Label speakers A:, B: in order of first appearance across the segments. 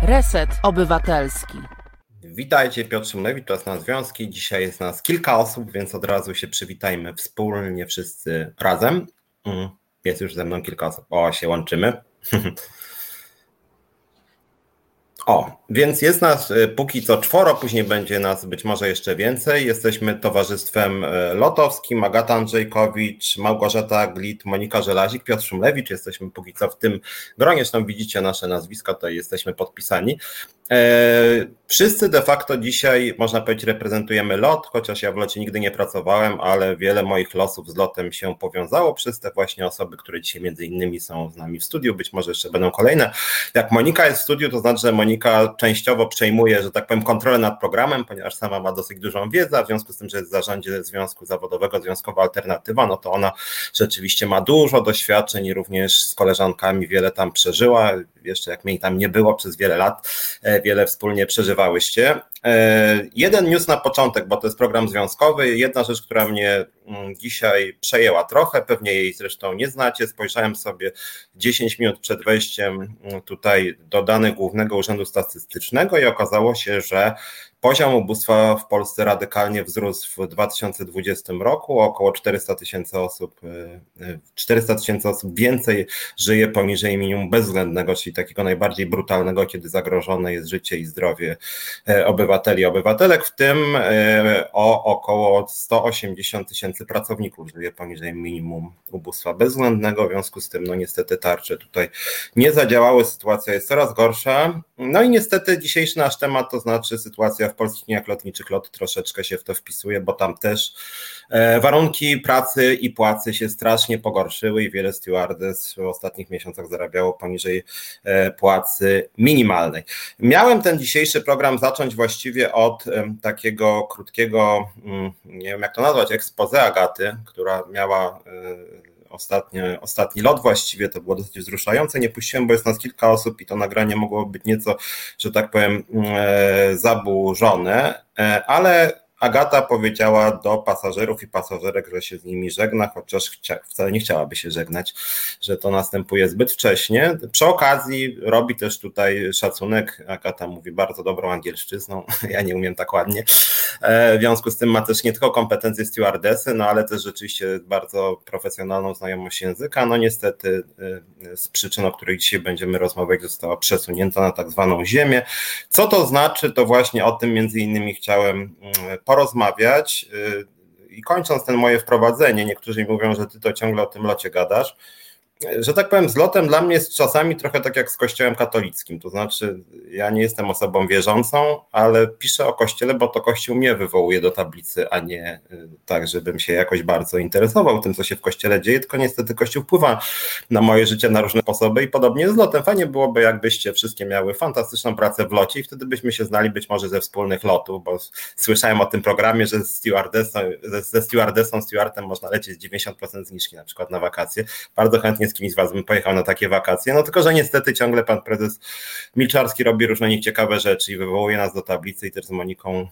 A: Reset Obywatelski.
B: Witajcie, Piotr Szymlewicz, czas na związki. Dzisiaj jest nas kilka osób, więc od razu się przywitajmy wspólnie wszyscy razem. Jest już ze mną kilka osób. O, się łączymy. Więc jest nas póki co 4, później będzie nas być może jeszcze więcej. Jesteśmy towarzystwem lotowskim, Agata Andrzejkowicz, Małgorzata Glit, Monika Żelazik, Piotr Szymlewicz. Jesteśmy póki co w tym gronie, zresztą widzicie nasze nazwiska, tutaj jesteśmy podpisani. Wszyscy de facto dzisiaj, można powiedzieć, reprezentujemy LOT, chociaż ja w LOTie nigdy nie pracowałem, ale wiele moich losów z LOTem się powiązało przez te właśnie osoby, które dzisiaj między innymi są z nami w studiu, być może jeszcze będą kolejne. Jak Monika jest w studiu, to znaczy, że Monika częściowo przejmuje, że tak powiem, kontrolę nad programem, ponieważ sama ma dosyć dużą wiedzę, a w związku z tym, że jest w zarządzie Związku Zawodowego, Związkowa Alternatywa, no to ona rzeczywiście ma dużo doświadczeń i również z koleżankami wiele tam przeżyła, jeszcze jak mnie tam nie było przez wiele lat, wiele wspólnie przeżywałyście. Jeden news na początek, bo to jest program związkowy. Jedna rzecz, która mnie dzisiaj przejęła trochę, pewnie jej zresztą nie znacie. Spojrzałem sobie 10 minut przed wejściem tutaj do danych Głównego Urzędu Statystycznego i okazało się, że poziom ubóstwa w Polsce radykalnie wzrósł w 2020 roku. Około 400 tysięcy osób więcej żyje poniżej minimum bezwzględnego, czyli takiego najbardziej brutalnego, kiedy zagrożone jest życie i zdrowie obywateli i obywatelek, w tym o około 180 tysięcy pracowników żyje poniżej minimum ubóstwa bezwzględnego. W związku z tym, no niestety tarcze tutaj nie zadziałały, sytuacja jest coraz gorsza. No i niestety dzisiejszy nasz temat, to znaczy sytuacja w polskich liniach lotniczych. LOT troszeczkę się w to wpisuje, bo tam też warunki pracy i płacy się strasznie pogorszyły i wiele stewardess w ostatnich miesiącach zarabiało poniżej płacy minimalnej. Miałem ten dzisiejszy program zacząć właściwie od takiego krótkiego, nie wiem jak to nazwać, expose Agaty, która miała ostatni lot właściwie, to było dosyć wzruszające, nie puściłem, bo jest nas kilka osób i to nagranie mogło być nieco, że tak powiem, zaburzone, ale Agata powiedziała do pasażerów i pasażerek, że się z nimi żegna, chociaż wcale nie chciałaby się żegnać, że to następuje zbyt wcześnie. Przy okazji robi też tutaj szacunek, Agata mówi bardzo dobrą angielszczyzną, ja nie umiem tak ładnie, w związku z tym ma też nie tylko kompetencje stewardessy, no ale też rzeczywiście bardzo profesjonalną znajomość języka. No niestety z przyczyn, o których dzisiaj będziemy rozmawiać, została przesunięta na tak zwaną ziemię. Co to znaczy, to właśnie o tym między innymi chciałem porozmawiać i kończąc ten moje wprowadzenie, niektórzy mi mówią, że ty to ciągle o tym locie gadasz, że tak powiem, z lotem dla mnie jest czasami trochę tak jak z kościołem katolickim, to znaczy ja nie jestem osobą wierzącą, ale piszę o kościele, bo to kościół mnie wywołuje do tablicy, a nie tak, żebym się jakoś bardzo interesował tym, co się w kościele dzieje, tylko niestety kościół wpływa na moje życie na różne sposoby i podobnie z lotem. Fajnie byłoby, jakbyście wszystkie miały fantastyczną pracę w locie i wtedy byśmy się znali być może ze wspólnych lotów, bo słyszałem o tym programie, że ze stewardem można lecieć 90% zniżki na przykład na wakacje. Bardzo chętnie z kimś z was bym pojechał na takie wakacje, no tylko, że niestety ciągle pan prezes Milczarski robi różne nieciekawe rzeczy i wywołuje nas do tablicy i też z Moniką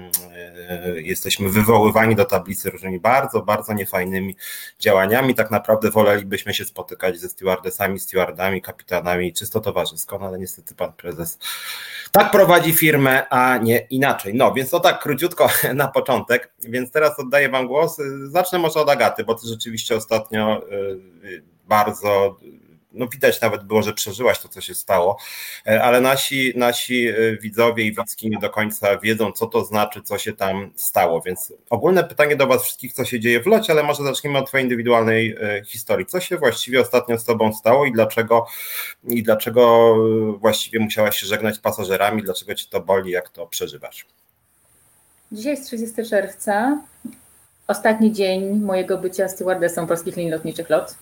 B: jesteśmy wywoływani do tablicy różnymi bardzo, bardzo niefajnymi działaniami. Tak naprawdę wolelibyśmy się spotykać ze stewardessami, stewardami, kapitanami czysto towarzysko, no ale niestety pan prezes tak prowadzi firmę, a nie inaczej. No więc to tak króciutko na początek, więc teraz oddaję wam głos. Zacznę może od Agaty, bo ty rzeczywiście ostatnio bardzo, no widać nawet było, że przeżyłaś to, co się stało, ale nasi widzowie i widzki nie do końca wiedzą, co to znaczy, co się tam stało, więc ogólne pytanie do was wszystkich, co się dzieje w locie, ale może zacznijmy od twojej indywidualnej historii. Co się właściwie ostatnio z tobą stało i dlaczego właściwie musiałaś się żegnać z pasażerami, dlaczego cię to boli, jak to przeżywasz?
C: Dzisiaj jest 30 czerwca, ostatni dzień mojego bycia stewardessą Polskich Linii Lotniczych LOT.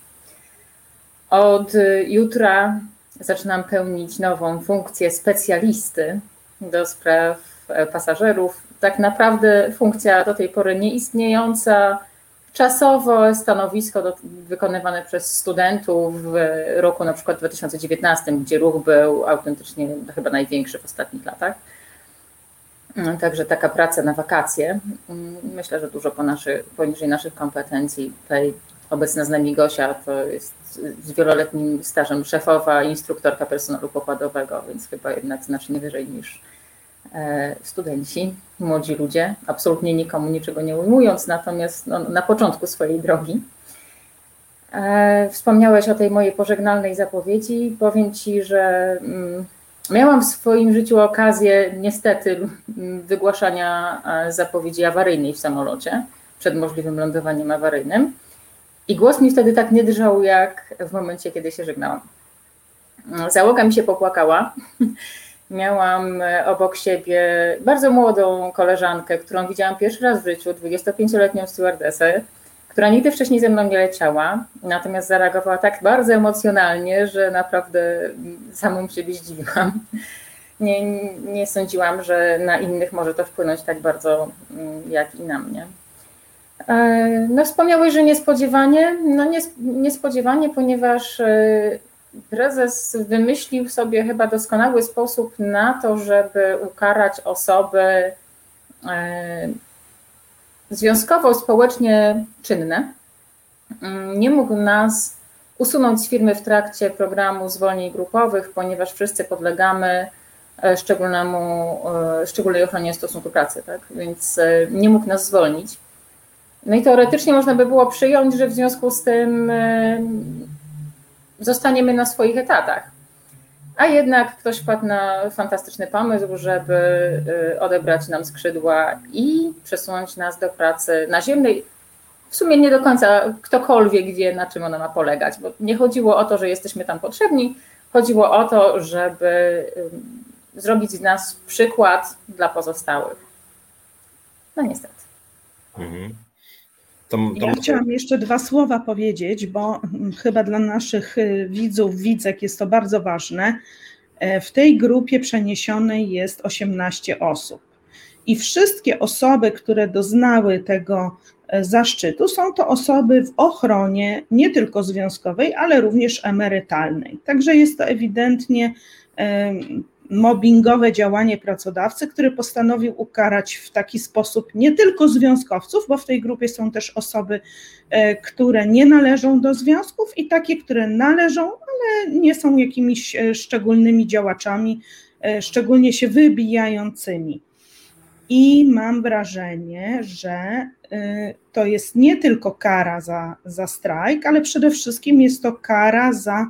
C: Od jutra zaczynam pełnić nową funkcję specjalisty do spraw pasażerów. Tak naprawdę funkcja do tej pory nieistniejąca, czasowo stanowisko wykonywane przez studentów w roku na przykład 2019, gdzie ruch był autentycznie chyba największy w ostatnich latach. Także taka praca na wakacje. Myślę, że dużo poniżej naszych kompetencji. Tutaj obecna z nami Gosia to jest z wieloletnim stażem szefowa, instruktorka personelu pokładowego, więc chyba jednak znacznie wyżej niż studenci, młodzi ludzie, absolutnie nikomu niczego nie ujmując, natomiast na początku swojej drogi. Wspomniałeś o tej mojej pożegnalnej zapowiedzi. Powiem Ci, że miałam w swoim życiu okazję niestety wygłaszania zapowiedzi awaryjnej w samolocie przed możliwym lądowaniem awaryjnym i głos mi wtedy tak nie drżał jak w momencie, kiedy się żegnałam. Załoga mi się popłakała. Miałam obok siebie bardzo młodą koleżankę, którą widziałam pierwszy raz w życiu, 25-letnią stewardessę, która nigdy wcześniej ze mną nie leciała, natomiast zareagowała tak bardzo emocjonalnie, że naprawdę samą siebie zdziwiłam. Nie sądziłam, że na innych może to wpłynąć tak bardzo jak i na mnie. No wspomniałeś, że niespodziewanie. No niespodziewanie, ponieważ prezes wymyślił sobie chyba doskonały sposób na to, żeby ukarać osoby związkowo, społecznie czynne. Nie mógł nas usunąć z firmy w trakcie programu zwolnień grupowych, ponieważ wszyscy podlegamy szczególnej ochronie stosunku pracy, tak? Więc nie mógł nas zwolnić. No i teoretycznie można by było przyjąć, że w związku z tym zostaniemy na swoich etatach. A jednak ktoś wpadł na fantastyczny pomysł, żeby odebrać nam skrzydła i przesunąć nas do pracy naziemnej. W sumie nie do końca ktokolwiek wie, na czym ona ma polegać, bo nie chodziło o to, że jesteśmy tam potrzebni, chodziło o to, żeby zrobić z nas przykład dla pozostałych. No niestety.
B: Mhm.
D: Ja chciałam jeszcze 2 słowa powiedzieć, bo chyba dla naszych widzów, widzek jest to bardzo ważne. W tej grupie przeniesionej jest 18 osób i wszystkie osoby, które doznały tego zaszczytu, są to osoby w ochronie nie tylko związkowej, ale również emerytalnej. Także jest to ewidentnie mobbingowe działanie pracodawcy, który postanowił ukarać w taki sposób nie tylko związkowców, bo w tej grupie są też osoby, które nie należą do związków i takie, które należą, ale nie są jakimiś szczególnymi działaczami, szczególnie się wybijającymi. I mam wrażenie, że to jest nie tylko kara za strajk, ale przede wszystkim jest to kara za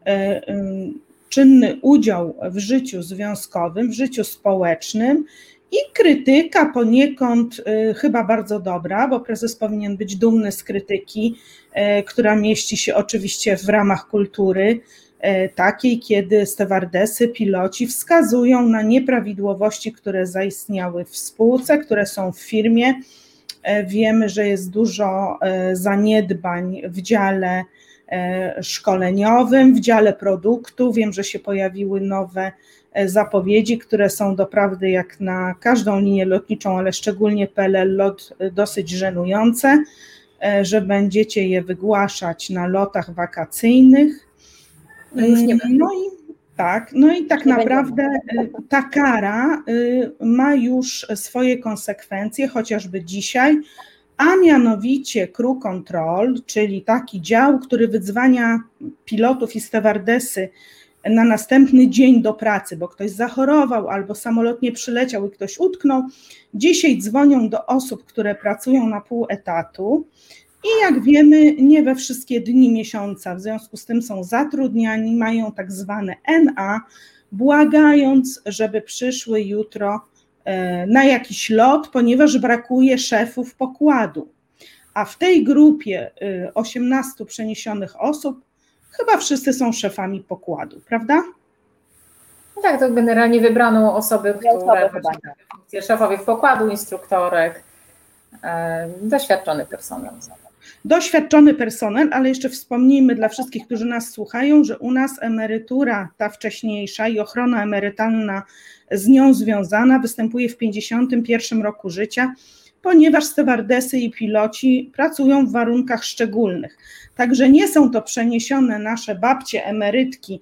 D: czynny udział w życiu związkowym, w życiu społecznym i krytyka poniekąd chyba bardzo dobra, bo prezes powinien być dumny z krytyki, która mieści się oczywiście w ramach kultury takiej, kiedy stewardesy, piloci wskazują na nieprawidłowości, które zaistniały w spółce, które są w firmie. Wiemy, że jest dużo zaniedbań w dziale szkoleniowym, w dziale produktu. Wiem, że się pojawiły nowe zapowiedzi, które są doprawdy jak na każdą linię lotniczą, ale szczególnie PLL LOT dosyć żenujące, że będziecie je wygłaszać na lotach wakacyjnych. No i tak naprawdę ta kara ma już swoje konsekwencje, chociażby dzisiaj, a mianowicie crew control, czyli taki dział, który wydzwania pilotów i stewardesy na następny dzień do pracy, bo ktoś zachorował albo samolot nie przyleciał i ktoś utknął. Dzisiaj dzwonią do osób, które pracują na pół etatu i jak wiemy, nie we wszystkie dni miesiąca, w związku z tym są zatrudniani, mają tak zwane NA, błagając, żeby przyszły jutro na jakiś lot, ponieważ brakuje szefów pokładu. A w tej grupie 18 przeniesionych osób chyba wszyscy są szefami pokładu, prawda?
C: No tak, to generalnie wybrano osoby, które funkcje szefowych pokładu, instruktorek, doświadczony personel.
D: Doświadczony personel, ale jeszcze wspomnijmy dla wszystkich, którzy nas słuchają, że u nas emerytura ta wcześniejsza i ochrona emerytalna z nią związana występuje w 51 roku życia, ponieważ stewardesy i piloci pracują w warunkach szczególnych. Także nie są to przeniesione nasze babcie, emerytki,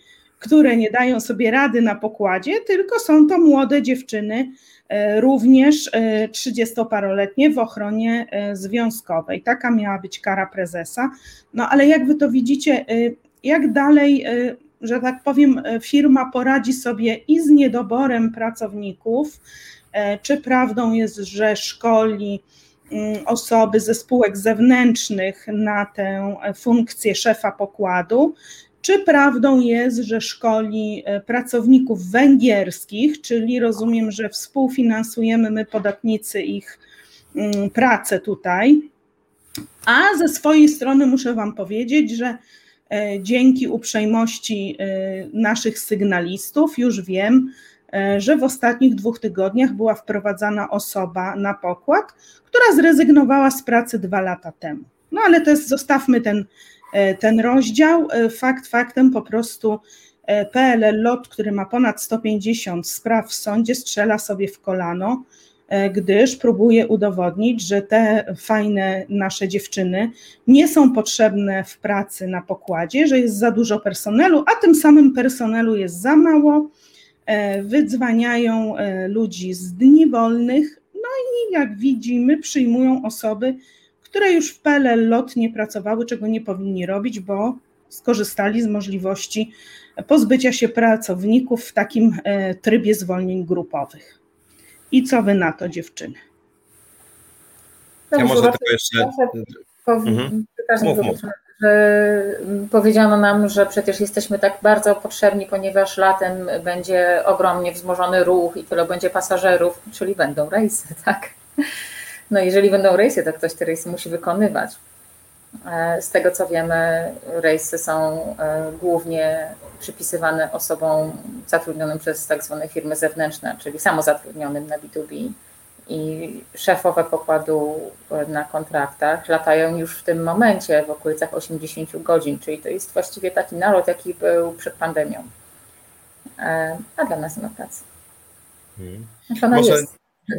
D: które nie dają sobie rady na pokładzie, tylko są to młode dziewczyny, również 30-paroletnie w ochronie związkowej. Taka miała być kara prezesa. No ale jak wy to widzicie, jak dalej, że tak powiem, firma poradzi sobie i z niedoborem pracowników, czy prawdą jest, że szkoli osoby ze spółek zewnętrznych na tę funkcję szefa pokładu, czy prawdą jest, że szkoli pracowników węgierskich, czyli rozumiem, że współfinansujemy my podatnicy ich pracę tutaj, a ze swojej strony muszę wam powiedzieć, że dzięki uprzejmości naszych sygnalistów już wiem, że w ostatnich 2 tygodniach była wprowadzana osoba na pokład, która zrezygnowała z pracy 2 lata temu. No ale to jest, zostawmy ten rozdział. Fakt faktem, po prostu PLL LOT, który ma ponad 150 spraw w sądzie, strzela sobie w kolano, gdyż próbuje udowodnić, że te fajne nasze dziewczyny nie są potrzebne w pracy na pokładzie, że jest za dużo personelu, a tym samym personelu jest za mało, wydzwaniają ludzi z dni wolnych, no i jak widzimy, przyjmują osoby, które już w PLL LOT nie pracowały, czego nie powinni robić, bo skorzystali z możliwości pozbycia się pracowników w takim trybie zwolnień grupowych. I co wy na to, dziewczyny?
B: Ja może tylko jeszcze...
C: Mów. Że powiedziano nam, że przecież jesteśmy tak bardzo potrzebni, ponieważ latem będzie ogromnie wzmożony ruch i tyle będzie pasażerów, czyli będą rejsy, tak? No jeżeli będą rejsy, to ktoś te rejsy musi wykonywać. Z tego co wiemy, rejsy są głównie przypisywane osobom zatrudnionym przez tak zwane firmy zewnętrzne, czyli samozatrudnionym na B2B. I szefowe pokładu na kontraktach latają już w tym momencie w okolicach 80 godzin, czyli to jest właściwie taki nalot, jaki był przed pandemią. A dla nas nie ma pracy. Ona jest.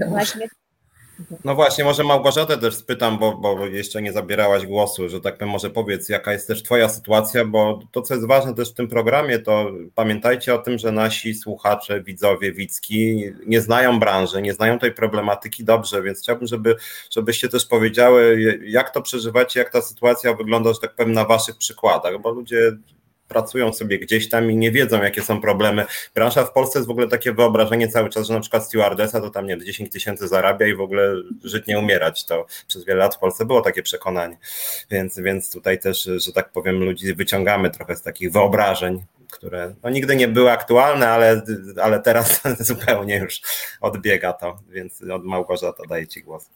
B: No właśnie, może Małgorzatę też spytam, bo jeszcze nie zabierałaś głosu, że tak powiem, może powiedz, jaka jest też twoja sytuacja, bo to, co jest ważne też w tym programie, to pamiętajcie o tym, że nasi słuchacze, widzowie, widzki nie znają branży, nie znają tej problematyki dobrze, więc chciałbym, żebyście też powiedziały, jak to przeżywacie, jak ta sytuacja wygląda, że tak powiem, na waszych przykładach, bo ludzie pracują sobie gdzieś tam i nie wiedzą, jakie są problemy. Branża w Polsce jest w ogóle takie wyobrażenie cały czas, że na przykład stewardessa to tam nie 10 000 zarabia i w ogóle żyć nie umierać. To przez wiele lat w Polsce było takie przekonanie. Więc tutaj też, że tak powiem, ludzi wyciągamy trochę z takich wyobrażeń, które no, nigdy nie były aktualne, ale teraz zupełnie już odbiega to. Więc od Małgorzata daję ci głos.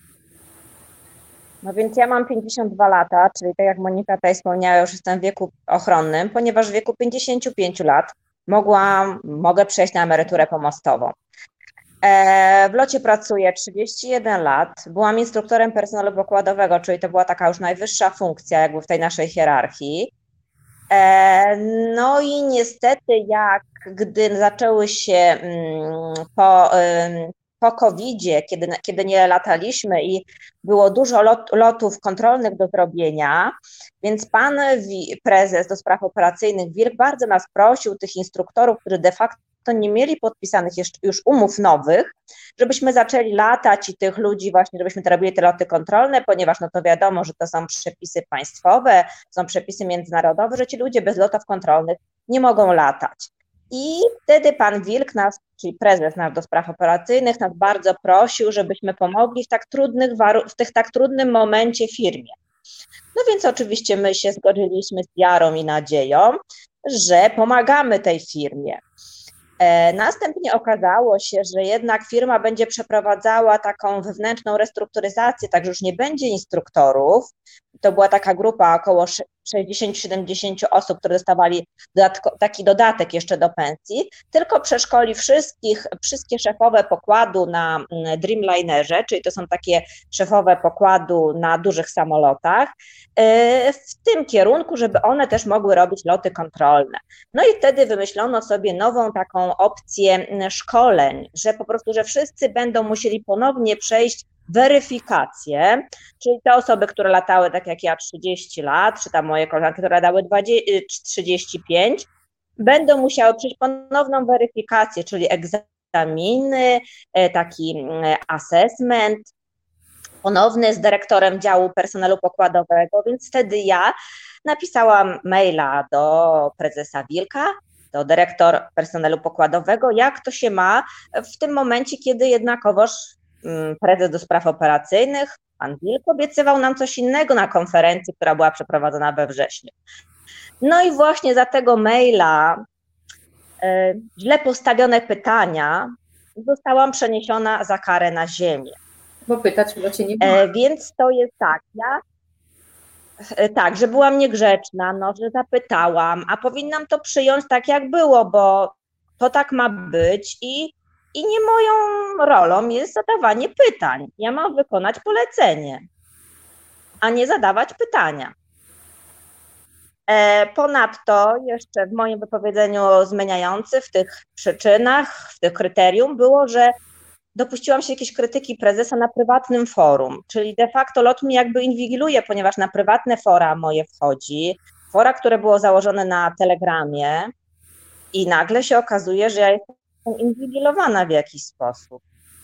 E: No więc ja mam 52 lata, czyli tak jak Monika tutaj wspomniała, już jestem w wieku ochronnym, ponieważ w wieku 55 lat mogę przejść na emeryturę pomostową. W locie pracuję 31 lat, byłam instruktorem personelu pokładowego, czyli to była taka już najwyższa funkcja jakby w tej naszej hierarchii. No i niestety gdy zaczęły się po COVID-zie, kiedy nie lataliśmy i było dużo lotów kontrolnych do zrobienia, więc pan prezes do spraw operacyjnych Wilk bardzo nas prosił, tych instruktorów, którzy de facto nie mieli podpisanych już umów nowych, żebyśmy zaczęli latać i tych ludzi właśnie, żebyśmy to robili te loty kontrolne, ponieważ no to wiadomo, że to są przepisy państwowe, są przepisy międzynarodowe, że ci ludzie bez lotów kontrolnych nie mogą latać. I wtedy pan Wilk czyli prezes nasz do spraw operacyjnych, nas bardzo prosił, żebyśmy pomogli w tak trudnym momencie firmie. No więc oczywiście my się zgodziliśmy z wiarą i nadzieją, że pomagamy tej firmie. Następnie okazało się, że jednak firma będzie przeprowadzała taką wewnętrzną restrukturyzację, także już nie będzie instruktorów. To była taka grupa około 60-70 osób, które dostawali taki dodatek jeszcze do pensji, tylko przeszkoli wszystkie szefowe pokładu na Dreamlinerze, czyli to są takie szefowe pokładu na dużych samolotach, w tym kierunku, żeby one też mogły robić loty kontrolne. No i wtedy wymyślono sobie nową taką opcję szkoleń, że po prostu, że wszyscy będą musieli ponownie przejść weryfikację, czyli te osoby, które latały tak jak ja 30 lat, czy tam moje koleżanki, które latały 35, będą musiały przejść ponowną weryfikację, czyli egzaminy, taki assessment ponowny z dyrektorem działu personelu pokładowego, więc wtedy ja napisałam maila do prezesa Wilka, do dyrektor personelu pokładowego, jak to się ma w tym momencie, kiedy jednakowoż prezes do spraw operacyjnych, pan Wilk, obiecywał nam coś innego na konferencji, która była przeprowadzona we wrześniu. No i właśnie za tego maila, źle postawione pytania, zostałam przeniesiona za karę na ziemię.
C: Bo pytać chyba cię nie było.
E: Więc to jest tak, tak, że byłam niegrzeczna, no, że zapytałam, a powinnam to przyjąć tak, jak było, bo to tak ma być i nie moją rolą jest zadawanie pytań. Ja mam wykonać polecenie, a nie zadawać pytania. Ponadto jeszcze w moim wypowiedzeniu zmieniający w tych przyczynach, w tych kryterium było, że dopuściłam się jakiejś krytyki prezesa na prywatnym forum, czyli de facto LOT mnie jakby inwigiluje, ponieważ na prywatne fora moje wchodzi, fora, które było założone na Telegramie i nagle się okazuje, że ja jestem inwigilowana w jakiś sposób.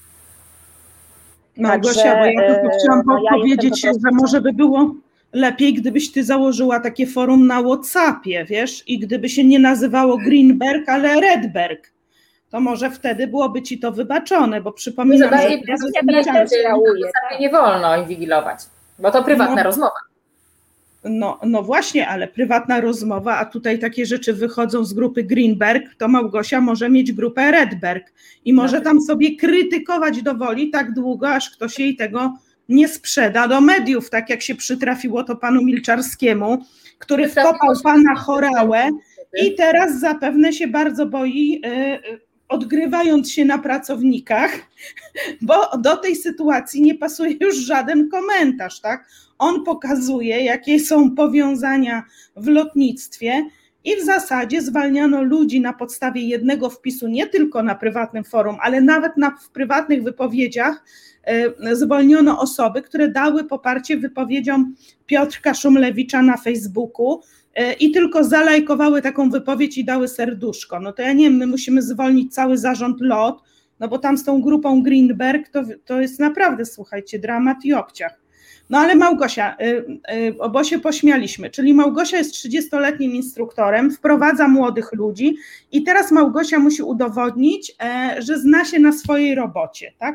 D: Małgosia, bo ja tylko chciałam powiedzieć, że może by było lepiej, gdybyś ty założyła takie forum na WhatsAppie, wiesz, i gdyby się nie nazywało Greenberg, ale Redberg. To może wtedy byłoby ci to wybaczone, bo przypominam, że
C: nie wolno inwigilować, bo to prywatna rozmowa.
D: No właśnie, ale prywatna rozmowa, a tutaj takie rzeczy wychodzą z grupy Greenberg, to Małgosia może mieć grupę Redberg i może tam sobie krytykować do woli tak długo, aż ktoś jej tego nie sprzeda do mediów, tak jak się przytrafiło to panu Milczarskiemu, który wkopał pana Horałę i teraz zapewne się bardzo boi, odgrywając się na pracownikach, bo do tej sytuacji nie pasuje już żaden komentarz, tak? On pokazuje, jakie są powiązania w lotnictwie i w zasadzie zwalniano ludzi na podstawie jednego wpisu, nie tylko na prywatnym forum, ale nawet w prywatnych wypowiedziach zwolniono osoby, które dały poparcie wypowiedziom Piotrka Szumlewicza na Facebooku i tylko zalajkowały taką wypowiedź i dały serduszko. No to ja nie wiem, my musimy zwolnić cały zarząd LOT, no bo tam z tą grupą Greenberg to jest naprawdę, słuchajcie, dramat i obciach. No ale Małgosia, bo się pośmialiśmy, czyli Małgosia jest 30-letnim instruktorem, wprowadza młodych ludzi i teraz Małgosia musi udowodnić, że zna się na swojej robocie, tak?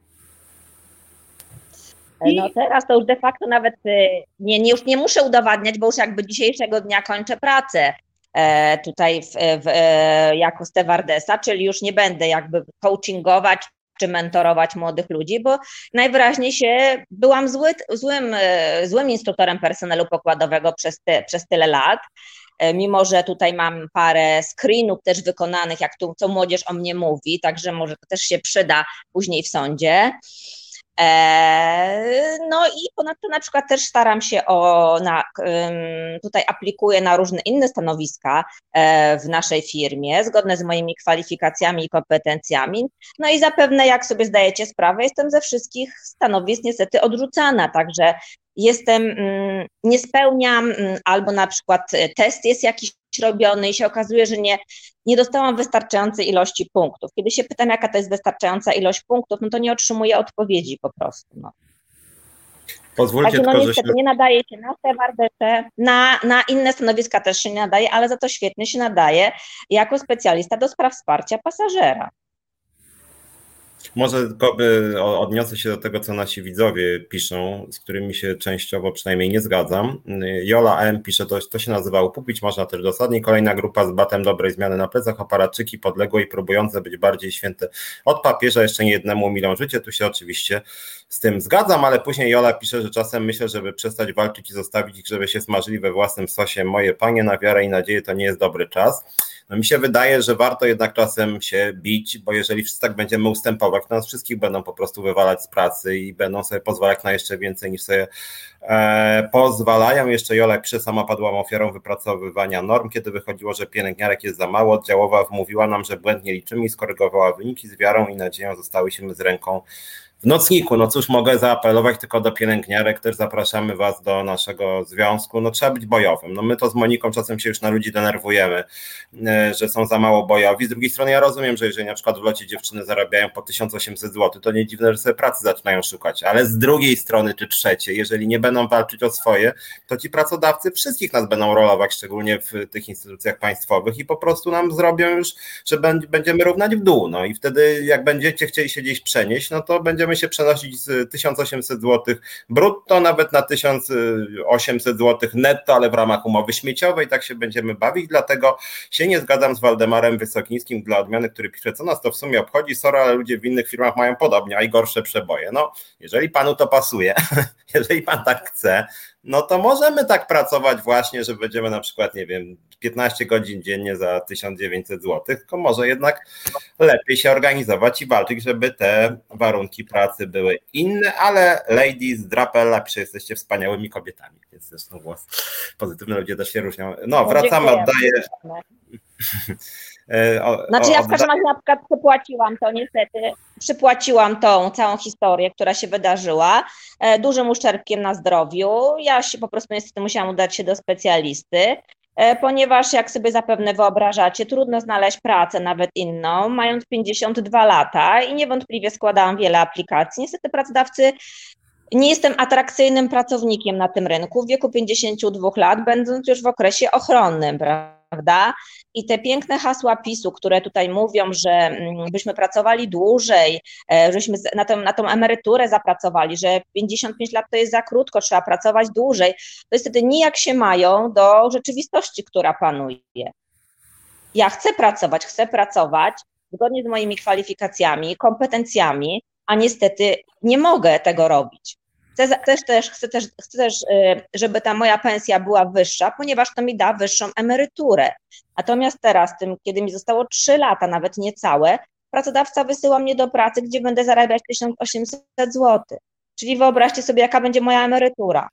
E: No teraz to już de facto nawet już nie muszę udowadniać, bo już jakby dzisiejszego dnia kończę pracę tutaj jako stewardesa, czyli już nie będę jakby coachingować czy mentorować młodych ludzi, bo najwyraźniej byłam złym instruktorem personelu pokładowego przez tyle lat, mimo że tutaj mam parę screenów też wykonanych, jak tu co młodzież o mnie mówi, także może to też się przyda później w sądzie. No i ponadto na przykład też staram się tutaj aplikuję na różne inne stanowiska w naszej firmie, zgodne z moimi kwalifikacjami i kompetencjami. No i zapewne, jak sobie zdajecie sprawę, jestem ze wszystkich stanowisk niestety odrzucana, także nie spełniam, albo na przykład test jest jakiś robiony i się okazuje, że nie dostałam wystarczającej ilości punktów. Kiedy się pytam, jaka to jest wystarczająca ilość punktów, no to nie otrzymuję odpowiedzi po prostu. No.
B: Pozwólcie
E: także
B: tylko,
E: niestety nie nadaje się na stewardeszę, na inne stanowiska też się nie nadaje, ale za to świetnie się nadaje jako specjalista do spraw wsparcia pasażera.
B: Może tylko odniosę się do tego, co nasi widzowie piszą, z którymi się częściowo przynajmniej nie zgadzam. Jola M. pisze, to się nazywa upupić, można też dosadnie. Kolejna grupa z batem dobrej zmiany na plecach, aparatczyki podległe i próbujące być bardziej święte od papieża, jeszcze nie jednemu milą życie. Tu się oczywiście z tym zgadzam, ale później Jola pisze, że czasem myślę, żeby przestać walczyć i zostawić ich, żeby się smażyli we własnym sosie. Moje panie, na wiarę i nadzieję to nie jest dobry czas. No mi się wydaje, że warto jednak czasem się bić, bo jeżeli wszyscy tak będziemy ustępować, to nas wszystkich będą po prostu wywalać z pracy i będą sobie pozwalać na jeszcze więcej niż sobie pozwalają, jeszcze Jola pisze, sama padłam ofiarą wypracowywania norm, kiedy wychodziło, że pielęgniarek jest za mało, oddziałowa wmówiła nam, że błędnie liczymy i skorygowała wyniki, z wiarą i nadzieją zostałyśmy z ręką w nocniku. No cóż, mogę zaapelować tylko do pielęgniarek, też zapraszamy Was do naszego związku. No trzeba być bojowym. No my to z Moniką czasem się już na ludzi denerwujemy, że są za mało bojowi. Z drugiej strony ja rozumiem, że jeżeli na przykład w locie dziewczyny zarabiają po 1800 zł, to nie dziwne, że sobie pracy zaczynają szukać, ale z drugiej strony czy trzeciej, jeżeli nie będą walczyć o swoje, to ci pracodawcy wszystkich nas będą rolować, szczególnie w tych instytucjach państwowych i po prostu nam zrobią już, że będziemy równać w dół. No i wtedy jak będziecie chcieli się gdzieś przenieść, no to będziemy się przenosić z 1800 zł brutto nawet na 1800 zł netto, ale w ramach umowy śmieciowej, tak się będziemy bawić, dlatego się nie zgadzam z Waldemarem Wysokińskim dla odmiany, który pisze, co nas to w sumie obchodzi, sorry, ale ludzie w innych firmach mają podobnie, a i gorsze przeboje. No, jeżeli panu to pasuje, jeżeli pan tak chce, no to możemy tak pracować właśnie, że będziemy na przykład, nie wiem, 15 godzin dziennie za 1900 zł, tylko może jednak lepiej się organizować i walczyć, żeby te warunki pracy były inne, ale ladies, drapella, pisze, jesteście wspaniałymi kobietami, więc zresztą głos pozytywny, ludzie też się różnią. No, wracamy, oddaję.
E: Znaczy ja w każdym razie na przykład przypłaciłam tą całą historię, która się wydarzyła, dużym uszczerbkiem na zdrowiu. Ja się po prostu niestety musiałam udać się do specjalisty, ponieważ jak sobie zapewne wyobrażacie, trudno znaleźć pracę, nawet inną, mając 52 lata i niewątpliwie składałam wiele aplikacji. Niestety pracodawcy, nie jestem atrakcyjnym pracownikiem na tym rynku w wieku 52 lat, będąc już w okresie ochronnym, prawda? I te piękne hasła PiS-u, które tutaj mówią, że byśmy pracowali dłużej, żeśmy na tą emeryturę zapracowali, że 55 lat to jest za krótko, trzeba pracować dłużej, to niestety nijak się mają do rzeczywistości, która panuje. Ja chcę pracować zgodnie z moimi kwalifikacjami, kompetencjami, a niestety nie mogę tego robić. Chcę też, żeby ta moja pensja była wyższa, ponieważ to mi da wyższą emeryturę. Natomiast teraz, kiedy mi zostało 3 lata, nawet niecałe, pracodawca wysyła mnie do pracy, gdzie będę zarabiać 1800 zł. Czyli wyobraźcie sobie, jaka będzie moja emerytura.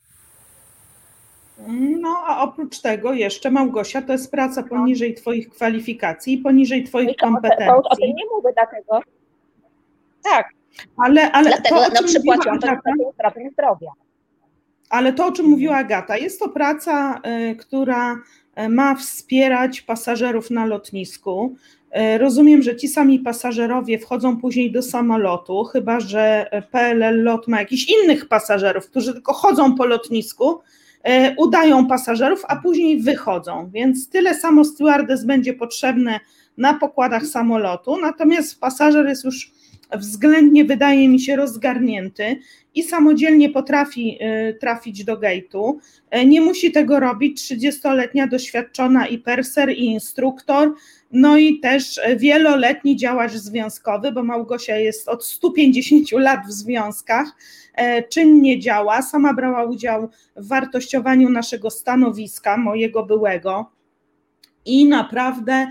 D: No, a oprócz tego jeszcze, Małgosia, to jest praca poniżej Twoich kwalifikacji, poniżej Twoich kompetencji.
E: O tym nie mówię dlatego. Tak.
D: Ale
E: dlatego
D: to, o czym
E: przypłaciłam to stratę zdrowia.
D: Ale to, o czym mówiła Agata, jest to praca, która ma wspierać pasażerów na lotnisku. Rozumiem, że ci sami pasażerowie wchodzą później do samolotu, chyba że PLL LOT ma jakichś innych pasażerów, którzy tylko chodzą po lotnisku, udają pasażerów, a później wychodzą, więc tyle samo stewardess będzie potrzebne na pokładach samolotu, natomiast pasażer jest już względnie, wydaje mi się, rozgarnięty i samodzielnie potrafi trafić do gate'u. Nie musi tego robić 30-letnia doświadczona i purser, i instruktor, no i też wieloletni działacz związkowy, bo Małgosia jest od 150 lat w związkach, czynnie działa, sama brała udział w wartościowaniu naszego stanowiska, mojego byłego i naprawdę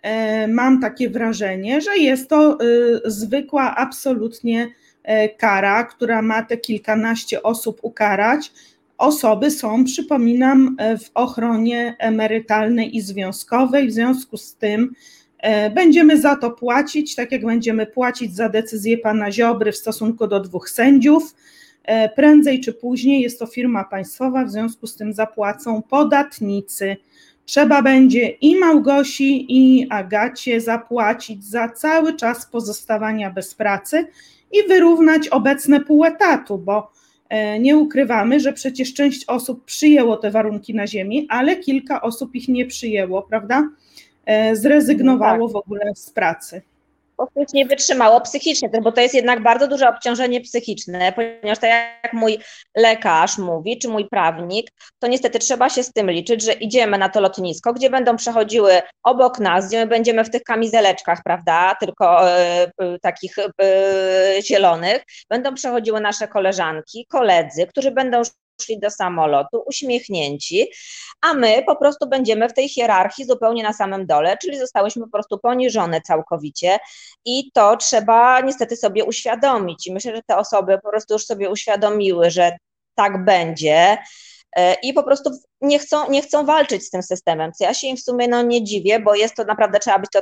D: mam takie wrażenie, że jest to zwykła absolutnie kara, która ma te kilkanaście osób ukarać. Osoby są, przypominam, w ochronie emerytalnej i związkowej, w związku z tym będziemy za to płacić, tak jak będziemy płacić za decyzję pana Ziobry w stosunku do 2 sędziów. Prędzej czy później jest to firma państwowa, w związku z tym zapłacą podatnicy. Trzeba będzie i Małgosi, i Agacie zapłacić za cały czas pozostawania bez pracy i wyrównać obecne pół etatu, bo nie ukrywamy, że przecież część osób przyjęło te warunki na ziemi, ale kilka osób ich nie przyjęło, prawda? Zrezygnowało w ogóle z pracy.
E: Po prostu nie wytrzymało psychicznie, bo to jest jednak bardzo duże obciążenie psychiczne, ponieważ tak jak mój lekarz mówi, czy mój prawnik, to niestety trzeba się z tym liczyć, że idziemy na to lotnisko, gdzie będą przechodziły obok nas, gdzie my będziemy w tych kamizeleczkach, prawda, tylko takich zielonych, będą przechodziły nasze koleżanki, koledzy, którzy będą szli do samolotu, uśmiechnięci, a my po prostu będziemy w tej hierarchii zupełnie na samym dole, czyli zostałyśmy po prostu poniżone całkowicie i to trzeba niestety sobie uświadomić i myślę, że te osoby po prostu już sobie uświadomiły, że tak będzie i po prostu nie chcą walczyć z tym systemem, co ja się im w sumie nie dziwię, bo jest to naprawdę, trzeba być to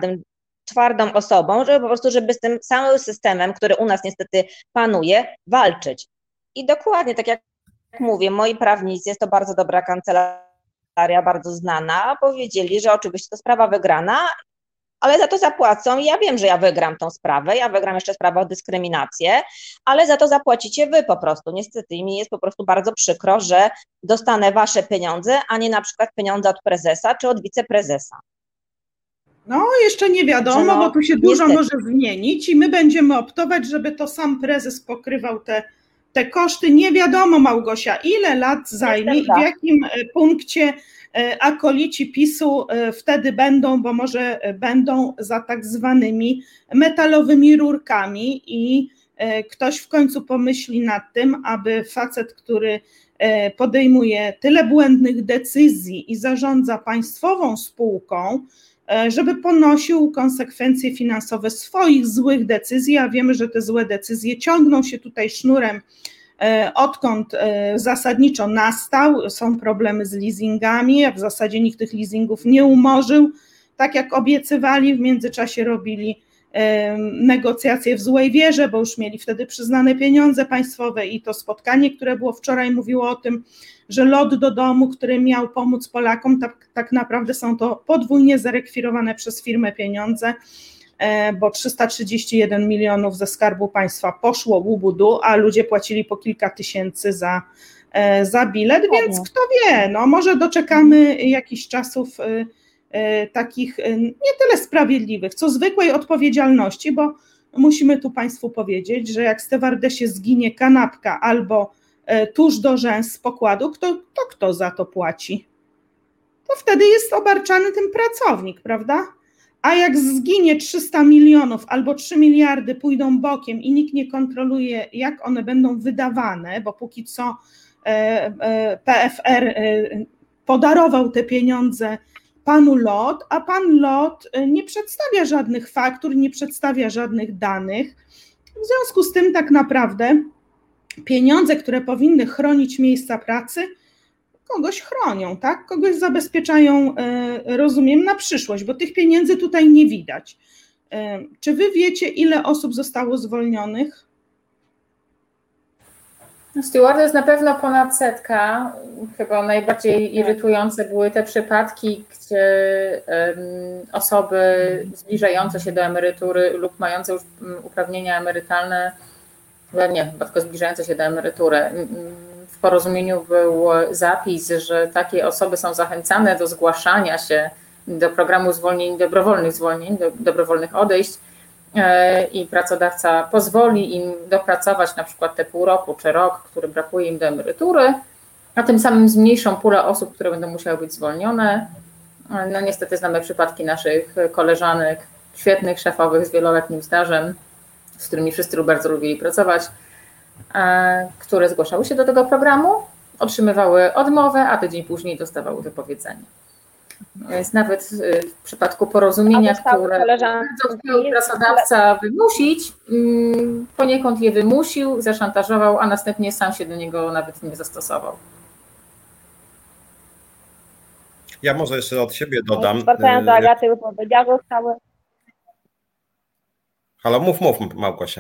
E: twardą osobą, żeby z tym samym systemem, który u nas niestety panuje, walczyć. I dokładnie, tak jak mówię, moi prawnicy, jest to bardzo dobra kancelaria, bardzo znana, powiedzieli, że oczywiście to sprawa wygrana, ale za to zapłacą i ja wiem, że ja wygram tą sprawę, ja wygram jeszcze sprawę o dyskryminację, ale za to zapłacicie wy po prostu. Niestety i mi jest po prostu bardzo przykro, że dostanę wasze pieniądze, a nie na przykład pieniądze od prezesa czy od wiceprezesa.
D: No, jeszcze nie wiadomo, bo tu się dużo może zmienić i my będziemy optować, żeby to sam prezes pokrywał te koszty. Nie wiadomo, Małgosia, ile lat zajmie i w jakim punkcie akolici PiS-u wtedy będą, bo może będą za tak zwanymi metalowymi rurkami i ktoś w końcu pomyśli nad tym, aby facet, który podejmuje tyle błędnych decyzji i zarządza państwową spółką, żeby ponosił konsekwencje finansowe swoich złych decyzji, a wiemy, że te złe decyzje ciągną się tutaj sznurem, odkąd zasadniczo nastał, są problemy z leasingami, a w zasadzie nikt tych leasingów nie umorzył, tak jak obiecywali, w międzyczasie robili negocjacje w złej wierze, bo już mieli wtedy przyznane pieniądze państwowe i to spotkanie, które było wczoraj, mówiło o tym, że lot do domu, który miał pomóc Polakom, tak naprawdę są to podwójnie zarekwirowane przez firmę pieniądze, bo 331 milionów ze Skarbu Państwa poszło łubudu, a ludzie płacili po kilka tysięcy za bilet, więc kto wie, może doczekamy jakichś czasów takich nie tyle sprawiedliwych, co zwykłej odpowiedzialności, bo musimy tu Państwu powiedzieć, że jak stewardesie zginie kanapka albo tuż do rzęs pokładu, kto za to płaci? To wtedy jest obarczany tym pracownik, prawda? A jak zginie 300 milionów albo 3 miliardy pójdą bokiem i nikt nie kontroluje, jak one będą wydawane, bo póki co PFR podarował te pieniądze panu Lot, a pan Lot nie przedstawia żadnych faktur, nie przedstawia żadnych danych. W związku z tym tak naprawdę pieniądze, które powinny chronić miejsca pracy, kogoś chronią, tak? Kogoś zabezpieczają, rozumiem, na przyszłość, bo tych pieniędzy tutaj nie widać. Czy wy wiecie, ile osób zostało zwolnionych?
C: Stewardess na pewno ponad 100. Chyba najbardziej irytujące były te przypadki, gdzie osoby zbliżające się do emerytury lub mające już uprawnienia emerytalne, chyba tylko zbliżające się do emerytury, w porozumieniu był zapis, że takie osoby są zachęcane do zgłaszania się do programu zwolnień, dobrowolnych odejść i pracodawca pozwoli im dopracować na przykład te pół roku czy rok, który brakuje im do emerytury, a tym samym zmniejszą pulę osób, które będą musiały być zwolnione. Niestety znamy przypadki naszych koleżanek, świetnych szefowych z wieloletnim stażem, z którymi wszyscy bardzo lubili pracować, które zgłaszały się do tego programu, otrzymywały odmowę, a tydzień później dostawały wypowiedzenie. Jest nawet w przypadku porozumienia, które bardzo chciał pracodawca wymusić, poniekąd je wymusił, zaszantażował, a następnie sam się do niego nawet nie zastosował.
B: Ja może jeszcze od siebie dodam.
E: Wracając do Agaty, wypowiedziały zostały.
B: Halo, mów Małgosia.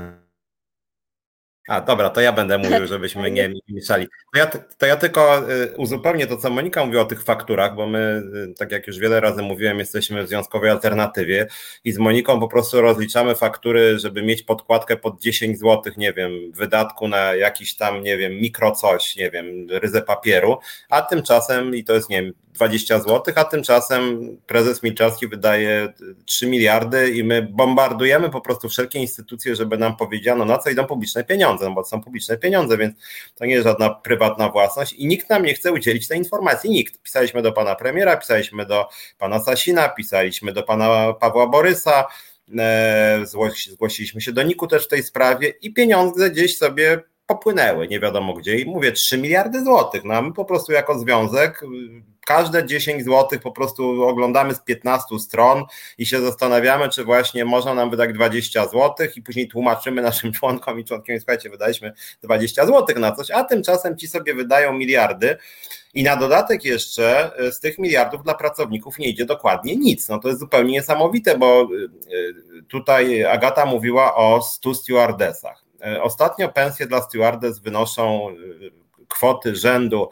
B: Dobra, to ja będę mówił, żebyśmy nie mieszali. To ja tylko uzupełnię to, co Monika mówiła o tych fakturach, bo my, tak jak już wiele razy mówiłem, jesteśmy w Związkowej Alternatywie i z Moniką po prostu rozliczamy faktury, żeby mieć podkładkę pod 10 zł, nie wiem, wydatku na jakiś tam, nie wiem, mikro coś, nie wiem, ryzę papieru, a tymczasem, i to jest, nie wiem, 20 zł, a tymczasem prezes Milczarski wydaje 3 miliardy i my bombardujemy po prostu wszelkie instytucje, żeby nam powiedziano, na co idą publiczne pieniądze, bo to są publiczne pieniądze, więc to nie jest żadna prywatna własność i nikt nam nie chce udzielić tej informacji, nikt. Pisaliśmy do pana premiera, pisaliśmy do pana Sasina, pisaliśmy do pana Pawła Borysa, zgłosiliśmy się do NIK-u też w tej sprawie i pieniądze gdzieś sobie popłynęły nie wiadomo gdzie i mówię 3 miliardy złotych, no a my po prostu jako związek każde 10 złotych po prostu oglądamy z 15 stron i się zastanawiamy, czy właśnie można nam wydać 20 złotych i później tłumaczymy naszym członkom i członkom, słuchajcie, wydaliśmy 20 złotych na coś, a tymczasem ci sobie wydają miliardy i na dodatek jeszcze z tych miliardów dla pracowników nie idzie dokładnie nic. No to jest zupełnie niesamowite, bo tutaj Agata mówiła o 100 stewardesach. Ostatnio pensje dla stewardess wynoszą kwoty rzędu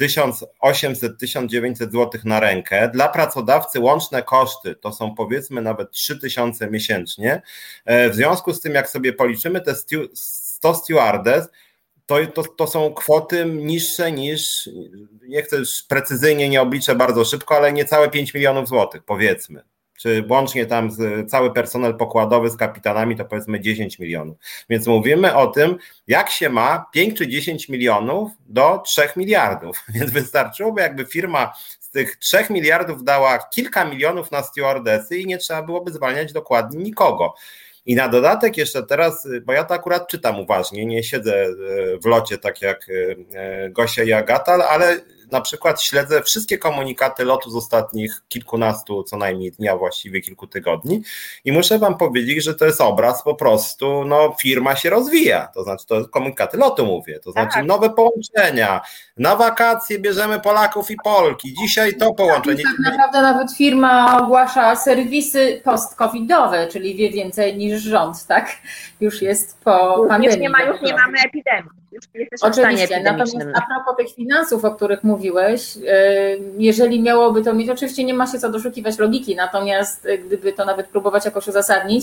B: 1800-1900 zł na rękę. Dla pracodawcy łączne koszty to są powiedzmy nawet 3000 miesięcznie. W związku z tym, jak sobie policzymy te 100 stewardess, to są kwoty niższe niż, nie chcę już precyzyjnie, nie obliczę bardzo szybko, ale niecałe 5 milionów złotych powiedzmy. Czy łącznie tam cały personel pokładowy z kapitanami to powiedzmy 10 milionów. Więc mówimy o tym, jak się ma 5 czy 10 milionów do 3 miliardów. Więc wystarczyłoby, jakby firma z tych 3 miliardów dała kilka milionów na stewardesy i nie trzeba byłoby zwalniać dokładnie nikogo. I na dodatek jeszcze teraz, bo ja to akurat czytam uważnie, nie siedzę w locie tak jak Gosia i Agata, ale na przykład śledzę wszystkie komunikaty lotu z ostatnich kilkunastu co najmniej dni, a właściwie kilku tygodni i muszę wam powiedzieć, że to jest obraz po prostu, no firma się rozwija, to znaczy to komunikaty lotu mówię, to znaczy nowe połączenia, na wakacje bierzemy Polaków i Polki, dzisiaj to połączenie.
C: Tak naprawdę nawet firma ogłasza serwisy post-covidowe, czyli wie więcej niż rząd, tak? Już jest po pandemii.
E: Już nie mamy epidemii.
C: Oczywiście, natomiast a propos tych finansów, o których mówiłeś, jeżeli miałoby to mieć, oczywiście nie ma się co doszukiwać logiki, natomiast gdyby to nawet próbować jakoś uzasadnić,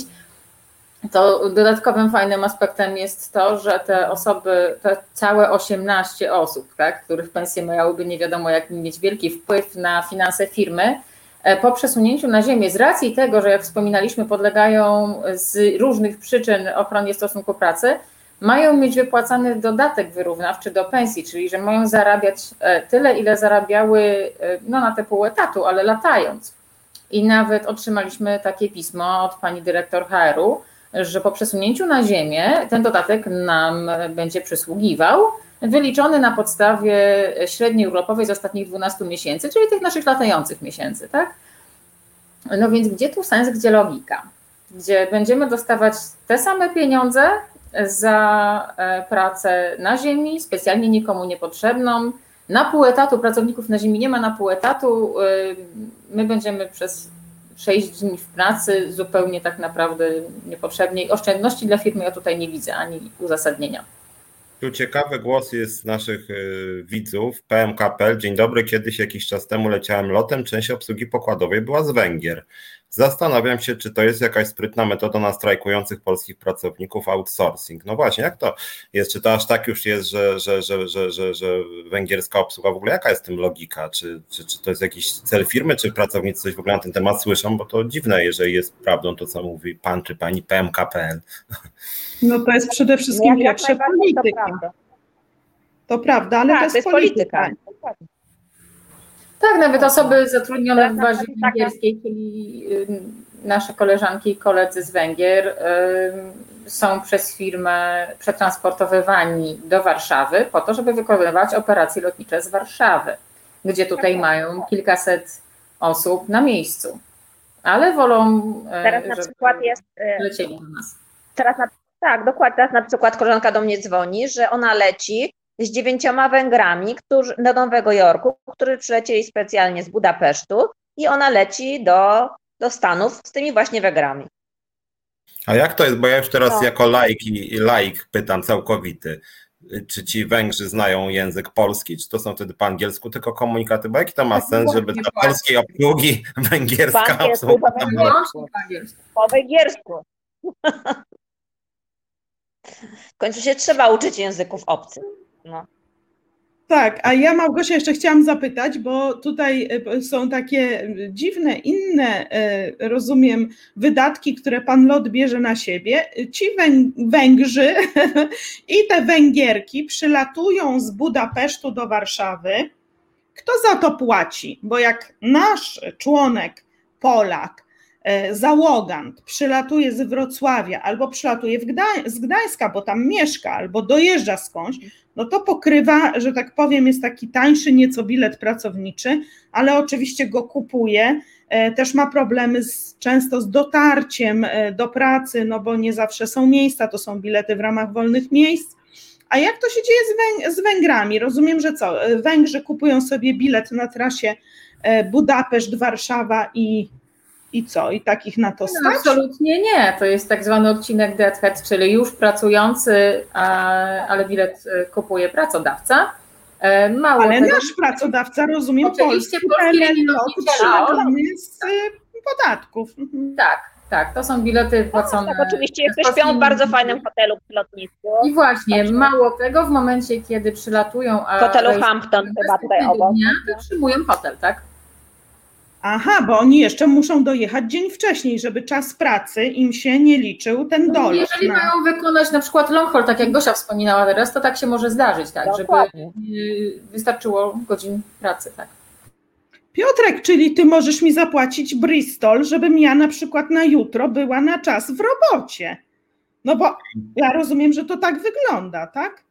C: to dodatkowym fajnym aspektem jest to, że te osoby, te całe 18 osób, tak, których pensje miałyby nie wiadomo jak mieć wielki wpływ na finanse firmy, po przesunięciu na ziemię z racji tego, że jak wspominaliśmy podlegają z różnych przyczyn ochronie stosunku pracy, mają mieć wypłacany dodatek wyrównawczy do pensji, czyli że mają zarabiać tyle, ile zarabiały no, na te pół etatu, ale latając. I nawet otrzymaliśmy takie pismo od pani dyrektor HR-u, że po przesunięciu na ziemię ten dodatek nam będzie przysługiwał, wyliczony na podstawie średniej urlopowej z ostatnich 12 miesięcy, czyli tych naszych latających miesięcy, tak? No więc gdzie tu sens, gdzie logika? Gdzie będziemy dostawać te same pieniądze za pracę na ziemi, specjalnie nikomu niepotrzebną. Na pół etatu pracowników na ziemi nie ma na pół etatu. My będziemy przez 6 dni w pracy zupełnie tak naprawdę niepotrzebnie. Oszczędności dla firmy ja tutaj nie widzę, ani uzasadnienia.
B: Tu ciekawy głos jest z naszych widzów. PMKPL. Dzień dobry, kiedyś jakiś czas temu leciałem lotem, część obsługi pokładowej była z Węgier. Zastanawiam się, czy to jest jakaś sprytna metoda na strajkujących polskich pracowników outsourcing. No właśnie, jak to jest? Czy to aż tak już jest, że węgierska obsługa w ogóle? Jaka jest w tym logika? Czy to jest jakiś cel firmy, czy pracownicy coś w ogóle na ten temat słyszą? Bo to dziwne, jeżeli jest prawdą to, co mówi pan czy pani PMKPL.
D: No to jest przede wszystkim pierwsze polityka. To prawda, ale
E: tak,
D: to jest polityka.
C: Tak, nawet osoby zatrudnione w bazie węgierskiej, czyli nasze koleżanki i koledzy z Węgier są przez firmę przetransportowywani do Warszawy po to, żeby wykonywać operacje lotnicze z Warszawy, gdzie tutaj mają kilkaset osób na miejscu, ale wolą,
E: teraz na przykład jest
C: lecieli do nas.
E: Tak, dokładnie. Teraz na przykład koleżanka do mnie dzwoni, że ona leci z 9 Węgrami do Nowego Jorku, którzy przylecieli specjalnie z Budapesztu i ona leci do Stanów z tymi właśnie Węgrami.
B: A jak to jest, bo ja już teraz jako laik pytam całkowity, czy ci Węgrzy znają język polski, czy to są wtedy po angielsku tylko komunikaty, bo jaki to ma sens, żeby dla polskiej obsługi węgierska obsługa?
E: Po węgiersku. W końcu się trzeba uczyć języków obcych. No.
D: Tak, a ja Małgosia jeszcze chciałam zapytać, bo tutaj są takie dziwne, inne, rozumiem, wydatki, które pan LOT bierze na siebie. Ci Węgrzy i te Węgierki przylatują z Budapesztu do Warszawy. Kto za to płaci? Bo jak nasz członek, Polak, załogant przylatuje z Wrocławia albo przylatuje z Gdańska, bo tam mieszka, albo dojeżdża skądś, no to pokrywa, że tak powiem, jest taki tańszy nieco bilet pracowniczy, ale oczywiście go kupuje, też ma problemy często z dotarciem do pracy, no bo nie zawsze są miejsca, to są bilety w ramach wolnych miejsc. A jak to się dzieje z Węgrami? Rozumiem, że co? Węgrzy kupują sobie bilet na trasie Budapeszt-Warszawa i co? I takich na to stać?
C: No, absolutnie nie. To jest tak zwany odcinek deadhead, czyli już pracujący, ale bilet kupuje pracodawca. Mało
D: ale
C: tego,
D: nasz pracodawca, rozumiem,
C: oczywiście
D: polski
C: linie
D: przylany z podatków.
C: Tak, to są bilety płacone.
E: Tak, oczywiście, jeszcze śpią w bardzo fajnym hotelu przy lotnisku.
C: I właśnie, mało tego, w momencie, kiedy przylatują,
E: w hotelu Hampton chyba tutaj obok,
C: to przyjmują hotel, tak?
D: Aha, bo oni jeszcze muszą dojechać dzień wcześniej, żeby czas pracy im się nie liczył ten dolot.
C: Jeżeli mają wykonać na przykład long haul, tak jak Gosia wspominała teraz, to tak się może zdarzyć, tak,
E: dokładnie,
C: żeby wystarczyło godzin pracy, tak.
D: Piotrek, czyli ty możesz mi zapłacić Bristol, żebym ja na przykład na jutro była na czas w robocie. No bo ja rozumiem, że to tak wygląda, tak?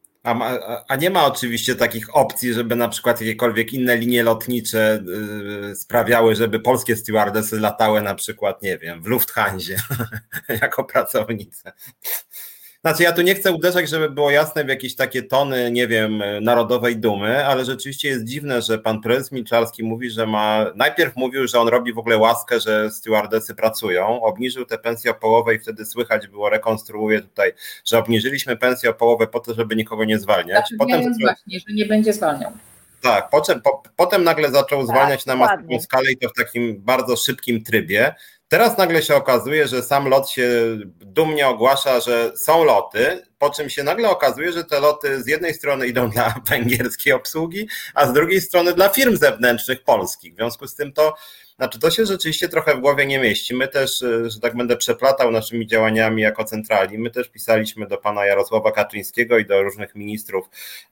B: A nie ma oczywiście takich opcji, żeby na przykład jakiekolwiek inne linie lotnicze sprawiały, żeby polskie stewardesy latały na przykład, nie wiem, w Lufthansie jako pracownice. Znaczy ja tu nie chcę uderzać, żeby było jasne, w jakieś takie tony, nie wiem, narodowej dumy, ale rzeczywiście jest dziwne, że pan prezes Milczarski mówi, że najpierw mówił, że on robi w ogóle łaskę, że stewardesy pracują, obniżył te pensje o połowę i wtedy słychać było, rekonstruuje tutaj, że obniżyliśmy pensję o połowę po to, żeby nikogo nie zwalniać.
C: Potem właśnie, że nie będzie zwalniał.
B: Tak, potem nagle zaczął zwalniać na masową skalę i to w takim bardzo szybkim trybie. Teraz nagle się okazuje, że sam LOT się dumnie ogłasza, że są loty, po czym się nagle okazuje, że te loty z jednej strony idą dla węgierskiej obsługi, a z drugiej strony dla firm zewnętrznych polskich. W związku z tym to się rzeczywiście trochę w głowie nie mieści. My też, że tak będę przeplatał naszymi działaniami jako centrali, my też pisaliśmy do pana Jarosława Kaczyńskiego i do różnych ministrów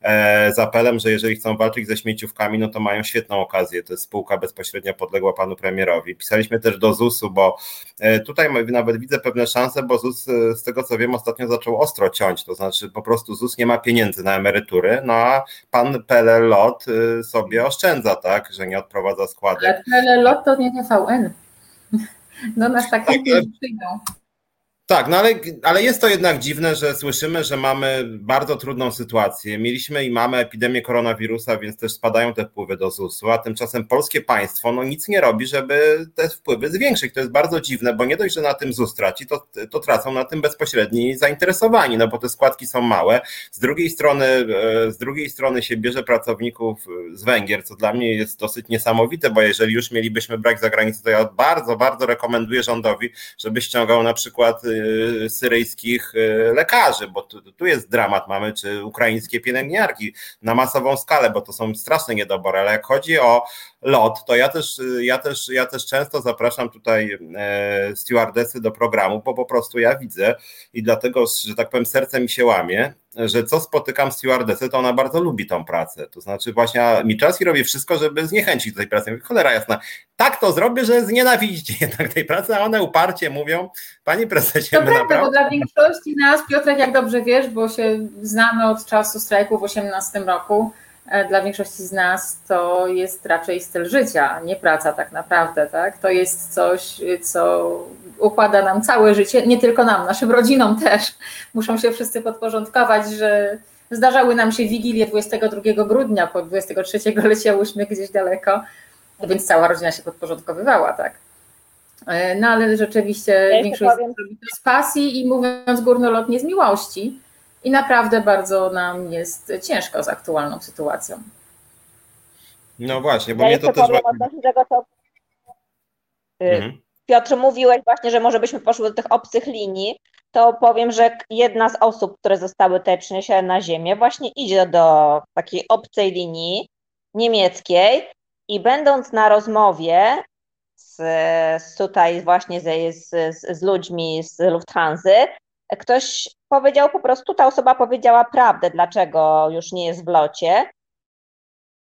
B: z apelem, że jeżeli chcą walczyć ze śmieciówkami, no to mają świetną okazję. To jest spółka bezpośrednio podległa panu premierowi. Pisaliśmy też do ZUS-u, bo tutaj nawet widzę pewne szanse, bo ZUS, z tego co wiem, ostatnio zaczął ostro ciąć, to znaczy po prostu ZUS nie ma pieniędzy na emerytury, no a pan PLL LOT sobie oszczędza, tak, że nie odprowadza składek.
C: Ale PLL LOT to nie TVN. Do nas tak nie przyjdą.
B: Tak, no ale jest to jednak dziwne, że słyszymy, że mamy bardzo trudną sytuację. Mieliśmy i mamy epidemię koronawirusa, więc też spadają te wpływy do ZUS-u, a tymczasem polskie państwo nic nie robi, żeby te wpływy zwiększyć. To jest bardzo dziwne, bo nie dość, że na tym ZUS traci, to tracą na tym bezpośredni zainteresowani, no bo te składki są małe. Z drugiej strony się bierze pracowników z Węgier, co dla mnie jest dosyć niesamowite, bo jeżeli już mielibyśmy brać za granicę, to ja bardzo, bardzo rekomenduję rządowi, żeby ściągał na przykład syryjskich lekarzy, bo tu jest dramat, mamy czy ukraińskie pielęgniarki na masową skalę, bo to są straszne niedobory, ale jak chodzi o LOT, to ja też często zapraszam tutaj stewardesy do programu, bo po prostu ja widzę i dlatego, że tak powiem, serce mi się łamie, że co spotykam stewardesy, to ona bardzo lubi tą pracę. To znaczy właśnie Milczarski robi wszystko, żeby zniechęcić do tej pracy. Mówię, cholera jasna, tak to zrobię, że znienawidzicie jednak tej pracy, a one uparcie mówią, pani prezesie,
C: to prawda, bo dla większości nas, Piotrek, jak dobrze wiesz, bo się znamy od czasu strajku w 2018 roku, dla większości z nas to jest raczej styl życia, nie praca tak naprawdę, tak? To jest coś, co układa nam całe życie, nie tylko nam, naszym rodzinom też. Muszą się wszyscy podporządkować, że zdarzały nam się wigilie 22 grudnia, po 23 leciałyśmy gdzieś daleko, więc cała rodzina się podporządkowywała, tak? No ale rzeczywiście większość robi to z pasji i mówiąc górnolotnie z miłości. I naprawdę bardzo nam jest ciężko z aktualną sytuacją.
B: No właśnie, bo mnie to też...
E: Piotr, mówiłeś właśnie, że może byśmy poszły do tych obcych linii, to powiem, że jedna z osób, które zostały tutaj przeniesione na ziemię, właśnie idzie do takiej obcej linii niemieckiej i będąc na rozmowie tutaj właśnie z ludźmi z Lufthansy, ktoś powiedział po prostu, ta osoba powiedziała prawdę, dlaczego już nie jest w locie.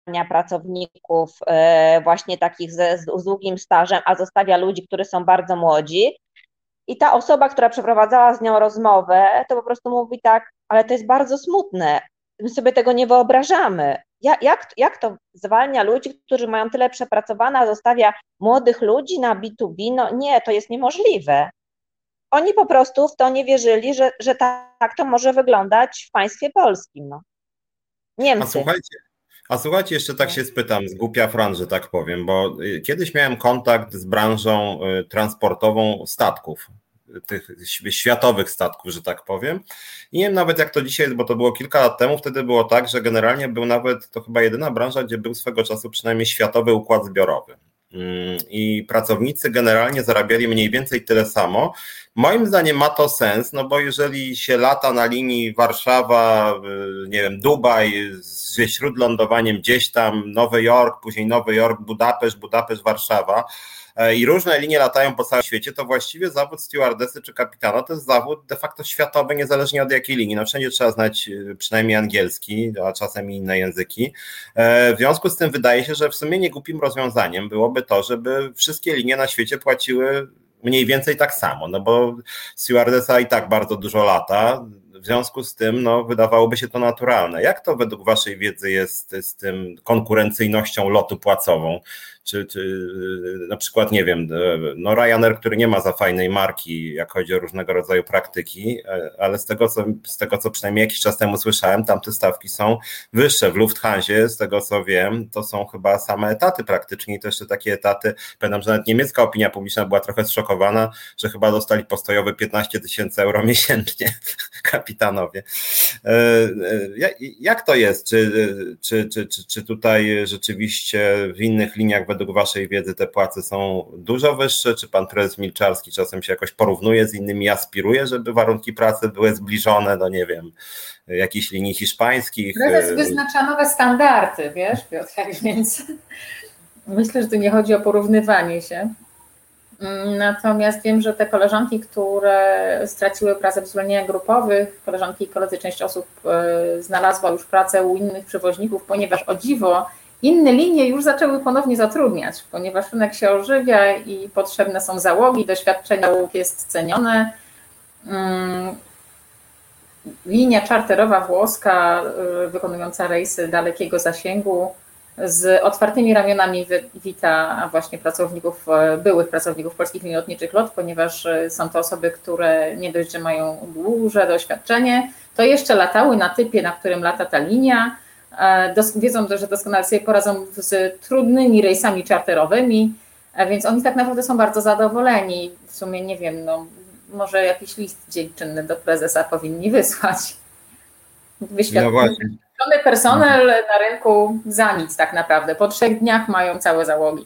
E: pracowników właśnie takich z długim stażem, a zostawia ludzi, którzy są bardzo młodzi. I ta osoba, która przeprowadzała z nią rozmowę, to po prostu mówi tak, ale to jest bardzo smutne, my sobie tego nie wyobrażamy. Jak to zwalnia ludzi, którzy mają tyle przepracowane, a zostawia młodych ludzi na B2B? No nie, to jest niemożliwe. Oni po prostu w to nie wierzyli, że tak to może wyglądać w państwie polskim. No. Niemcy.
B: A słuchajcie, jeszcze tak się spytam, z głupia Fran, że tak powiem, bo kiedyś miałem kontakt z branżą transportową statków, tych światowych statków, że tak powiem. I nie wiem nawet jak to dzisiaj jest, bo to było kilka lat temu, wtedy było tak, że generalnie był nawet, to chyba jedyna branża, gdzie był swego czasu przynajmniej światowy układ zbiorowy. I pracownicy generalnie zarabiali mniej więcej tyle samo. Moim zdaniem ma to sens, no bo jeżeli się lata na linii Warszawa, nie wiem, Dubaj, ze śródlądowaniem gdzieś tam, Nowy Jork, później Nowy Jork, Budapeszt, Warszawa i różne linie latają po całym świecie, to właściwie zawód stewardessy czy kapitana to jest zawód de facto światowy, niezależnie od jakiej linii. No wszędzie trzeba znać przynajmniej angielski, a czasem i inne języki. W związku z tym wydaje się, że w sumie niegłupim rozwiązaniem byłoby to, żeby wszystkie linie na świecie płaciły mniej więcej tak samo, no bo stewardessa i tak bardzo dużo lata, w związku z tym no, wydawałoby się to naturalne. Jak to według waszej wiedzy jest z tym konkurencyjnością lotu płacową? Czy na przykład, nie wiem, no Ryanair, który nie ma za fajnej marki, jak chodzi o różnego rodzaju praktyki, ale z tego, co przynajmniej jakiś czas temu słyszałem, tam te stawki są wyższe. W Lufthansie, z tego co wiem, to są chyba same etaty praktycznie i to jeszcze takie etaty, pamiętam, że nawet niemiecka opinia publiczna była trochę zszokowana, że chyba dostali postojowe 15 000 euro miesięcznie kapitanowie. Jak to jest? Czy tutaj rzeczywiście w innych liniach według waszej wiedzy te płace są dużo wyższe? Czy pan prezes Milczarski czasem się jakoś porównuje z innymi, aspiruje, żeby warunki pracy były zbliżone do, nie wiem, jakichś linii hiszpańskich?
C: Prezes wyznacza nowe standardy, wiesz, Piotrek, więc myślę, że tu nie chodzi o porównywanie się. Natomiast wiem, że te koleżanki, które straciły pracę w zwolnieniach grupowych, koleżanki i koledzy, część osób znalazła już pracę u innych przewoźników, ponieważ o dziwo inne linie już zaczęły ponownie zatrudniać, ponieważ rynek się ożywia i potrzebne są załogi, doświadczenie jest cenione. Linia czarterowa włoska wykonująca rejsy dalekiego zasięgu z otwartymi ramionami wita właśnie byłych pracowników polskich linii lotniczych LOT, ponieważ są to osoby, które nie dość, że mają duże doświadczenie, to jeszcze latały na typie, na którym lata ta linia, wiedzą, że doskonale sobie poradzą z trudnymi rejsami czarterowymi, więc oni tak naprawdę są bardzo zadowoleni. W sumie nie wiem, no może jakiś list dziękczynny do prezesa powinni wysłać. Wyświadczony personel na rynku za nic tak naprawdę. Po 3 dniach mają całe załogi.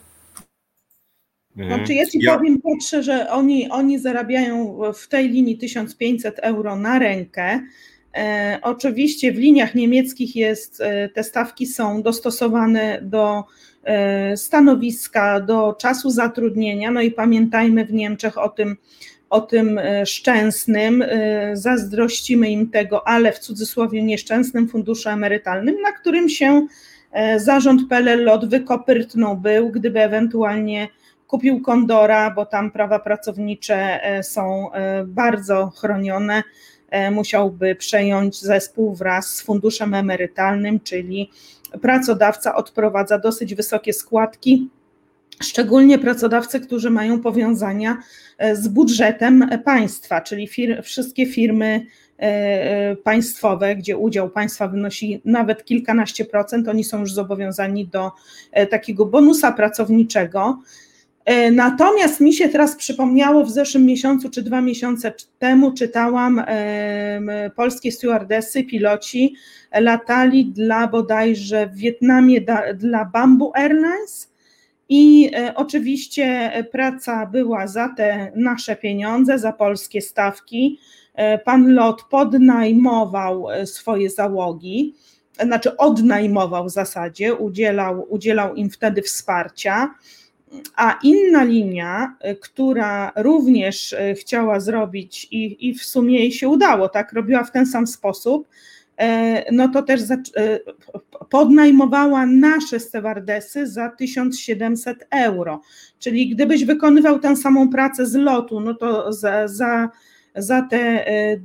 D: Znaczy ja ci powiem, Piotrze, że oni zarabiają w tej linii 1500 euro na rękę. Oczywiście w liniach niemieckich te stawki są dostosowane do stanowiska, do czasu zatrudnienia, no i pamiętajmy w Niemczech o tym szczęsnym, zazdrościmy im tego, ale w cudzysłowie nieszczęsnym funduszu emerytalnym, na którym się zarząd PLL LOT wykopyrtnął był, gdyby ewentualnie kupił Condora, bo tam prawa pracownicze są bardzo chronione, musiałby przejąć zespół wraz z funduszem emerytalnym, czyli pracodawca odprowadza dosyć wysokie składki, szczególnie pracodawcy, którzy mają powiązania z budżetem państwa, czyli wszystkie firmy państwowe, gdzie udział państwa wynosi nawet kilkanaście procent, oni są już zobowiązani do takiego bonusa pracowniczego. Natomiast mi się teraz przypomniało, w zeszłym miesiącu czy 2 miesiące temu czytałam, polskie stewardessy, piloci latali bodajże w Wietnamie dla Bamboo Airlines i oczywiście praca była za te nasze pieniądze, za polskie stawki. Pan LOT podnajmował swoje załogi, znaczy odnajmował w zasadzie, udzielał im wtedy wsparcia. A inna linia, która również chciała zrobić i w sumie jej się udało, tak, robiła w ten sam sposób, no to też podnajmowała nasze stewardesy za 1700 euro. Czyli gdybyś wykonywał tę samą pracę z lotu, no to za te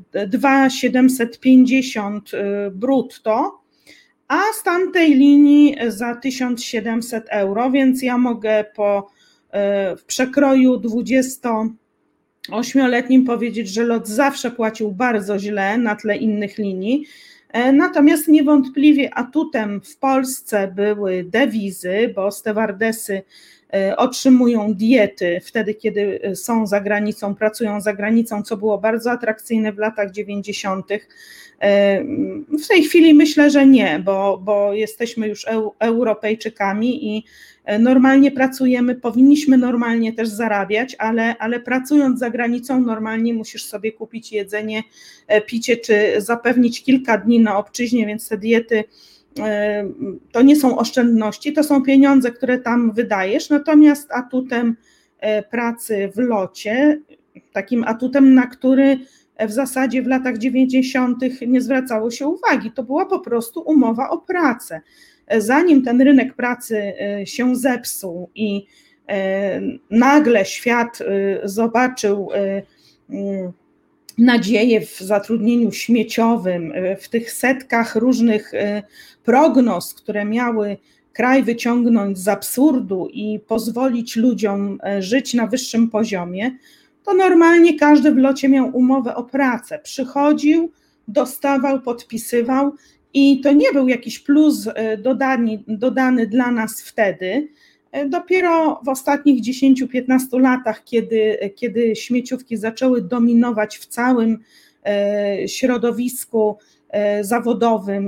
D: 2750 brutto, a z tamtej linii za 1700 euro, więc ja mogę w przekroju 28-letnim powiedzieć, że LOT zawsze płacił bardzo źle na tle innych linii. Natomiast niewątpliwie atutem w Polsce były dewizy, bo stewardesy otrzymują diety wtedy, kiedy są za granicą, pracują za granicą, co było bardzo atrakcyjne w latach 90. W tej chwili myślę, że nie, bo jesteśmy już Europejczykami i normalnie pracujemy, powinniśmy normalnie też zarabiać, ale pracując za granicą normalnie musisz sobie kupić jedzenie, picie, czy zapewnić kilka dni na obczyźnie, więc te diety to nie są oszczędności, to są pieniądze, które tam wydajesz, natomiast atutem pracy w locie, takim atutem, na który w zasadzie w latach 90. nie zwracało się uwagi, to była po prostu umowa o pracę. Zanim ten rynek pracy się zepsuł i nagle świat zobaczył nadzieję w zatrudnieniu śmieciowym, w tych setkach różnych prognoz, które miały kraj wyciągnąć z absurdu i pozwolić ludziom żyć na wyższym poziomie, to normalnie każdy w locie miał umowę o pracę. Przychodził, dostawał, podpisywał i to nie był jakiś plus dodany dla nas wtedy. Dopiero w ostatnich 10-15 latach, kiedy śmieciówki zaczęły dominować w całym środowisku zawodowym,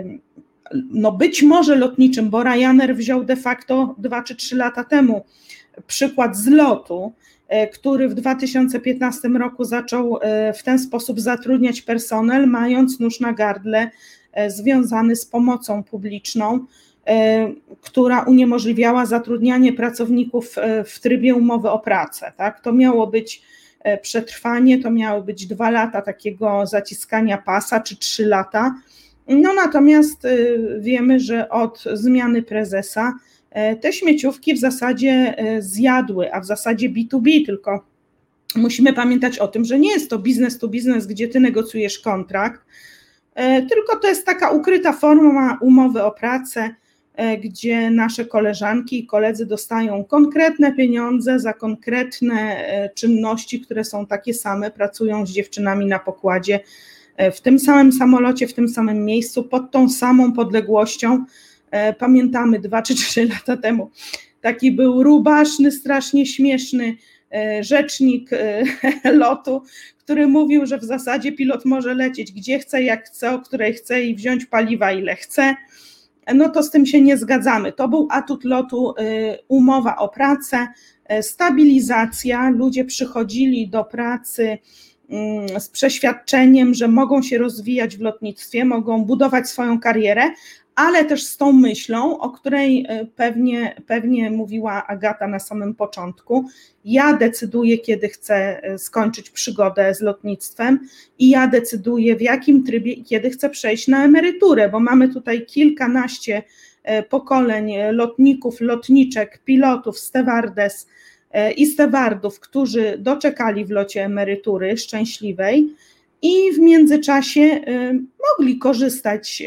D: no być może lotniczym, bo Ryanair wziął de facto 2 czy 3 lata temu przykład z lotu, który w 2015 roku zaczął w ten sposób zatrudniać personel, mając nóż na gardle związany z pomocą publiczną, która uniemożliwiała zatrudnianie pracowników w trybie umowy o pracę. Tak? To miało być przetrwanie, to miały być 2 lata takiego zaciskania pasa, czy 3 lata. No natomiast wiemy, że od zmiany prezesa te śmieciówki w zasadzie zjadły, a w zasadzie B2B, tylko musimy pamiętać o tym, że nie jest to business to business, gdzie ty negocjujesz kontrakt, tylko to jest taka ukryta forma umowy o pracę, gdzie nasze koleżanki i koledzy dostają konkretne pieniądze za konkretne czynności, które są takie same, pracują z dziewczynami na pokładzie, w tym samym samolocie, w tym samym miejscu, pod tą samą podległością. Pamiętamy 2 czy 3 lata temu taki był rubaszny, strasznie śmieszny rzecznik lotu, który mówił, że w zasadzie pilot może lecieć gdzie chce, jak chce, o której chce i wziąć paliwa ile chce. No to z tym się nie zgadzamy. To był atut lotu, umowa o pracę, stabilizacja, ludzie przychodzili do pracy z przeświadczeniem, że mogą się rozwijać w lotnictwie, mogą budować swoją karierę, ale też z tą myślą, o której pewnie mówiła Agata na samym początku. Ja decyduję, kiedy chcę skończyć przygodę z lotnictwem i ja decyduję, w jakim trybie i kiedy chcę przejść na emeryturę, bo mamy tutaj kilkanaście pokoleń lotników, lotniczek, pilotów, stewardes i stewardów, którzy doczekali w locie emerytury szczęśliwej i w międzyczasie mogli korzystać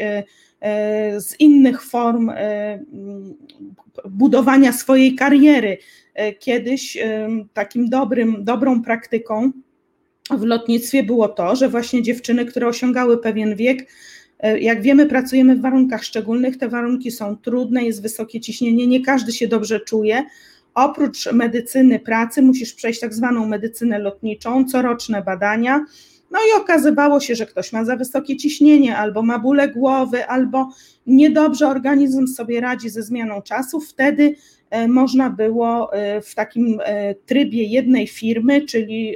D: z innych form budowania swojej kariery. Kiedyś takim dobrą praktyką w lotnictwie było to, że właśnie dziewczyny, które osiągały pewien wiek, jak wiemy, pracujemy w warunkach szczególnych, te warunki są trudne, jest wysokie ciśnienie, nie każdy się dobrze czuje. Oprócz medycyny pracy musisz przejść tak zwaną medycynę lotniczą, coroczne badania. No i okazywało się, że ktoś ma za wysokie ciśnienie, albo ma bóle głowy, albo niedobrze organizm sobie radzi ze zmianą czasu. Wtedy można było w takim trybie jednej firmy, czyli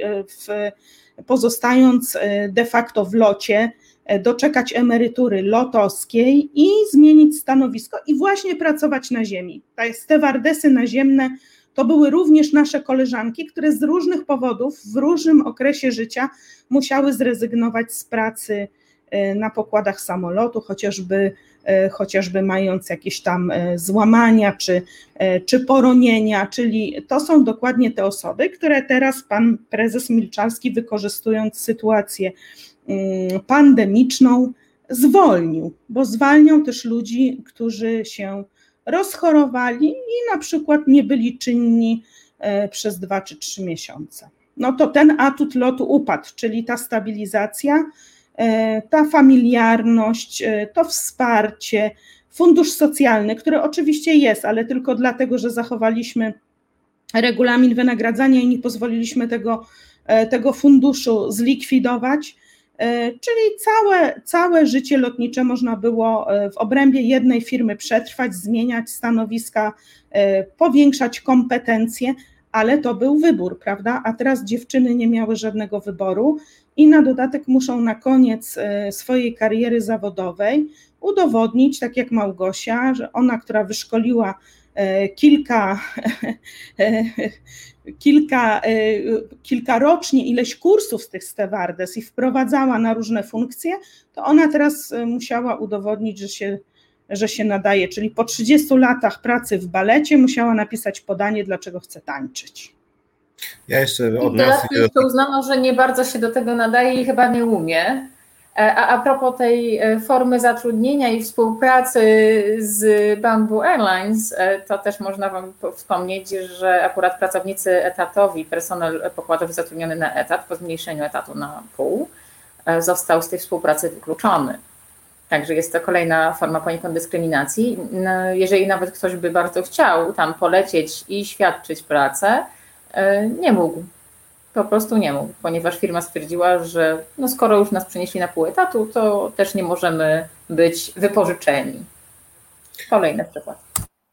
D: pozostając de facto w locie, doczekać emerytury lotowskiej i zmienić stanowisko i właśnie pracować na ziemi. Te stewardesy naziemne to były również nasze koleżanki, które z różnych powodów w różnym okresie życia musiały zrezygnować z pracy na pokładach samolotu, chociażby mając jakieś tam złamania czy poronienia, czyli to są dokładnie te osoby, które teraz pan prezes Milczarski, wykorzystując sytuację pandemiczną, zwolnił, bo zwalniał też ludzi, którzy się rozchorowali i na przykład nie byli czynni przez 2 czy 3 miesiące. No to ten atut lotu upadł, czyli ta stabilizacja, ta familiarność, to wsparcie, fundusz socjalny, który oczywiście jest, ale tylko dlatego, że zachowaliśmy regulamin wynagradzania i nie pozwoliliśmy tego funduszu zlikwidować, czyli całe życie lotnicze można było w obrębie jednej firmy przetrwać, zmieniać stanowiska, powiększać kompetencje, ale to był wybór, prawda? A teraz dziewczyny nie miały żadnego wyboru i na dodatek muszą na koniec swojej kariery zawodowej udowodnić, tak jak Małgosia, że ona, która wyszkoliła kilkarocznie ileś kursów z tych stewardess i wprowadzała na różne funkcje, to ona teraz musiała udowodnić, że się nadaje, czyli po 30 latach pracy w balecie musiała napisać podanie, dlaczego chce tańczyć.
B: Ja jeszcze
C: uznano, że nie bardzo się do tego nadaje i chyba nie umie. A propos tej formy zatrudnienia i współpracy z Bamboo Airlines, to też można Wam wspomnieć, że akurat pracownicy etatowi, personel pokładowy zatrudniony na etat, po zmniejszeniu etatu na pół, został z tej współpracy wykluczony. Także jest to kolejna forma poniekąd dyskryminacji. Jeżeli nawet ktoś by bardzo chciał tam polecieć i świadczyć pracę, nie mógł. Po prostu nie mógł, ponieważ firma stwierdziła, że no skoro już nas przenieśli na pół etatu, to też nie możemy być wypożyczeni. Kolejny przykład.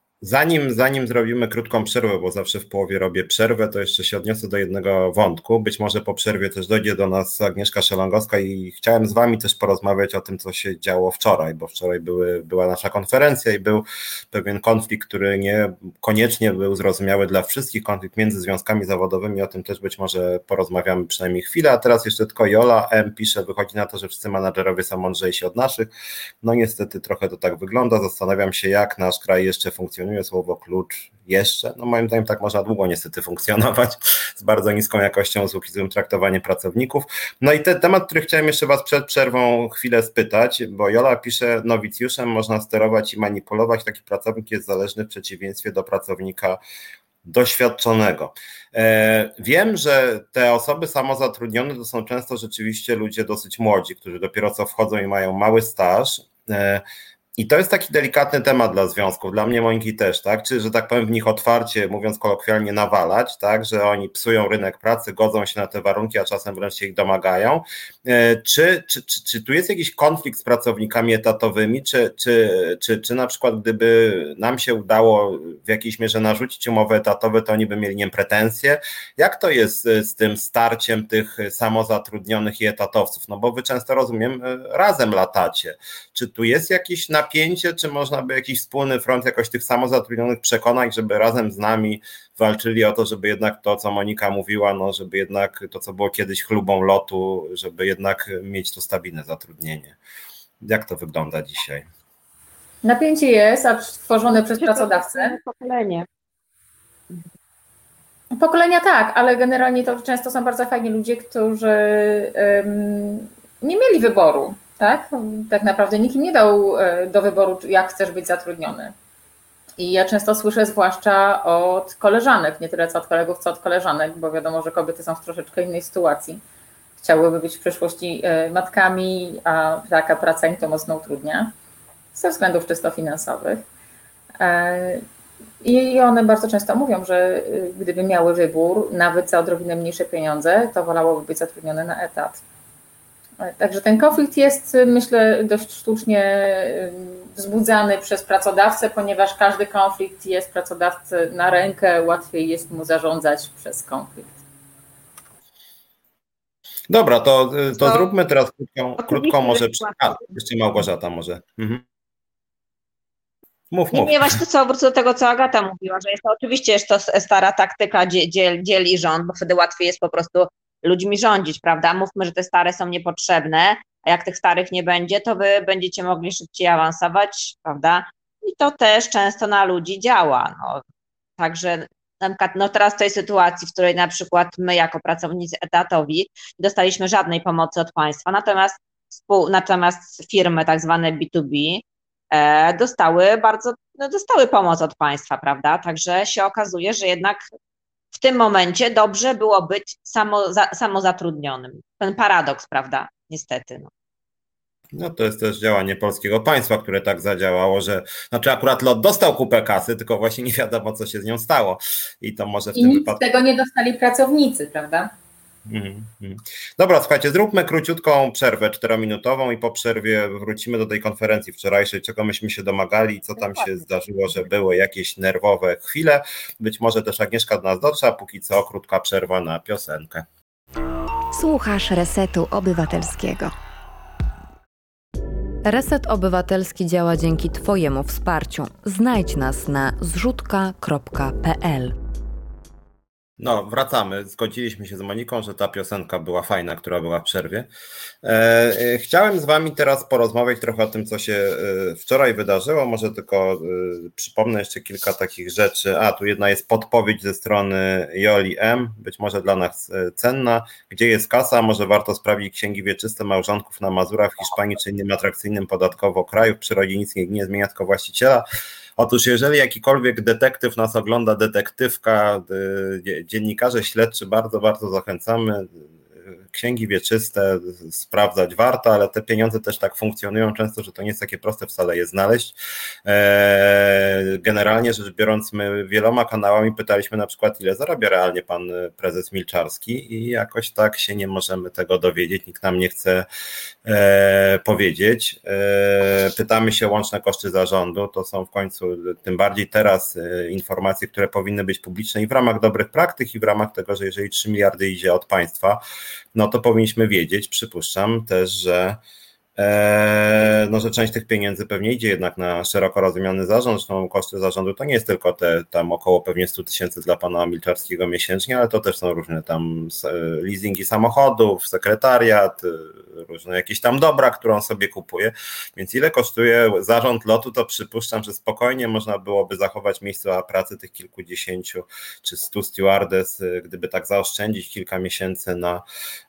B: Zanim zrobimy krótką przerwę, bo zawsze w połowie robię przerwę, to jeszcze się odniosę do jednego wątku. Być może po przerwie też dojdzie do nas Agnieszka Szelongowska i chciałem z Wami też porozmawiać o tym, co się działo wczoraj, bo wczoraj była nasza konferencja i był pewien konflikt, który nie koniecznie był zrozumiały dla wszystkich, konflikt między związkami zawodowymi, o tym też być może porozmawiamy przynajmniej chwilę, a teraz jeszcze tylko Jola M. pisze, wychodzi na to, że wszyscy menadżerowie są mądrzejsi od naszych. No niestety trochę to tak wygląda, zastanawiam się, jak nasz kraj jeszcze funkcjonuje. Słowo klucz jeszcze, no moim zdaniem tak można długo niestety funkcjonować z bardzo niską jakością, z uczciwym traktowaniem pracowników. No i temat, który chciałem jeszcze Was przed przerwą chwilę spytać, bo Jola pisze, nowicjuszem można sterować i manipulować, taki pracownik jest zależny w przeciwieństwie do pracownika doświadczonego. Wiem, że te osoby samozatrudnione to są często rzeczywiście ludzie dosyć młodzi, którzy dopiero co wchodzą i mają mały staż. I to jest taki delikatny temat dla związków, dla mnie Moniki też, tak? Czy, że tak powiem, w nich otwarcie, mówiąc kolokwialnie, nawalać, tak? Że oni psują rynek pracy, godzą się na te warunki, a czasem wręcz się ich domagają. Czy tu jest jakiś konflikt z pracownikami etatowymi, czy na przykład gdyby nam się udało w jakiejś mierze narzucić umowy etatowe, to oni by mieli, nie wiem, pretensje? Jak to jest z tym starciem tych samozatrudnionych i etatowców? No bo wy często, rozumiem, razem latacie. Czy tu jest jakieś napięcie, czy można by jakiś wspólny front jakoś tych samozatrudnionych przekonać, żeby razem z nami walczyli o to, żeby jednak to, co Monika mówiła, no żeby jednak to, co było kiedyś chlubą lotu, żeby jednak mieć to stabilne zatrudnienie. Jak to wygląda dzisiaj?
C: Napięcie jest, a tworzone przez pracodawcę. Pokolenia tak, ale generalnie to często są bardzo fajni ludzie, którzy nie mieli wyboru. Tak naprawdę nikt im nie dał do wyboru, jak chcesz być zatrudniony. I ja często słyszę zwłaszcza od koleżanek, nie tyle co od kolegów, co od koleżanek, bo wiadomo, że kobiety są w troszeczkę innej sytuacji. Chciałyby być w przyszłości matkami, a taka praca im to mocno utrudnia ze względów czysto finansowych. I one bardzo często mówią, że gdyby miały wybór, nawet za odrobinę mniejsze pieniądze, to wolałoby być zatrudnione na etat. Także ten konflikt jest, myślę, dość sztucznie wzbudzany przez pracodawcę, ponieważ każdy konflikt jest pracodawcy na rękę, łatwiej jest mu zarządzać przez konflikt.
B: Dobra, to zróbmy teraz krótką może... jeszcze Małgorzata może. Mów.
E: Nie, właśnie to wrócę do tego, co Agata mówiła, że jest to oczywiście jest to stara taktyka dziel i rząd, bo wtedy łatwiej jest po prostu ludźmi rządzić, prawda? Mówmy, że te stare są niepotrzebne, a jak tych starych nie będzie, to wy będziecie mogli szybciej awansować, prawda? I to też często na ludzi działa. No. Także na przykład, no teraz w tej sytuacji, w której na przykład my jako pracownicy etatowi nie dostaliśmy żadnej pomocy od państwa, natomiast firmy tak zwane B2B dostały pomoc od państwa, prawda? Także się okazuje, że jednak w tym momencie dobrze było być samozatrudnionym. Ten paradoks, prawda? Niestety.
B: No to jest też działanie polskiego państwa, które tak zadziałało, że znaczy akurat LOT dostał kupę kasy, tylko właśnie nie wiadomo, co się z nią stało. I to może w tym wypadku.
C: Tego nie dostali pracownicy, prawda?
B: Dobra, słuchajcie, zróbmy króciutką przerwę 4-minutową i po przerwie wrócimy do tej konferencji wczorajszej, czego myśmy się domagali i co tam się zdarzyło, że były jakieś nerwowe chwile. Być może też Agnieszka do nas dotrze, a póki co krótka przerwa na piosenkę.
F: Słuchasz Resetu Obywatelskiego.
A: Reset Obywatelski działa dzięki Twojemu wsparciu. Znajdź nas na zrzutka.pl.
B: No, wracamy. Zgodziliśmy się z Moniką, że ta piosenka była fajna, która była w przerwie. Chciałem z Wami teraz porozmawiać trochę o tym, co się wczoraj wydarzyło. Może tylko przypomnę jeszcze kilka takich rzeczy. Tu jedna jest podpowiedź ze strony Joli M., być może dla nas cenna. Gdzie jest kasa? Może warto sprawdzić księgi wieczyste małżonków na Mazurach, w Hiszpanii czy innym atrakcyjnym podatkowo kraju. W przyrodzie nic nie zmienia, tylko właściciela. Otóż jeżeli jakikolwiek detektyw nas ogląda, detektywka, dziennikarze śledczy, bardzo, bardzo zachęcamy. Księgi wieczyste sprawdzać warto, ale te pieniądze też tak funkcjonują często, że to nie jest takie proste wcale je znaleźć. Generalnie rzecz biorąc, my wieloma kanałami pytaliśmy na przykład, ile zarabia realnie pan prezes Milczarski i jakoś tak się nie możemy tego dowiedzieć, nikt nam nie chce powiedzieć. Pytamy się o łączne koszty zarządu, to są w końcu, tym bardziej teraz informacje, które powinny być publiczne i w ramach dobrych praktyk i w ramach tego, że jeżeli 3 miliardy idzie od państwa, no to powinniśmy wiedzieć, przypuszczam też, że część tych pieniędzy pewnie idzie jednak na szeroko rozumiany zarząd. Zresztą koszty zarządu to nie jest tylko te tam około pewnie 100 000 dla pana Milczarskiego miesięcznie, ale to też są różne tam leasingi samochodów, sekretariat, różne jakieś tam dobra, które on sobie kupuje. Więc ile kosztuje zarząd lotu, to przypuszczam, że spokojnie można byłoby zachować miejsca pracy tych kilkudziesięciu czy 100 stewardess, gdyby tak zaoszczędzić kilka miesięcy na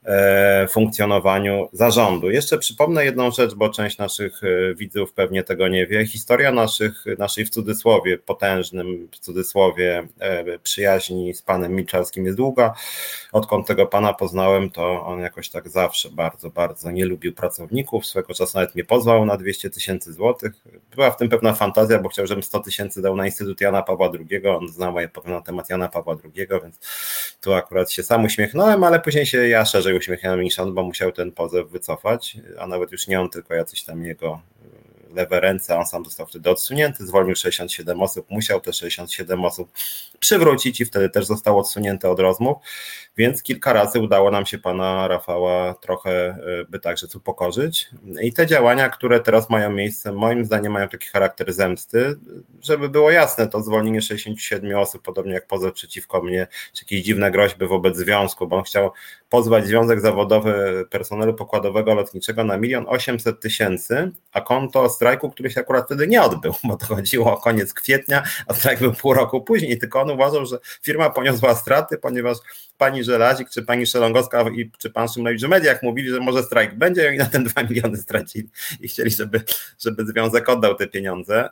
B: funkcjonowaniu zarządu. Jeszcze przypomnę jedną rzecz, bo część naszych widzów pewnie tego nie wie. Historia naszej w cudzysłowie, potężnym w cudzysłowie przyjaźni z panem Milczarskim jest długa. Odkąd tego pana poznałem, to on jakoś tak zawsze bardzo, bardzo nie lubił pracowników. Swego czasu nawet mnie pozwał na 200 000 złotych. Była w tym pewna fantazja, bo chciał, żebym 100 000 dał na Instytut Jana Pawła II. On znał moje poglądy na temat Jana Pawła II, więc tu akurat się sam uśmiechnąłem, ale później się ja szerzej uśmiechnąłem niż on, bo musiał ten pozew wycofać, a nawet już nie on, tylko jacyś tam jego lewe ręce, on sam został wtedy odsunięty, zwolnił 67 osób, musiał te 67 osób przywrócić i wtedy też został odsunięty od rozmów, więc kilka razy udało nam się pana Rafała trochę, by tak rzec, upokorzyć i te działania, które teraz mają miejsce, moim zdaniem mają taki charakter zemsty, żeby było jasne, to zwolnienie 67 osób, podobnie jak pozew przeciwko mnie, czy jakieś dziwne groźby wobec związku, bo on chciał pozwać Związek Zawodowy Personelu Pokładowego Lotniczego na 1 800 000, a konto strajku, który się akurat wtedy nie odbył, bo to chodziło o koniec kwietnia, a strajk był pół roku później, tylko on uważał, że firma poniosła straty, ponieważ pani Żelazik, czy pani Szelongowska czy pan Szymlewicz w mediach mówili, że może strajk będzie i na ten 2 miliony stracili i chcieli, żeby związek oddał te pieniądze.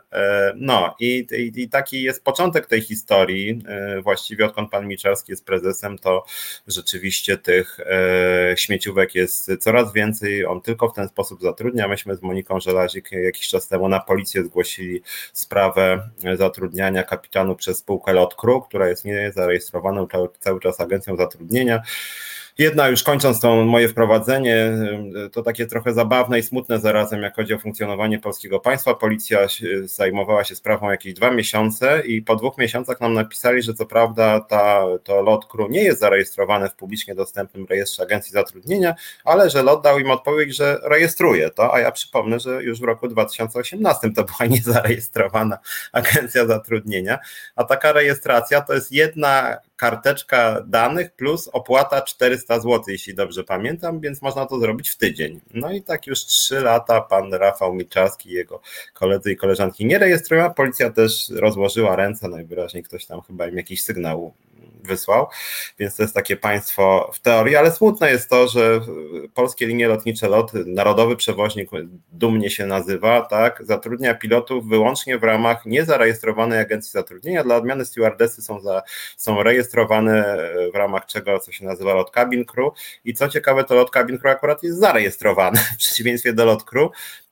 B: No i taki jest początek tej historii. Właściwie odkąd pan Milczarski jest prezesem, to rzeczywiście tych śmieciówek jest coraz więcej. On tylko w ten sposób zatrudnia. Myśmy z Moniką Żelazik jakiś czas temu na policję zgłosili sprawę zatrudniania kapitanu przez spółkę LOT-KRU, która jest niezarejestrowaną cały czas agencją zatrudnienia. Jedna, już kończąc to moje wprowadzenie, to takie trochę zabawne i smutne zarazem, jak chodzi o funkcjonowanie polskiego państwa. Policja zajmowała się sprawą jakieś 2 miesiące i po 2 miesiącach nam napisali, że co prawda to LOT-KRU nie jest zarejestrowane w publicznie dostępnym rejestrze Agencji Zatrudnienia, ale że LOT dał im odpowiedź, że rejestruje to, a ja przypomnę, że już w roku 2018 to była niezarejestrowana Agencja Zatrudnienia, a taka rejestracja to jest jedna karteczka danych plus opłata 400 zł, jeśli dobrze pamiętam, więc można to zrobić w tydzień. No i tak już 3 lata pan Rafał Milczarski i jego koledzy i koleżanki nie rejestrują, a policja też rozłożyła ręce, najwyraźniej ktoś tam chyba im jakiś sygnał wysłał, więc to jest takie państwo w teorii, ale smutne jest to, że Polskie Linie Lotnicze LOT, narodowy przewoźnik, dumnie się nazywa, tak, zatrudnia pilotów wyłącznie w ramach niezarejestrowanej agencji zatrudnienia. Dla odmiany stewardessy są rejestrowane w ramach czego, co się nazywa LOT Cabin Crew i co ciekawe, to LOT Cabin Crew akurat jest zarejestrowane w przeciwieństwie do LOT Crew,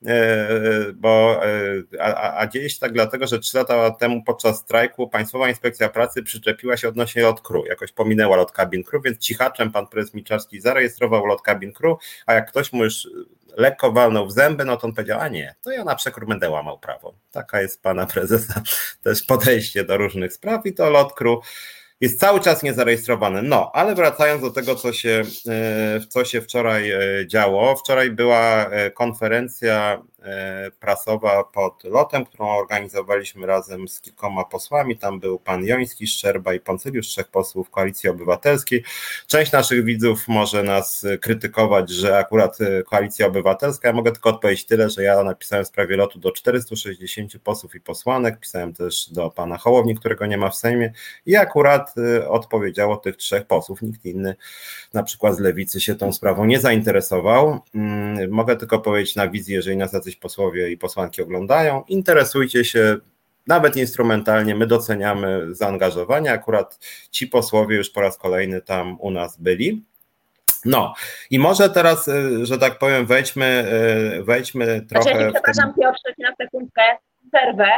B: a dzieje się tak dlatego, że 3 lata temu podczas strajku Państwowa Inspekcja Pracy przyczepiła się odnośnie LOT Crew, jakoś pominęła LOT Cabin Crew, więc cichaczem pan prezes Milczarski zarejestrował LOT Cabin Crew, a jak ktoś mu już lekko walnął w zęby, no to on powiedział, a nie, to ja na przekór będę łamał prawo. Taka jest pana prezesa też podejście do różnych spraw i to LOT Crew jest cały czas niezarejestrowany. No, ale wracając do tego, co się wczoraj działo. Wczoraj była konferencja prasowa pod lotem, którą organizowaliśmy razem z kilkoma posłami. Tam był pan Joński, Szczerba i Poncyliusz, 3 posłów Koalicji Obywatelskiej. Część naszych widzów może nas krytykować, że akurat Koalicja Obywatelska. Ja mogę tylko odpowiedzieć tyle, że ja napisałem w sprawie lotu do 460 posłów i posłanek. Pisałem też do pana Hołowni, którego nie ma w Sejmie i akurat odpowiedziało tych 3 posłów. Nikt inny, na przykład z Lewicy, się tą sprawą nie zainteresował. Mogę tylko powiedzieć na wizji, jeżeli nas jacyś posłowie i posłanki oglądają, interesujcie się nawet instrumentalnie, my doceniamy zaangażowanie, akurat ci posłowie już po raz kolejny tam u nas byli. No i może teraz, że tak powiem, wejdźmy trochę...
E: Przepraszam Piotrze, na sekundkę, przerwę.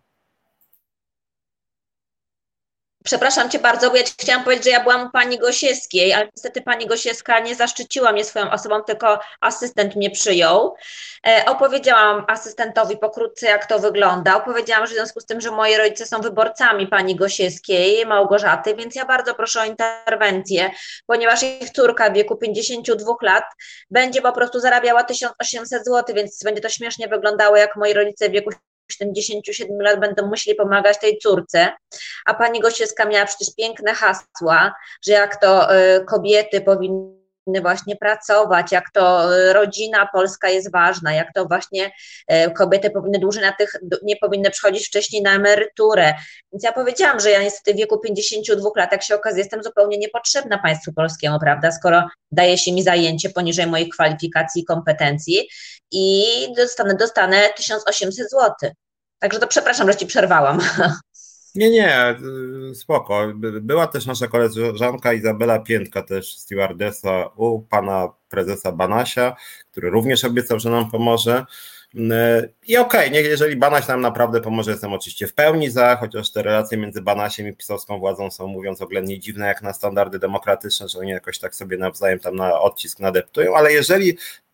E: Przepraszam cię bardzo, bo ja chciałam powiedzieć, że ja byłam u pani Gosiewskiej, ale niestety pani Gosiewska nie zaszczyciła mnie swoją osobą, tylko asystent mnie przyjął. Opowiedziałam asystentowi pokrótce, jak to wygląda. Opowiedziałam, że w związku z tym, że moi rodzice są wyborcami pani Gosiewskiej, Małgorzaty, więc ja bardzo proszę o interwencję, ponieważ ich córka w wieku 52 lat będzie po prostu zarabiała 1800 zł, więc będzie to śmiesznie wyglądało, jak moi rodzice w wieku 77 lat będą musieli pomagać tej córce, a pani Gosiewska miała przecież piękne hasła, że jak to kobiety powinny właśnie pracować, jak to rodzina polska jest ważna, jak to właśnie kobiety powinny dłużej nie powinny przychodzić wcześniej na emeryturę. Więc ja powiedziałam, że ja niestety w wieku 52 lat, jak się okazuje, jestem zupełnie niepotrzebna państwu polskiemu, prawda, skoro daje się mi zajęcie poniżej moich kwalifikacji i kompetencji i dostanę 1800 zł. Także to przepraszam, że ci przerwałam.
B: Nie, spoko. Była też nasza koleżanka Izabela Piętka, też stewardessa u pana prezesa Banasia, który również obiecał, że nam pomoże. I okej, jeżeli Banaś nam naprawdę pomoże, jestem oczywiście w pełni za, chociaż te relacje między Banasiem i pisowską władzą są, mówiąc oględnie, dziwne jak na standardy demokratyczne, że oni jakoś tak sobie nawzajem tam na odcisk nadeptują, ale jeżeli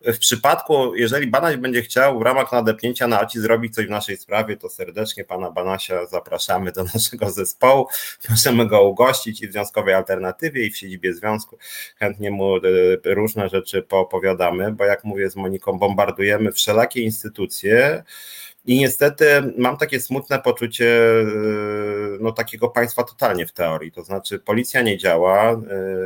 B: Banaś będzie chciał w ramach nadepnięcia na odcisk zrobić coś w naszej sprawie, to serdecznie pana Banasia zapraszamy do naszego zespołu, możemy go ugościć i w Związkowej Alternatywie i w siedzibie związku, chętnie mu różne rzeczy poopowiadamy, bo jak mówię z Moniką, bombardujemy wszelakie instytucje i niestety mam takie smutne poczucie takiego państwa totalnie w teorii, to znaczy policja nie działa,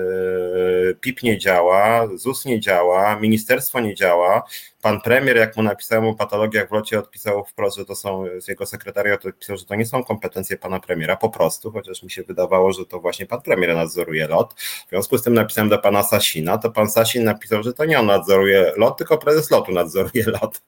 B: PIP nie działa, ZUS nie działa, ministerstwo nie działa, pan premier, jak mu napisałem o patologiach w locie, odpisał wprost, że to są, z jego sekretariatu odpisał, że to nie są kompetencje pana premiera, po prostu, chociaż mi się wydawało, że to właśnie pan premier nadzoruje lot. W związku z tym napisałem do pana Sasina, to pan Sasin napisał, że to nie on nadzoruje lot, tylko prezes lotu nadzoruje lot.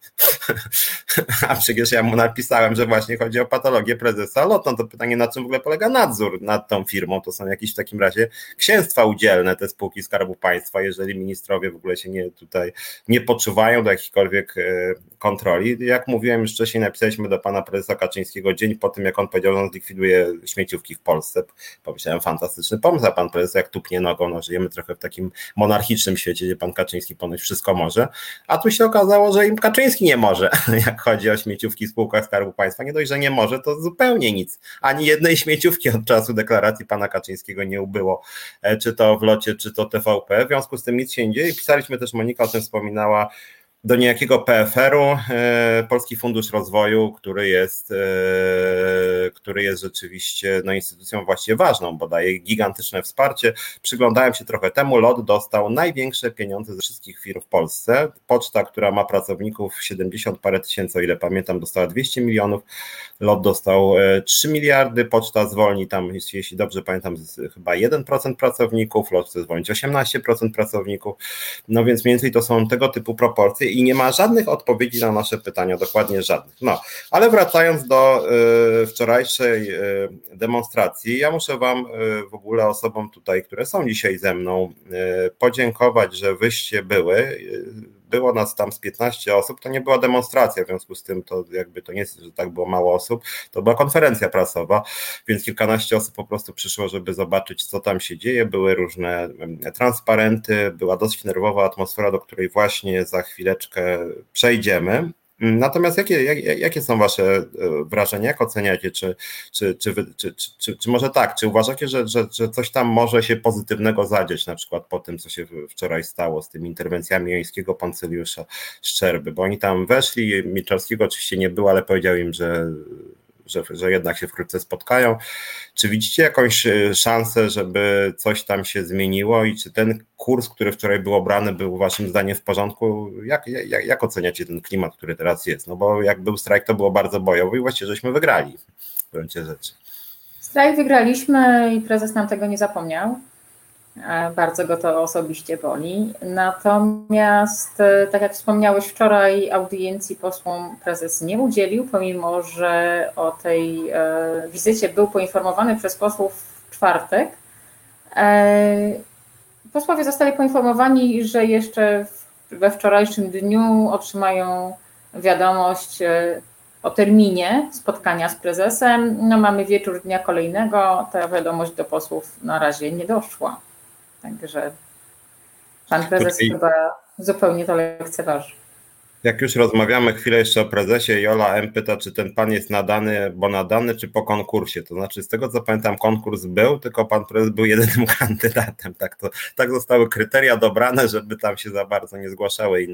B: A przecież ja mu napisałem, że właśnie chodzi o patologię prezesa lot, no to pytanie, na czym w ogóle polega nadzór nad tą firmą, to są jakieś w takim razie księstwa udzielne, te spółki Skarbu Państwa, jeżeli ministrowie w ogóle się nie poczuwają do jakichkolwiek kontroli. Jak mówiłem już wcześniej, napisaliśmy do pana prezesa Kaczyńskiego dzień po tym, jak on powiedział, że on zlikwiduje śmieciówki w Polsce. Pomyślałem, fantastyczny pomysł, a pan prezes jak tupnie nogą, no żyjemy trochę w takim monarchicznym świecie, gdzie pan Kaczyński ponoć wszystko może, a tu się okazało, że im Kaczyński nie może, jak chodzi o śmieciówki w spółkach Skarbu Państwa. Nie dość, że nie może, to zupełnie nic. Ani jednej śmieciówki od czasu deklaracji pana Kaczyńskiego nie ubyło, czy to w locie, czy to TVP. W związku z tym nic się nie dzieje. Pisaliśmy też, Monika o tym wspominała, do niejakiego PFR-u, Polski Fundusz Rozwoju, który jest rzeczywiście instytucją właściwie ważną, bo daje gigantyczne wsparcie. Przyglądałem się trochę temu, LOT dostał największe pieniądze ze wszystkich firm w Polsce. Poczta, która ma pracowników 70 parę tysięcy, o ile pamiętam, dostała 200 milionów, LOT dostał 3 miliardy, Poczta zwolni tam, jeśli dobrze pamiętam, chyba 1% pracowników, LOT chce zwolnić 18% pracowników, no więc mniej więcej to są tego typu proporcje i nie ma żadnych odpowiedzi na nasze pytania, dokładnie żadnych. No, ale wracając do wczorajszej demonstracji, ja muszę wam w ogóle osobom tutaj, które są dzisiaj ze mną, podziękować, że wyście były. Było nas tam z 15 osób, to nie była demonstracja, w związku z tym to jakby to nie jest, że tak było mało osób, to była konferencja prasowa, więc kilkanaście osób po prostu przyszło, żeby zobaczyć, co tam się dzieje, były różne transparenty, była dosyć nerwowa atmosfera, do której właśnie za chwileczkę przejdziemy. Natomiast jakie są wasze wrażenia, jak oceniacie, czy może tak, czy uważacie, że coś tam może się pozytywnego zadzieć, na przykład po tym, co się wczoraj stało z tymi interwencjami jońskiego Poncyliusza Szczerby, bo oni tam weszli, Milczarskiego oczywiście nie było, ale powiedział im, że jednak się wkrótce spotkają. Czy widzicie jakąś szansę, żeby coś tam się zmieniło i czy ten kurs, który wczoraj był obrany, był waszym zdaniem w porządku? Jak oceniacie ten klimat, który teraz jest? No bo jak był strajk, to było bardzo bojowo i właściwie żeśmy wygrali w gruncie rzeczy.
C: Strajk wygraliśmy i prezes nam tego nie zapomniał. Bardzo go to osobiście boli. Natomiast, tak jak wspomniałeś, wczoraj audiencji posłom prezes nie udzielił, pomimo że o tej wizycie był poinformowany przez posłów w czwartek. Posłowie zostali poinformowani, że jeszcze we wczorajszym dniu otrzymają wiadomość o terminie spotkania z prezesem. No, mamy wieczór dnia kolejnego, ta wiadomość do posłów na razie nie doszła. Także pan prezes chyba zupełnie to lekceważy.
B: Jak już rozmawiamy chwilę jeszcze o prezesie, Jola M. pyta, czy ten pan jest nadany, czy po konkursie. To znaczy, z tego co pamiętam, konkurs był, tylko pan prezes był jedynym kandydatem. Tak zostały kryteria dobrane, żeby tam się za bardzo nie zgłaszały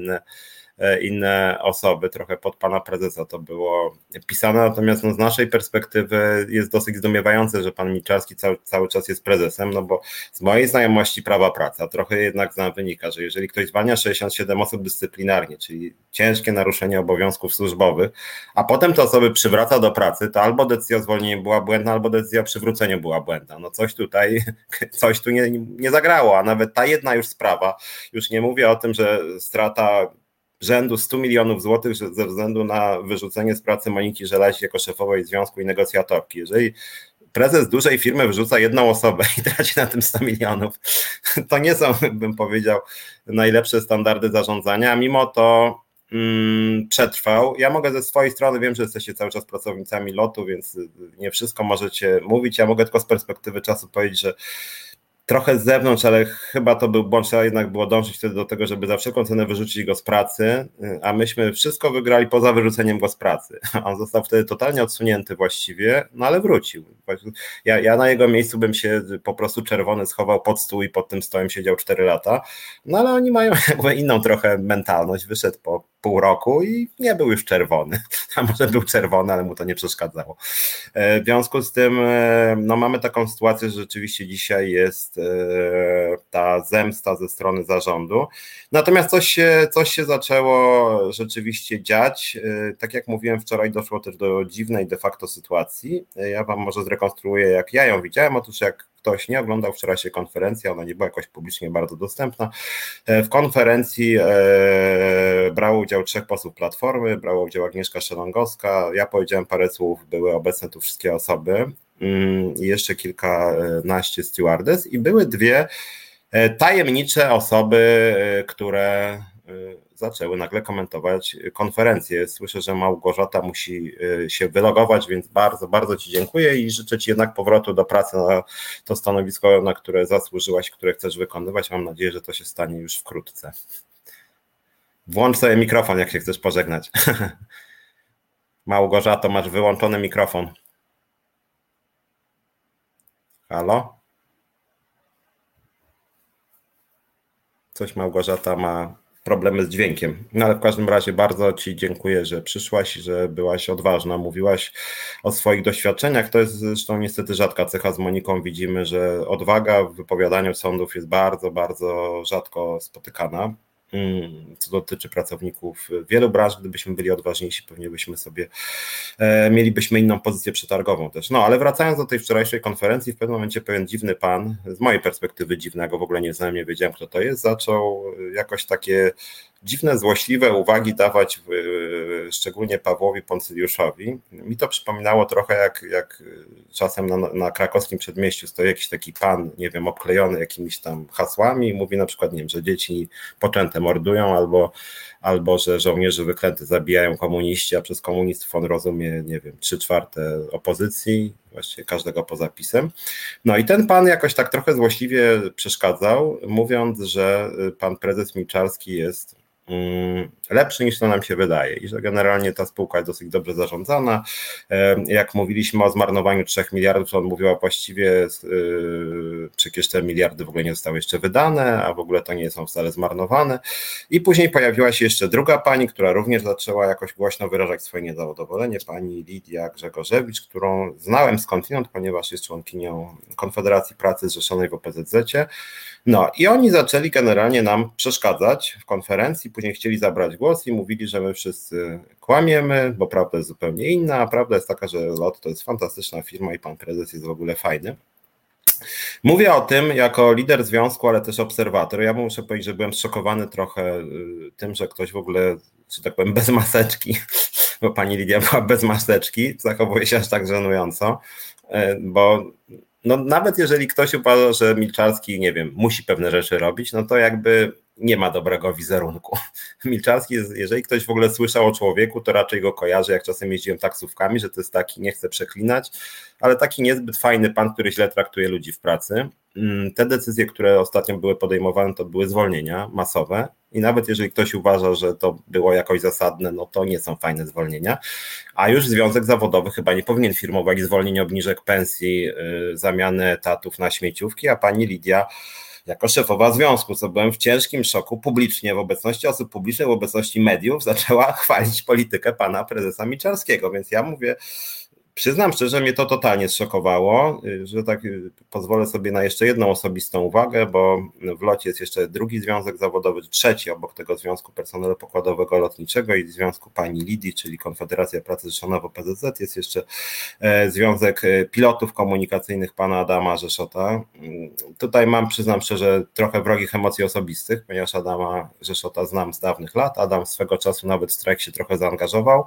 B: inne osoby, trochę pod pana prezesa to było pisane, natomiast z naszej perspektywy jest dosyć zdumiewające, że pan Milczarski cały czas jest prezesem, no bo z mojej znajomości prawa pracy, a trochę jednak wynika, że jeżeli ktoś zwalnia 67 osób dyscyplinarnie, czyli ciężkie naruszenie obowiązków służbowych, a potem te osoby przywraca do pracy, to albo decyzja o zwolnieniu była błędna, albo decyzja o przywróceniu była błędna. No coś tu nie zagrało, a nawet ta jedna już sprawa, już nie mówię o tym, że strata rzędu 100 milionów złotych ze względu na wyrzucenie z pracy Moniki Żelazik jako szefowej związku i negocjatorki. Jeżeli prezes dużej firmy wyrzuca jedną osobę i traci na tym 100 milionów, to nie są, bym powiedział, najlepsze standardy zarządzania, a mimo to przetrwał. Ja mogę ze swojej strony, wiem, że jesteście cały czas pracownicami LOT-u, więc nie wszystko możecie mówić, ja mogę tylko z perspektywy czasu powiedzieć, że trochę z zewnątrz, ale chyba to był błąd, trzeba jednak było dążyć wtedy do tego, żeby za wszelką cenę wyrzucić go z pracy, a myśmy wszystko wygrali poza wyrzuceniem go z pracy. On został wtedy totalnie odsunięty właściwie, no ale wrócił. Ja na jego miejscu bym się po prostu czerwony schował pod stół i pod tym stołem siedział 4 lata, no ale oni mają jakby inną trochę mentalność, wyszedł po pół roku i nie był już czerwony, a może był czerwony, ale mu to nie przeszkadzało. W związku z tym no mamy taką sytuację, że rzeczywiście dzisiaj jest ta zemsta ze strony zarządu. Natomiast coś się zaczęło rzeczywiście dziać. Tak jak mówiłem wczoraj, doszło też do dziwnej de facto sytuacji. Ja wam może zrekonstruuję, jak ja ją widziałem. Otóż jak ktoś nie oglądał wczorajszej konferencji, ona nie była jakoś publicznie bardzo dostępna. W konferencji brało udział 3 posłów Platformy, brała udział Agnieszka Szelongowska, ja powiedziałem parę słów, były obecne tu wszystkie osoby i jeszcze kilkanaście stewardess i były 2 tajemnicze osoby, które zaczęły nagle komentować konferencję. Słyszę, że Małgorzata musi się wylogować, więc bardzo, bardzo ci dziękuję i życzę ci jednak powrotu do pracy na to stanowisko, na które zasłużyłaś, które chcesz wykonywać. Mam nadzieję, że to się stanie już wkrótce. Włącz sobie mikrofon, jak się chcesz pożegnać. Małgorzato, masz wyłączony mikrofon. Halo? Coś Małgorzata ma problemy z dźwiękiem. No ale w każdym razie bardzo Ci dziękuję, że przyszłaś i że byłaś odważna, mówiłaś o swoich doświadczeniach. To jest zresztą niestety rzadka cecha z Moniką. Widzimy, że odwaga w wypowiadaniu sądów jest bardzo, bardzo rzadko spotykana. Co dotyczy pracowników wielu branż, gdybyśmy byli odważniejsi, pewnie byśmy sobie, mielibyśmy inną pozycję przetargową też. No ale wracając do tej wczorajszej konferencji, w pewnym momencie pewien dziwny pan, z mojej perspektywy dziwnego, w ogóle nie znałem, nie wiedziałem kto to jest, zaczął jakoś takie dziwne, złośliwe uwagi dawać szczególnie Pawłowi Poncyliuszowi. Mi to przypominało trochę jak czasem na krakowskim przedmieściu stoi jakiś taki pan, nie wiem, obklejony jakimiś tam hasłami i mówi na przykład, nie wiem, że dzieci poczęte mordują albo że żołnierzy wyklęty zabijają komuniści, a przez komunistów on rozumie, nie wiem, 3/4 opozycji, właściwie każdego poza PiS-em. No i ten pan jakoś tak trochę złośliwie przeszkadzał, mówiąc, że pan prezes Milczarski jest lepszy niż to nam się wydaje i że generalnie ta spółka jest dosyć dobrze zarządzana. Jak mówiliśmy o zmarnowaniu 3 miliardów, to on mówił, a właściwie przecież te miliardy w ogóle nie zostały jeszcze wydane, a w ogóle to nie są wcale zmarnowane. I później pojawiła się jeszcze druga pani, która również zaczęła jakoś głośno wyrażać swoje niezadowolenie, pani Lidia Grzegorzewicz, którą znałem skądinąd, ponieważ jest członkinią Konfederacji Pracy zrzeszonej w OPZZ-cie. No i oni zaczęli generalnie nam przeszkadzać w konferencji, później chcieli zabrać głos i mówili, że my wszyscy kłamiemy, bo prawda jest zupełnie inna, a prawda jest taka, że LOT to jest fantastyczna firma i pan prezes jest w ogóle fajny. Mówię o tym jako lider związku, ale też obserwator. Ja muszę powiedzieć, że byłem zszokowany trochę tym, że ktoś w ogóle, że tak powiem, bez maseczki, bo pani Lidia była bez maseczki, zachowuje się aż tak żenująco, bo no nawet jeżeli ktoś uważa, że Milczarski, nie wiem, musi pewne rzeczy robić, no to jakby nie ma dobrego wizerunku. Milczarski, jeżeli ktoś w ogóle słyszał o człowieku, to raczej go kojarzy, jak czasem jeździłem taksówkami, że to jest taki, nie chcę przeklinać, ale taki niezbyt fajny pan, który źle traktuje ludzi w pracy. Te decyzje, które ostatnio były podejmowane, to były zwolnienia masowe i nawet jeżeli ktoś uważa, że to było jakoś zasadne, no to nie są fajne zwolnienia, a już Związek Zawodowy chyba nie powinien firmować zwolnień, obniżek pensji, zamiany etatów na śmieciówki, a pani Lidia jako szefowa związku, co byłem w ciężkim szoku, publicznie, w obecności osób publicznych, w obecności mediów zaczęła chwalić politykę pana prezesa Milczarskiego, więc ja mówię, przyznam szczerze, mnie to totalnie zszokowało, że tak pozwolę sobie na jeszcze jedną osobistą uwagę, bo w LOT-cie jest jeszcze drugi związek zawodowy, trzeci obok tego Związku Personelu Pokładowego Lotniczego i Związku pani Lidii, czyli Konfederacja Pracy zrzeszona w OPZZ, jest jeszcze Związek Pilotów Komunikacyjnych pana Adama Rzeszota. Tutaj mam, przyznam szczerze, trochę wrogich emocji osobistych, ponieważ Adama Rzeszota znam z dawnych lat. Adam swego czasu nawet w strajk się trochę zaangażował.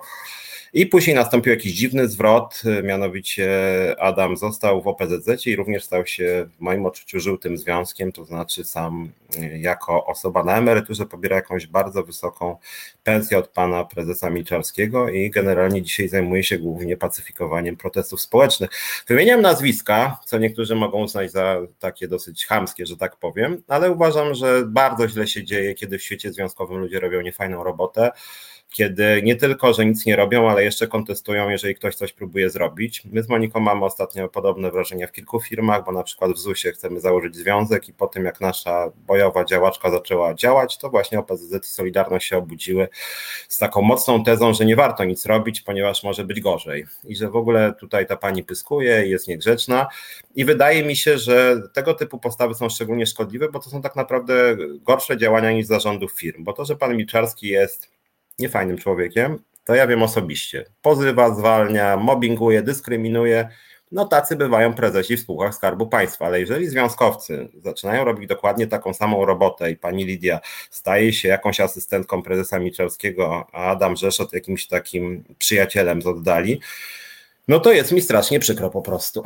B: I później nastąpił jakiś dziwny zwrot, mianowicie Adam został w OPZZ i również stał się w moim odczuciu żółtym związkiem, to znaczy sam jako osoba na emeryturze pobiera jakąś bardzo wysoką pensję od pana prezesa Milczarskiego i generalnie dzisiaj zajmuje się głównie pacyfikowaniem protestów społecznych. Wymieniam nazwiska, co niektórzy mogą uznać za takie dosyć chamskie, że tak powiem, ale uważam, że bardzo źle się dzieje, kiedy w świecie związkowym ludzie robią niefajną robotę, kiedy nie tylko, że nic nie robią, ale jeszcze kontestują, jeżeli ktoś coś próbuje zrobić. My z Moniką mamy ostatnio podobne wrażenia w kilku firmach, bo na przykład w ZUS-ie chcemy założyć związek i po tym jak nasza bojowa działaczka zaczęła działać, to właśnie OPZZ i Solidarność się obudziły z taką mocną tezą, że nie warto nic robić, ponieważ może być gorzej i że w ogóle tutaj ta pani pyskuje i jest niegrzeczna i wydaje mi się, że tego typu postawy są szczególnie szkodliwe, bo to są tak naprawdę gorsze działania niż zarządów firm, bo to, że pan Milczarski jest niefajnym człowiekiem, to ja wiem osobiście. Pozywa, zwalnia, mobbinguje, dyskryminuje. No tacy bywają prezesi w spółkach Skarbu Państwa, ale jeżeli związkowcy zaczynają robić dokładnie taką samą robotę i pani Lidia staje się jakąś asystentką prezesa Milczarskiego, a Adam Rzeszot jakimś takim przyjacielem z oddali, no to jest mi strasznie przykro po prostu.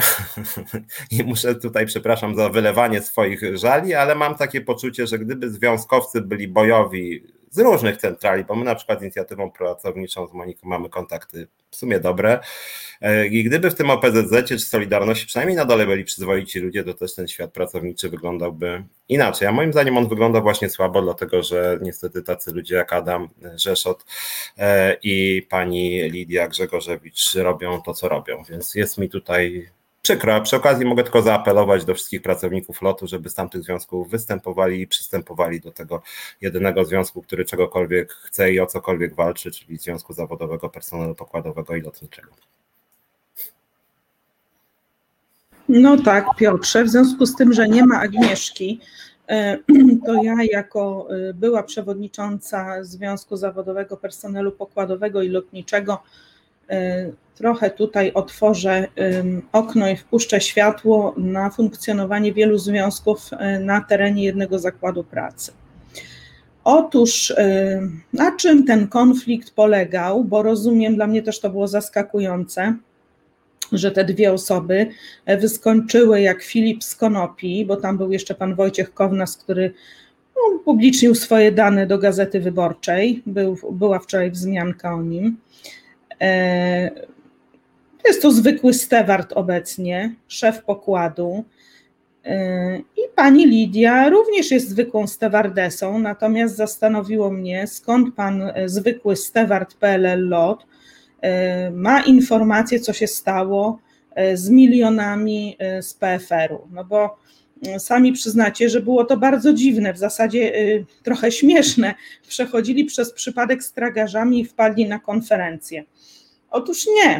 B: I muszę tutaj, przepraszam za wylewanie swoich żali, ale mam takie poczucie, że gdyby związkowcy byli bojowi z różnych centrali, bo my na przykład z inicjatywą pracowniczą z Moniką mamy kontakty w sumie dobre i gdyby w tym OPZZ czy Solidarności przynajmniej na dole byli przyzwoici ludzie, to też ten świat pracowniczy wyglądałby inaczej. A moim zdaniem on wygląda właśnie słabo, dlatego że niestety tacy ludzie jak Adam Rzeszot i pani Lidia Grzegorzewicz robią to, co robią, więc jest mi tutaj przykro, a przy okazji mogę tylko zaapelować do wszystkich pracowników LOT-u, żeby z tamtych związków występowali i przystępowali do tego jedynego związku, który czegokolwiek chce i o cokolwiek walczy, czyli Związku Zawodowego Personelu Pokładowego i Lotniczego.
D: No tak, Piotrze, w związku z tym, że nie ma Agnieszki, to ja jako była przewodnicząca Związku Zawodowego Personelu Pokładowego i Lotniczego trochę tutaj otworzę okno i wpuszczę światło na funkcjonowanie wielu związków na terenie jednego zakładu pracy. Otóż na czym ten konflikt polegał, bo rozumiem, dla mnie też to było zaskakujące, że te dwie osoby wyskończyły jak Filip z konopi, bo tam był jeszcze pan Wojciech Kownas, który upublicznił swoje dane do Gazety Wyborczej, była wczoraj wzmianka o nim. Jest to zwykły steward obecnie, szef pokładu i pani Lidia również jest zwykłą stewardesą, natomiast zastanowiło mnie, skąd pan zwykły steward PLL LOT ma informację, co się stało z milionami z PFR-u, no bo sami przyznacie, że było to bardzo dziwne, w zasadzie trochę śmieszne, przechodzili przez przypadek z tragarzami i wpadli na konferencję. Otóż nie,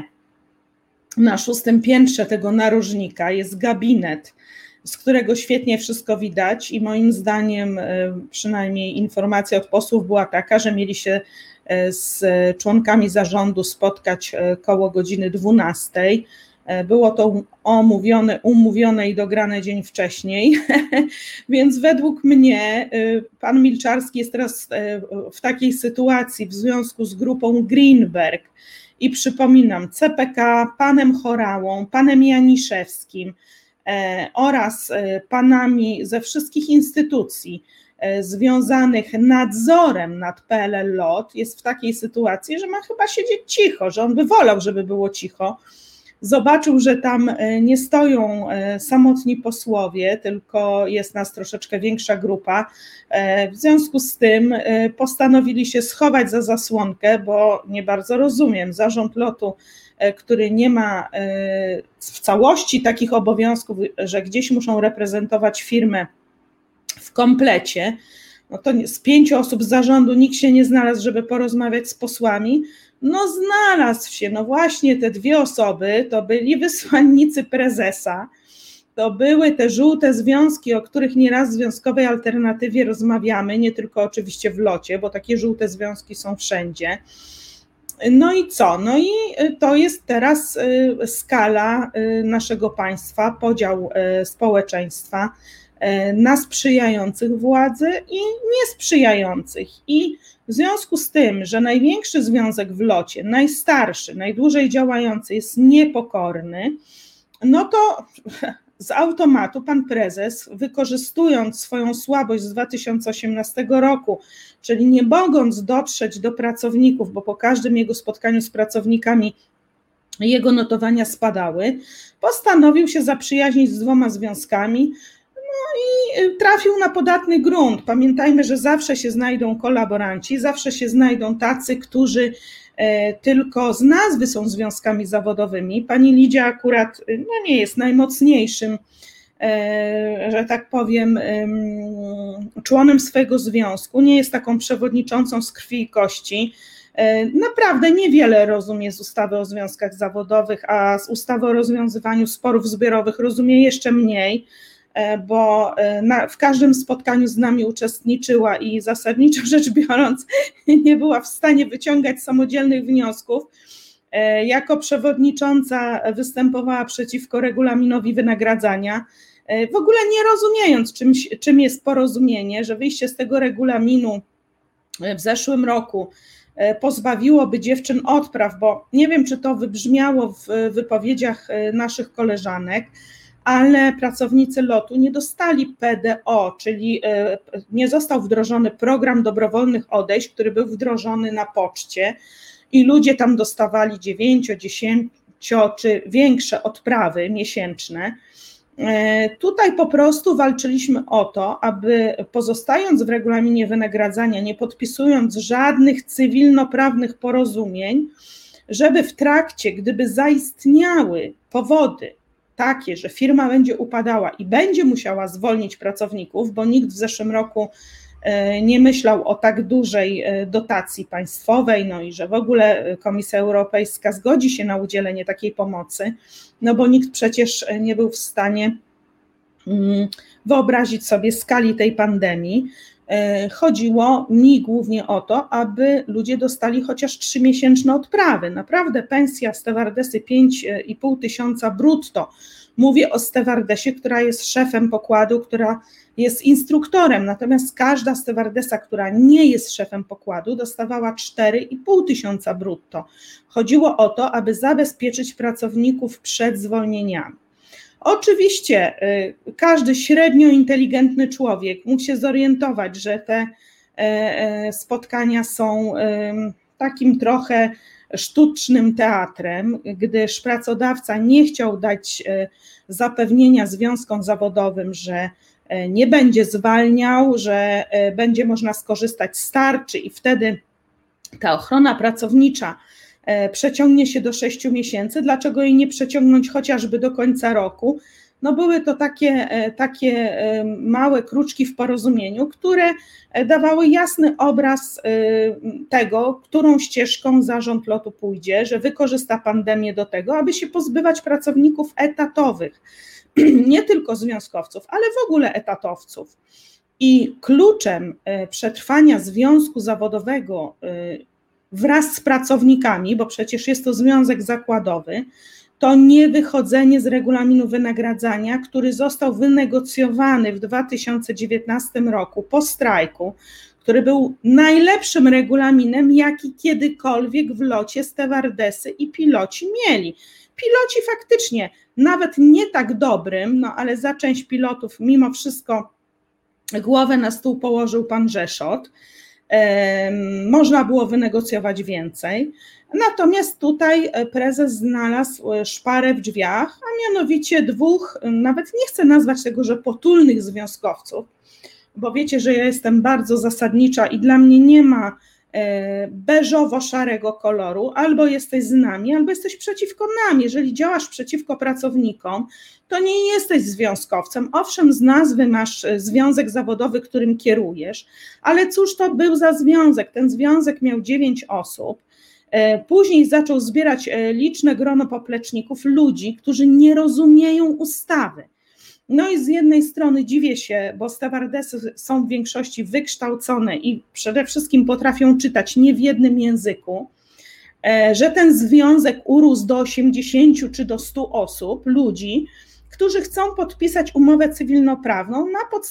D: na 6. piętrze tego narożnika jest gabinet, z którego świetnie wszystko widać i moim zdaniem przynajmniej informacja od posłów była taka, że mieli się z członkami zarządu spotkać koło godziny 12. Było to umówione i dograne dzień wcześniej, więc według mnie pan Milczarski jest teraz w takiej sytuacji w związku z grupą Greenberg i przypominam CPK, panem Chorałą, panem Janiszewskim oraz panami ze wszystkich instytucji związanych nadzorem nad PLL LOT jest w takiej sytuacji, że ma chyba siedzieć cicho, że on by wolał, żeby było cicho. Zobaczył, że tam nie stoją samotni posłowie, tylko jest nas troszeczkę większa grupa. W związku z tym postanowili się schować za zasłonkę, bo nie bardzo rozumiem, zarząd LOT-u, który nie ma w całości takich obowiązków, że gdzieś muszą reprezentować firmę w komplecie, no to z 5 osób z zarządu nikt się nie znalazł, żeby porozmawiać z posłami. No znalazł się, no właśnie te 2 osoby, to byli wysłannicy prezesa, to były te żółte związki, o których nieraz w Związkowej Alternatywie rozmawiamy, nie tylko oczywiście w LOT-cie, bo takie żółte związki są wszędzie. No i co? No i to jest teraz skala naszego państwa, podział społeczeństwa na sprzyjających władzy i niesprzyjających. I w związku z tym, że największy związek w LOT-cie, najstarszy, najdłużej działający jest niepokorny, no to z automatu pan prezes, wykorzystując swoją słabość z 2018 roku, czyli nie mogąc dotrzeć do pracowników, bo po każdym jego spotkaniu z pracownikami jego notowania spadały, postanowił się zaprzyjaźnić z 2 związkami, no i trafił na podatny grunt. Pamiętajmy, że zawsze się znajdą kolaboranci, zawsze się znajdą tacy, którzy tylko z nazwy są związkami zawodowymi. Pani Lidia akurat nie jest najmocniejszym, że tak powiem, członem swojego związku, nie jest taką przewodniczącą z krwi i kości. Naprawdę niewiele rozumie z ustawy o związkach zawodowych, a z ustawy o rozwiązywaniu sporów zbiorowych rozumie jeszcze mniej, bo w każdym spotkaniu z nami uczestniczyła i zasadniczo rzecz biorąc nie była w stanie wyciągać samodzielnych wniosków. Jako przewodnicząca występowała przeciwko regulaminowi wynagradzania, w ogóle nie rozumiejąc czym jest porozumienie, że wyjście z tego regulaminu w zeszłym roku pozbawiłoby dziewczyn odpraw, bo nie wiem, czy to wybrzmiało w wypowiedziach naszych koleżanek, ale pracownicy LOT-u nie dostali PDO, czyli nie został wdrożony program dobrowolnych odejść, który był wdrożony na poczcie i ludzie tam dostawali 9, 10 czy większe odprawy miesięczne. Tutaj po prostu walczyliśmy o to, aby pozostając w regulaminie wynagradzania, nie podpisując żadnych cywilnoprawnych porozumień, żeby w trakcie, gdyby zaistniały powody takie, że firma będzie upadała i będzie musiała zwolnić pracowników, bo nikt w zeszłym roku nie myślał o tak dużej dotacji państwowej, no i że w ogóle Komisja Europejska zgodzi się na udzielenie takiej pomocy, no bo nikt przecież nie był w stanie wyobrazić sobie skali tej pandemii. Chodziło mi głównie o to, aby ludzie dostali chociaż 3-miesięczne odprawy. Naprawdę pensja stewardesy 5,5 tysiąca brutto. Mówię o stewardesie, która jest szefem pokładu, która jest instruktorem, natomiast każda stewardesa, która nie jest szefem pokładu, dostawała 4,5 tysiąca brutto. Chodziło o to, aby zabezpieczyć pracowników przed zwolnieniami. Oczywiście każdy średnio inteligentny człowiek mógł się zorientować, że te spotkania są takim trochę sztucznym teatrem, gdyż pracodawca nie chciał dać zapewnienia związkom zawodowym, że nie będzie zwalniał, że będzie można skorzystać z tarczy i wtedy ta ochrona pracownicza przeciągnie się do 6 miesięcy. Dlaczego jej nie przeciągnąć chociażby do końca roku? No były to takie małe kruczki w porozumieniu, które dawały jasny obraz tego, którą ścieżką zarząd LOT-u pójdzie, że wykorzysta pandemię do tego, aby się pozbywać pracowników etatowych, nie tylko związkowców, ale w ogóle etatowców. I kluczem przetrwania związku zawodowego wraz z pracownikami, bo przecież jest to związek zakładowy, to nie wychodzenie z regulaminu wynagradzania, który został wynegocjowany w 2019 roku po strajku, który był najlepszym regulaminem, jaki kiedykolwiek w locie stewardesy i piloci mieli. Piloci faktycznie nawet nie tak dobrym, no ale za część pilotów mimo wszystko głowę na stół położył pan Rzeszot. Można było wynegocjować więcej, natomiast tutaj prezes znalazł szparę w drzwiach, a mianowicie 2, nawet nie chcę nazwać tego, że potulnych związkowców, bo wiecie, że ja jestem bardzo zasadnicza i dla mnie nie ma beżowo-szarego koloru, albo jesteś z nami, albo jesteś przeciwko nam. Jeżeli działasz przeciwko pracownikom, to nie jesteś związkowcem. Owszem, z nazwy masz związek zawodowy, którym kierujesz, ale cóż to był za związek? Ten związek miał 9 osób, później zaczął zbierać liczne grono popleczników, ludzi, którzy nie rozumieją ustawy. No i z jednej strony dziwię się, bo stewardesy są w większości wykształcone i przede wszystkim potrafią czytać nie w jednym języku, że ten związek urósł do 80 czy do 100 osób, ludzi, którzy chcą podpisać umowę cywilnoprawną,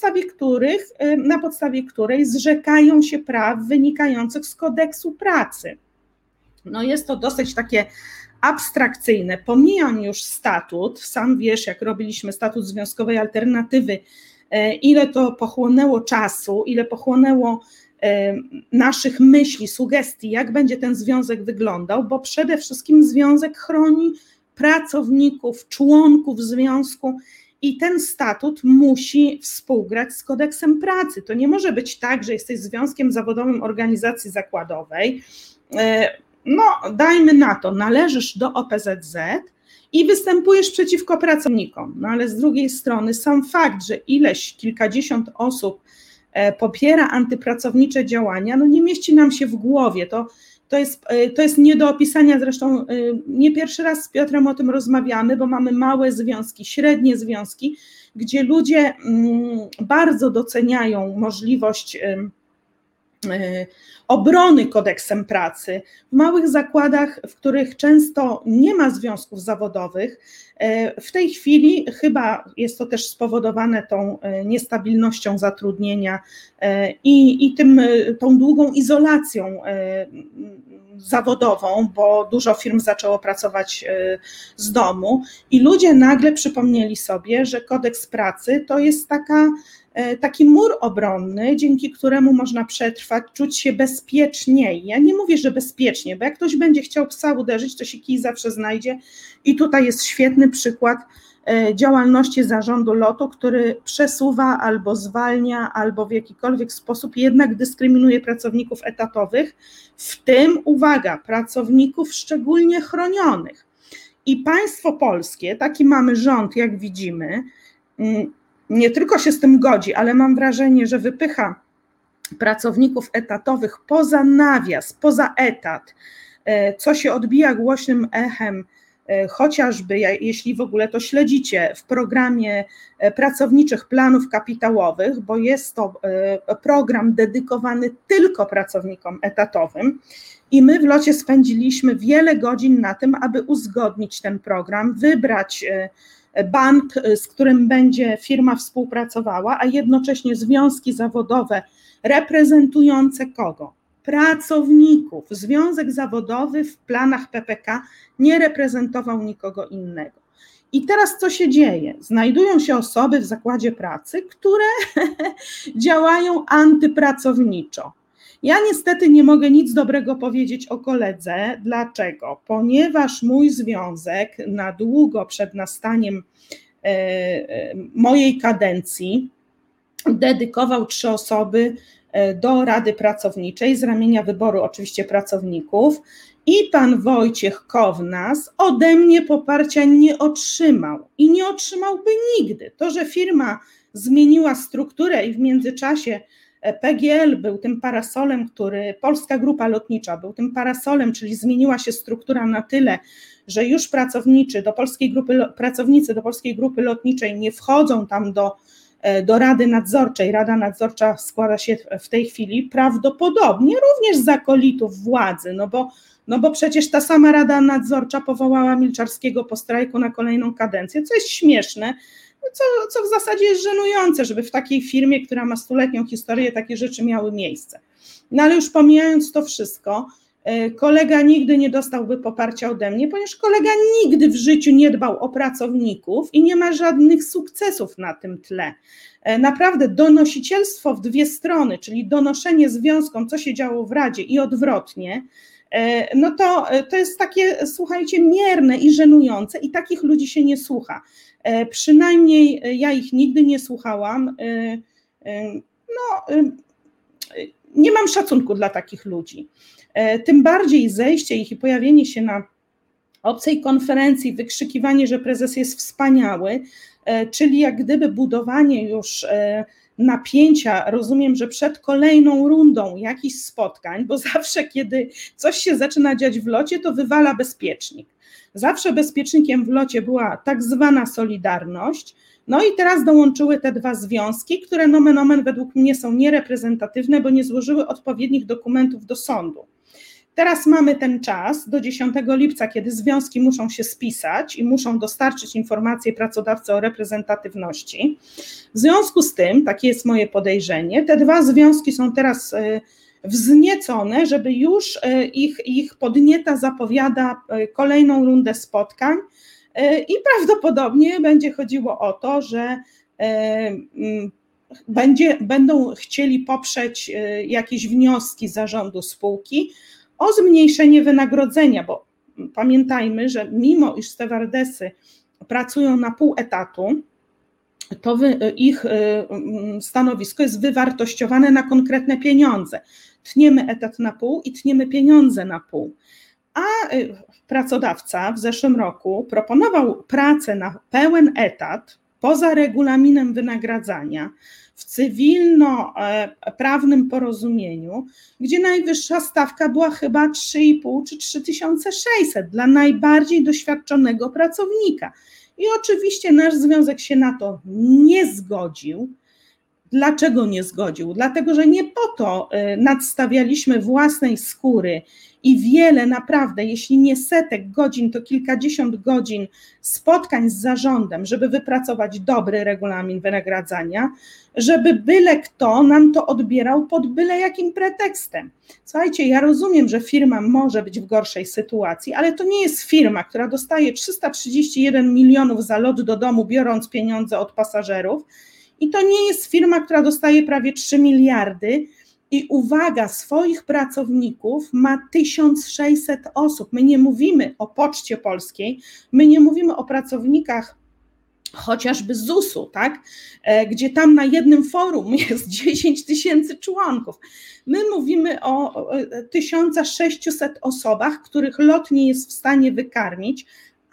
D: na podstawie której zrzekają się praw wynikających z kodeksu pracy. No jest to dosyć takie abstrakcyjne, pomijam już statut, sam wiesz, jak robiliśmy statut związkowej alternatywy, ile to pochłonęło czasu, ile pochłonęło naszych myśli, sugestii, jak będzie ten związek wyglądał, bo przede wszystkim związek chroni pracowników, członków związku i ten statut musi współgrać z kodeksem pracy. To nie może być tak, że jesteś związkiem zawodowym organizacji zakładowej, no dajmy na to, należysz do OPZZ i występujesz przeciwko pracownikom, no ale z drugiej strony sam fakt, że kilkadziesiąt osób popiera antypracownicze działania, no nie mieści nam się w głowie, to jest nie do opisania, zresztą nie pierwszy raz z Piotrem o tym rozmawiamy, bo mamy małe związki, średnie związki, gdzie ludzie bardzo doceniają możliwość obrony kodeksem pracy. W małych zakładach, w których często nie ma związków zawodowych, w tej chwili chyba jest to też spowodowane tą niestabilnością zatrudnienia i tą długą izolacją zawodową, bo dużo firm zaczęło pracować z domu i ludzie nagle przypomnieli sobie, że kodeks pracy to jest taki mur obronny, dzięki któremu można przetrwać, czuć się bezpieczniej. Ja nie mówię, że bezpiecznie, bo jak ktoś będzie chciał psa uderzyć, to się kij zawsze znajdzie i tutaj jest świetny przykład działalności zarządu LOT-u, który przesuwa albo zwalnia, albo w jakikolwiek sposób jednak dyskryminuje pracowników etatowych, w tym, uwaga, pracowników szczególnie chronionych. I państwo polskie, taki mamy rząd, jak widzimy, nie tylko się z tym godzi, ale mam wrażenie, że wypycha pracowników etatowych poza nawias, poza etat, co się odbija głośnym echem, chociażby, jeśli w ogóle to śledzicie, w programie pracowniczych planów kapitałowych, bo jest to program dedykowany tylko pracownikom etatowym i my w LOT-cie spędziliśmy wiele godzin na tym, aby uzgodnić ten program, wybrać bank, z którym będzie firma współpracowała, a jednocześnie związki zawodowe reprezentujące kogo? Pracowników. Związek zawodowy w planach PPK nie reprezentował nikogo innego. I teraz co się dzieje? Znajdują się osoby w zakładzie pracy, które działają antypracowniczo. Ja niestety nie mogę nic dobrego powiedzieć o koledze. Dlaczego? Ponieważ mój związek na długo przed nastaniem mojej kadencji dedykował 3 osoby do Rady Pracowniczej z ramienia wyboru oczywiście pracowników i pan Wojciech Kownas ode mnie poparcia nie otrzymał i nie otrzymałby nigdy. To, że firma zmieniła strukturę i w międzyczasie PGL był tym parasolem, Polska Grupa Lotnicza był tym parasolem, czyli zmieniła się struktura na tyle, że już pracownicy do Polskiej Grupy Lotniczej nie wchodzą tam do Rady Nadzorczej. Rada Nadzorcza składa się w tej chwili prawdopodobnie również z akolitów władzy, no bo przecież ta sama Rada Nadzorcza powołała Milczarskiego po strajku na kolejną kadencję, co jest śmieszne, co w zasadzie jest żenujące, żeby w takiej firmie, która ma 100-letnią historię, takie rzeczy miały miejsce. No ale już pomijając to wszystko, kolega nigdy nie dostałby poparcia ode mnie, ponieważ kolega nigdy w życiu nie dbał o pracowników i nie ma żadnych sukcesów na tym tle. Naprawdę donosicielstwo w 2 strony, czyli donoszenie związkom, co się działo w Radzie i odwrotnie, no to jest takie, słuchajcie, mierne i żenujące i takich ludzi się nie słucha. Przynajmniej ja ich nigdy nie słuchałam. Nie mam szacunku dla takich ludzi. Tym bardziej zejście ich i pojawienie się na obcej konferencji, wykrzykiwanie, że prezes jest wspaniały, czyli jak gdyby budowanie już napięcia, rozumiem, że przed kolejną rundą jakichś spotkań, bo zawsze kiedy coś się zaczyna dziać w LOT-cie, to wywala bezpiecznik. Zawsze bezpiecznikiem w LOT-cie była tak zwana Solidarność, no i teraz dołączyły te 2 związki, które nomen omen według mnie są niereprezentatywne, bo nie złożyły odpowiednich dokumentów do sądu. Teraz mamy ten czas do 10 lipca, kiedy związki muszą się spisać i muszą dostarczyć informacje pracodawcy o reprezentatywności. W związku z tym, takie jest moje podejrzenie, te 2 związki są teraz wzniecone, żeby już ich podnieta zapowiada kolejną rundę spotkań i prawdopodobnie będzie chodziło o to, że będą chcieli poprzeć jakieś wnioski zarządu spółki o zmniejszenie wynagrodzenia, bo pamiętajmy, że mimo iż stewardesy pracują na pół etatu, to ich stanowisko jest wywartościowane na konkretne pieniądze. Tniemy etat na pół i tniemy pieniądze na pół. A pracodawca w zeszłym roku proponował pracę na pełen etat poza regulaminem wynagradzania w cywilnoprawnym porozumieniu, gdzie najwyższa stawka była chyba 3,5 czy 3600 dla najbardziej doświadczonego pracownika. I oczywiście nasz związek się na to nie zgodził. Dlaczego nie zgodził? Dlatego, że nie po to nadstawialiśmy własnej skóry i wiele naprawdę, jeśli nie setek godzin, to kilkadziesiąt godzin spotkań z zarządem, żeby wypracować dobry regulamin wynagradzania, żeby byle kto nam to odbierał pod byle jakim pretekstem. Słuchajcie, ja rozumiem, że firma może być w gorszej sytuacji, ale to nie jest firma, która dostaje 331 milionów za lot do domu, biorąc pieniądze od pasażerów, i to nie jest firma, która dostaje prawie 3 miliardy i uwaga, swoich pracowników ma 1600 osób. My nie mówimy o Poczcie Polskiej, my nie mówimy o pracownikach chociażby ZUS-u, tak? Gdzie tam na jednym forum jest 10 000 członków. My mówimy o 1600 osobach, których LOT nie jest w stanie wykarmić,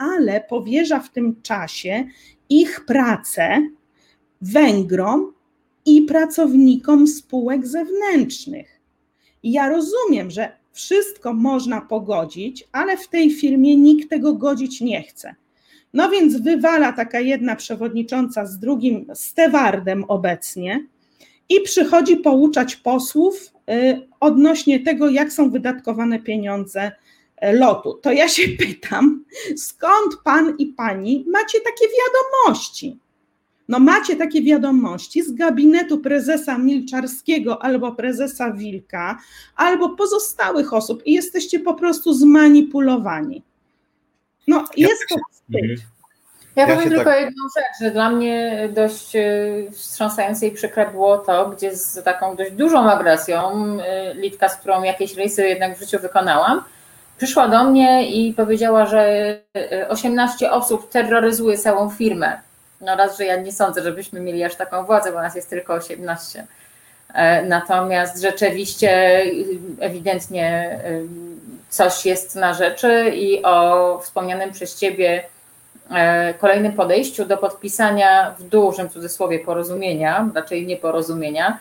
D: ale powierza w tym czasie ich pracę Węgrom i pracownikom spółek zewnętrznych. I ja rozumiem, że wszystko można pogodzić, ale w tej firmie nikt tego godzić nie chce. No więc wywala taka jedna przewodnicząca z drugim stewardem obecnie i przychodzi pouczać posłów odnośnie tego, jak są wydatkowane pieniądze lotu. To ja się pytam, skąd pan i pani macie takie wiadomości? No macie takie wiadomości z gabinetu prezesa Milczarskiego albo prezesa Wilka, albo pozostałych osób i jesteście po prostu zmanipulowani. No jest to wstyd.
C: Ja powiem tylko jedną rzecz, że dla mnie dość wstrząsające i przykre było to, gdzie z taką dość dużą agresją Litka, z którą jakieś rejsy jednak w życiu wykonałam, przyszła do mnie i powiedziała, że 18 osób terroryzuje całą firmę. No raz, że ja nie sądzę, żebyśmy mieli aż taką władzę, bo nas jest tylko 18. Natomiast rzeczywiście ewidentnie coś jest na rzeczy i o wspomnianym przez Ciebie kolejnym podejściu do podpisania w dużym cudzysłowie porozumienia, raczej nieporozumienia,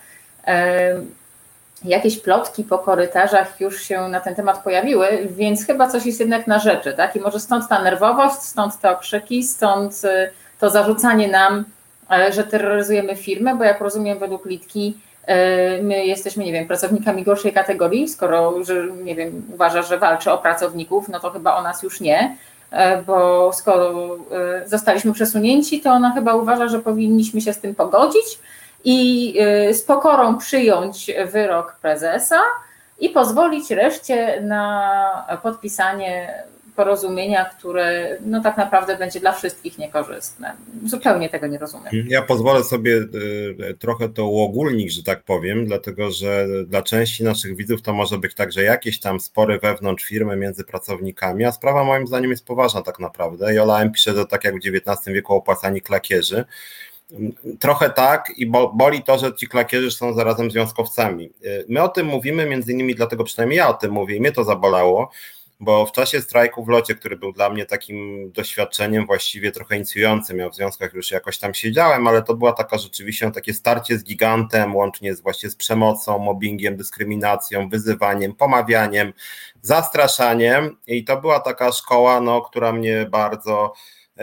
C: jakieś plotki po korytarzach już się na ten temat pojawiły, więc chyba coś jest jednak na rzeczy, tak? I może stąd ta nerwowość, stąd te okrzyki, stąd to zarzucanie nam, że terroryzujemy firmę, bo jak rozumiem według Litki my jesteśmy, nie wiem, pracownikami gorszej kategorii, skoro, że nie wiem, uważa, że walczy o pracowników, no to chyba o nas już nie, bo skoro zostaliśmy przesunięci, to ona chyba uważa, że powinniśmy się z tym pogodzić i z pokorą przyjąć wyrok prezesa i pozwolić reszcie na podpisanie porozumienia, które no tak naprawdę będzie dla wszystkich niekorzystne. Zupełnie tego nie rozumiem.
B: Ja pozwolę sobie trochę to uogólnić, że tak powiem, dlatego że dla części naszych widzów to może być także jakieś tam spory wewnątrz firmy między pracownikami, a sprawa moim zdaniem jest poważna tak naprawdę. Jola M. pisze, że tak jak w XIX wieku opłacani klakierzy. Trochę tak i boli to, że ci klakierzy są zarazem związkowcami. My o tym mówimy między innymi dlatego, przynajmniej ja o tym mówię i mnie to zabolało, bo w czasie strajku w locie, który był dla mnie takim doświadczeniem właściwie trochę inicjującym, ja w związkach już jakoś tam siedziałem, ale to była taka rzeczywiście takie starcie z gigantem, łącznie właśnie z przemocą, mobbingiem, dyskryminacją, wyzywaniem, pomawianiem, zastraszaniem i to była taka szkoła, no, która mnie bardzo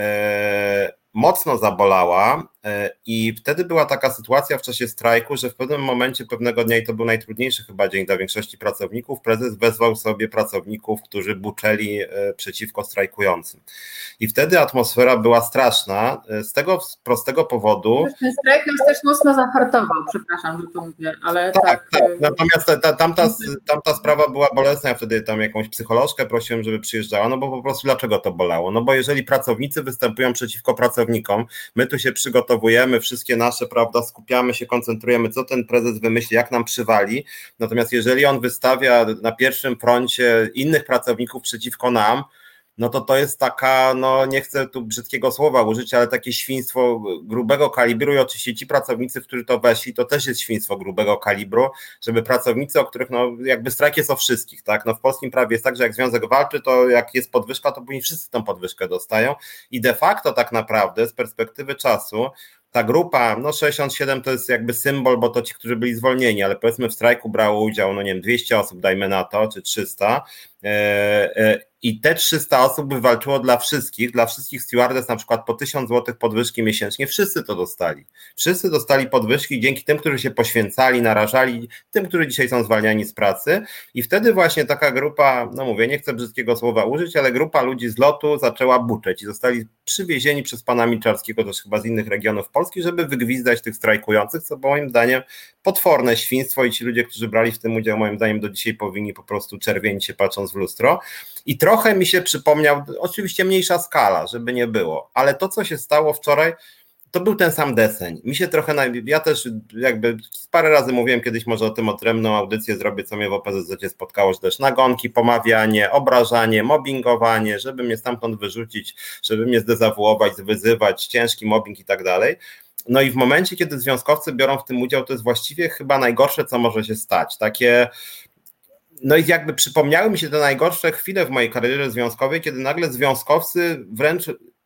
B: mocno zabolała i wtedy była taka sytuacja w czasie strajku, że w pewnym momencie, pewnego dnia, i to był najtrudniejszy chyba dzień dla większości pracowników, prezes wezwał sobie pracowników, którzy buczeli przeciwko strajkującym. I wtedy atmosfera była straszna, z tego prostego powodu.
C: Ten strajk nas też mocno zahartował, przepraszam, że to mówię, ale tak.
B: Natomiast tamta sprawa była bolesna, ja wtedy tam jakąś psycholożkę prosiłem, żeby przyjeżdżała, no bo po prostu dlaczego to bolało? No bo jeżeli pracownicy występują przeciwko pracownikom, my tu się przygotowujemy, wszystkie nasze, prawda, skupiamy się, koncentrujemy, co ten prezes wymyśli, jak nam przywali, natomiast jeżeli on wystawia na pierwszym froncie innych pracowników przeciwko nam, no to jest taka, no nie chcę tu brzydkiego słowa użyć, ale takie świństwo grubego kalibru i oczywiście ci pracownicy, którzy to weszli, to też jest świństwo grubego kalibru, żeby pracownicy, o których no jakby strajk jest o wszystkich, tak, no w polskim prawie jest tak, że jak związek walczy, to jak jest podwyżka, to później wszyscy tą podwyżkę dostają i de facto tak naprawdę z perspektywy czasu ta grupa, no 67 to jest jakby symbol, bo to ci, którzy byli zwolnieni, ale powiedzmy w strajku brało udział, no nie wiem, 200 osób, dajmy na to, czy 300 i te 300 osób by walczyło dla wszystkich stewardess na przykład po 1000 zł podwyżki miesięcznie, wszyscy to dostali. Wszyscy dostali podwyżki dzięki tym, którzy się poświęcali, narażali, tym, którzy dzisiaj są zwalniani z pracy i wtedy właśnie taka grupa, no mówię, nie chcę brzydkiego słowa użyć, ale grupa ludzi z lotu zaczęła buczeć i zostali przywiezieni przez pana Milczarskiego, też chyba z innych regionów Polski, żeby wygwizdać tych strajkujących, co moim zdaniem potworne świństwo i ci ludzie, którzy brali w tym udział, moim zdaniem do dzisiaj powinni po prostu czerwienić się patrząc w lustro. I trochę mi się przypomniał, oczywiście mniejsza skala, żeby nie było, ale to, co się stało wczoraj, to był ten sam deseń. Mi się trochę, ja też jakby parę razy mówiłem kiedyś, może o tym odrębną audycję zrobię, co mnie w OPZZ spotkało, że też nagonki, pomawianie, obrażanie, mobbingowanie, żeby mnie stamtąd wyrzucić, żeby mnie zdezawuować, wyzywać, ciężki mobbing i tak dalej. No i w momencie, kiedy związkowcy biorą w tym udział, to jest właściwie chyba najgorsze, co może się stać. Takie No i jakby przypomniały mi się te najgorsze chwile w mojej karierze związkowej, kiedy nagle związkowcy wręcz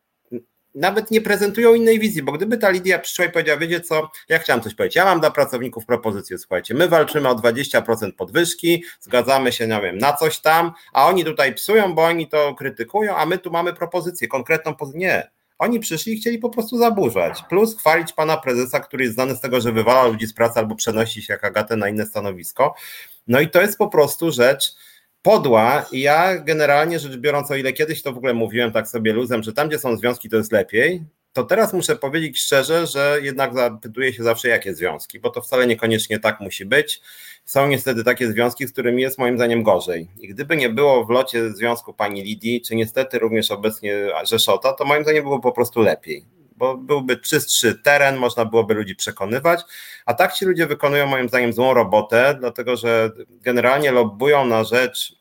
B: nawet nie prezentują innej wizji, bo gdyby ta Lidia przyszła i powiedziała, wiecie co, ja chciałam coś powiedzieć, ja mam dla pracowników propozycję, słuchajcie, my walczymy o 20% podwyżki, zgadzamy się, nie wiem, na coś tam, a oni tutaj psują, bo oni to krytykują, a my tu mamy propozycję, konkretną pozycję. Nie. Oni przyszli i chcieli po prostu zaburzać, plus chwalić pana prezesa, który jest znany z tego, że wywala ludzi z pracy albo przenosi się jak Agatę na inne stanowisko. No i to jest po prostu rzecz podła i ja generalnie rzecz biorąc, o ile kiedyś to w ogóle mówiłem tak sobie luzem, że tam gdzie są związki to jest lepiej, to teraz muszę powiedzieć szczerze, że jednak zapytuję się zawsze jakie związki, bo to wcale niekoniecznie tak musi być. Są niestety takie związki, z którymi jest moim zdaniem gorzej. I gdyby nie było w locie związku pani Lidii, czy niestety również obecnie Rzeszota, to moim zdaniem było po prostu lepiej. Bo byłby czystszy teren, można byłoby ludzi przekonywać, a tak ci ludzie wykonują moim zdaniem złą robotę, dlatego że generalnie lobbują na rzecz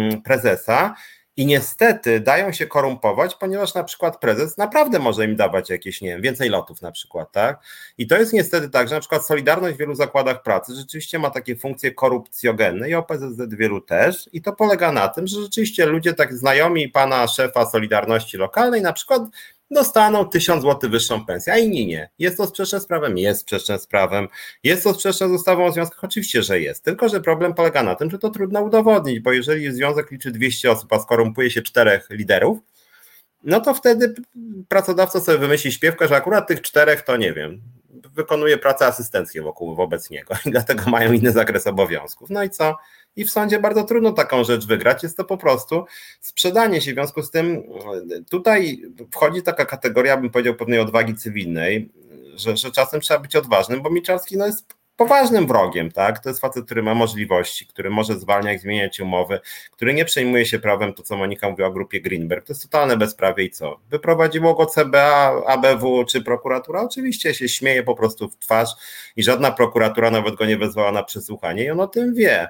B: prezesa i niestety dają się korumpować, ponieważ na przykład prezes naprawdę może im dawać jakieś, nie wiem, więcej lotów na przykład, tak? I to jest niestety tak, że na przykład Solidarność w wielu zakładach pracy rzeczywiście ma takie funkcje korupcjogenne i OPZZ wielu też i to polega na tym, że rzeczywiście ludzie tak znajomi pana szefa Solidarności lokalnej na przykład dostaną 1000 zł wyższą pensję, a inni nie. Jest to sprzeczne z prawem? Jest sprzeczne z prawem. Jest to sprzeczne z ustawą o związkach? Oczywiście, że jest. Tylko że problem polega na tym, że to trudno udowodnić, bo jeżeli związek liczy 200 osób, a skorumpuje się 4 liderów, no to wtedy pracodawca sobie wymyśli śpiewkę, że akurat tych 4 to nie wiem, wykonuje pracę asystenckie wobec niego i dlatego mają inny zakres obowiązków. No i co? I w sądzie bardzo trudno taką rzecz wygrać, jest to po prostu sprzedanie się. W związku z tym tutaj wchodzi taka kategoria, bym powiedział, pewnej odwagi cywilnej, że czasem trzeba być odważnym, bo Milczarski no jest poważnym wrogiem, tak? To jest facet, który ma możliwości, który może zwalniać, zmieniać umowy, który nie przejmuje się prawem, to co Monika mówiła o grupie Greenberg, to jest totalne bezprawie i co? Wyprowadziło go CBA, ABW czy prokuratura? Oczywiście się śmieje po prostu w twarz i żadna prokuratura nawet go nie wezwała na przesłuchanie i on o tym wie.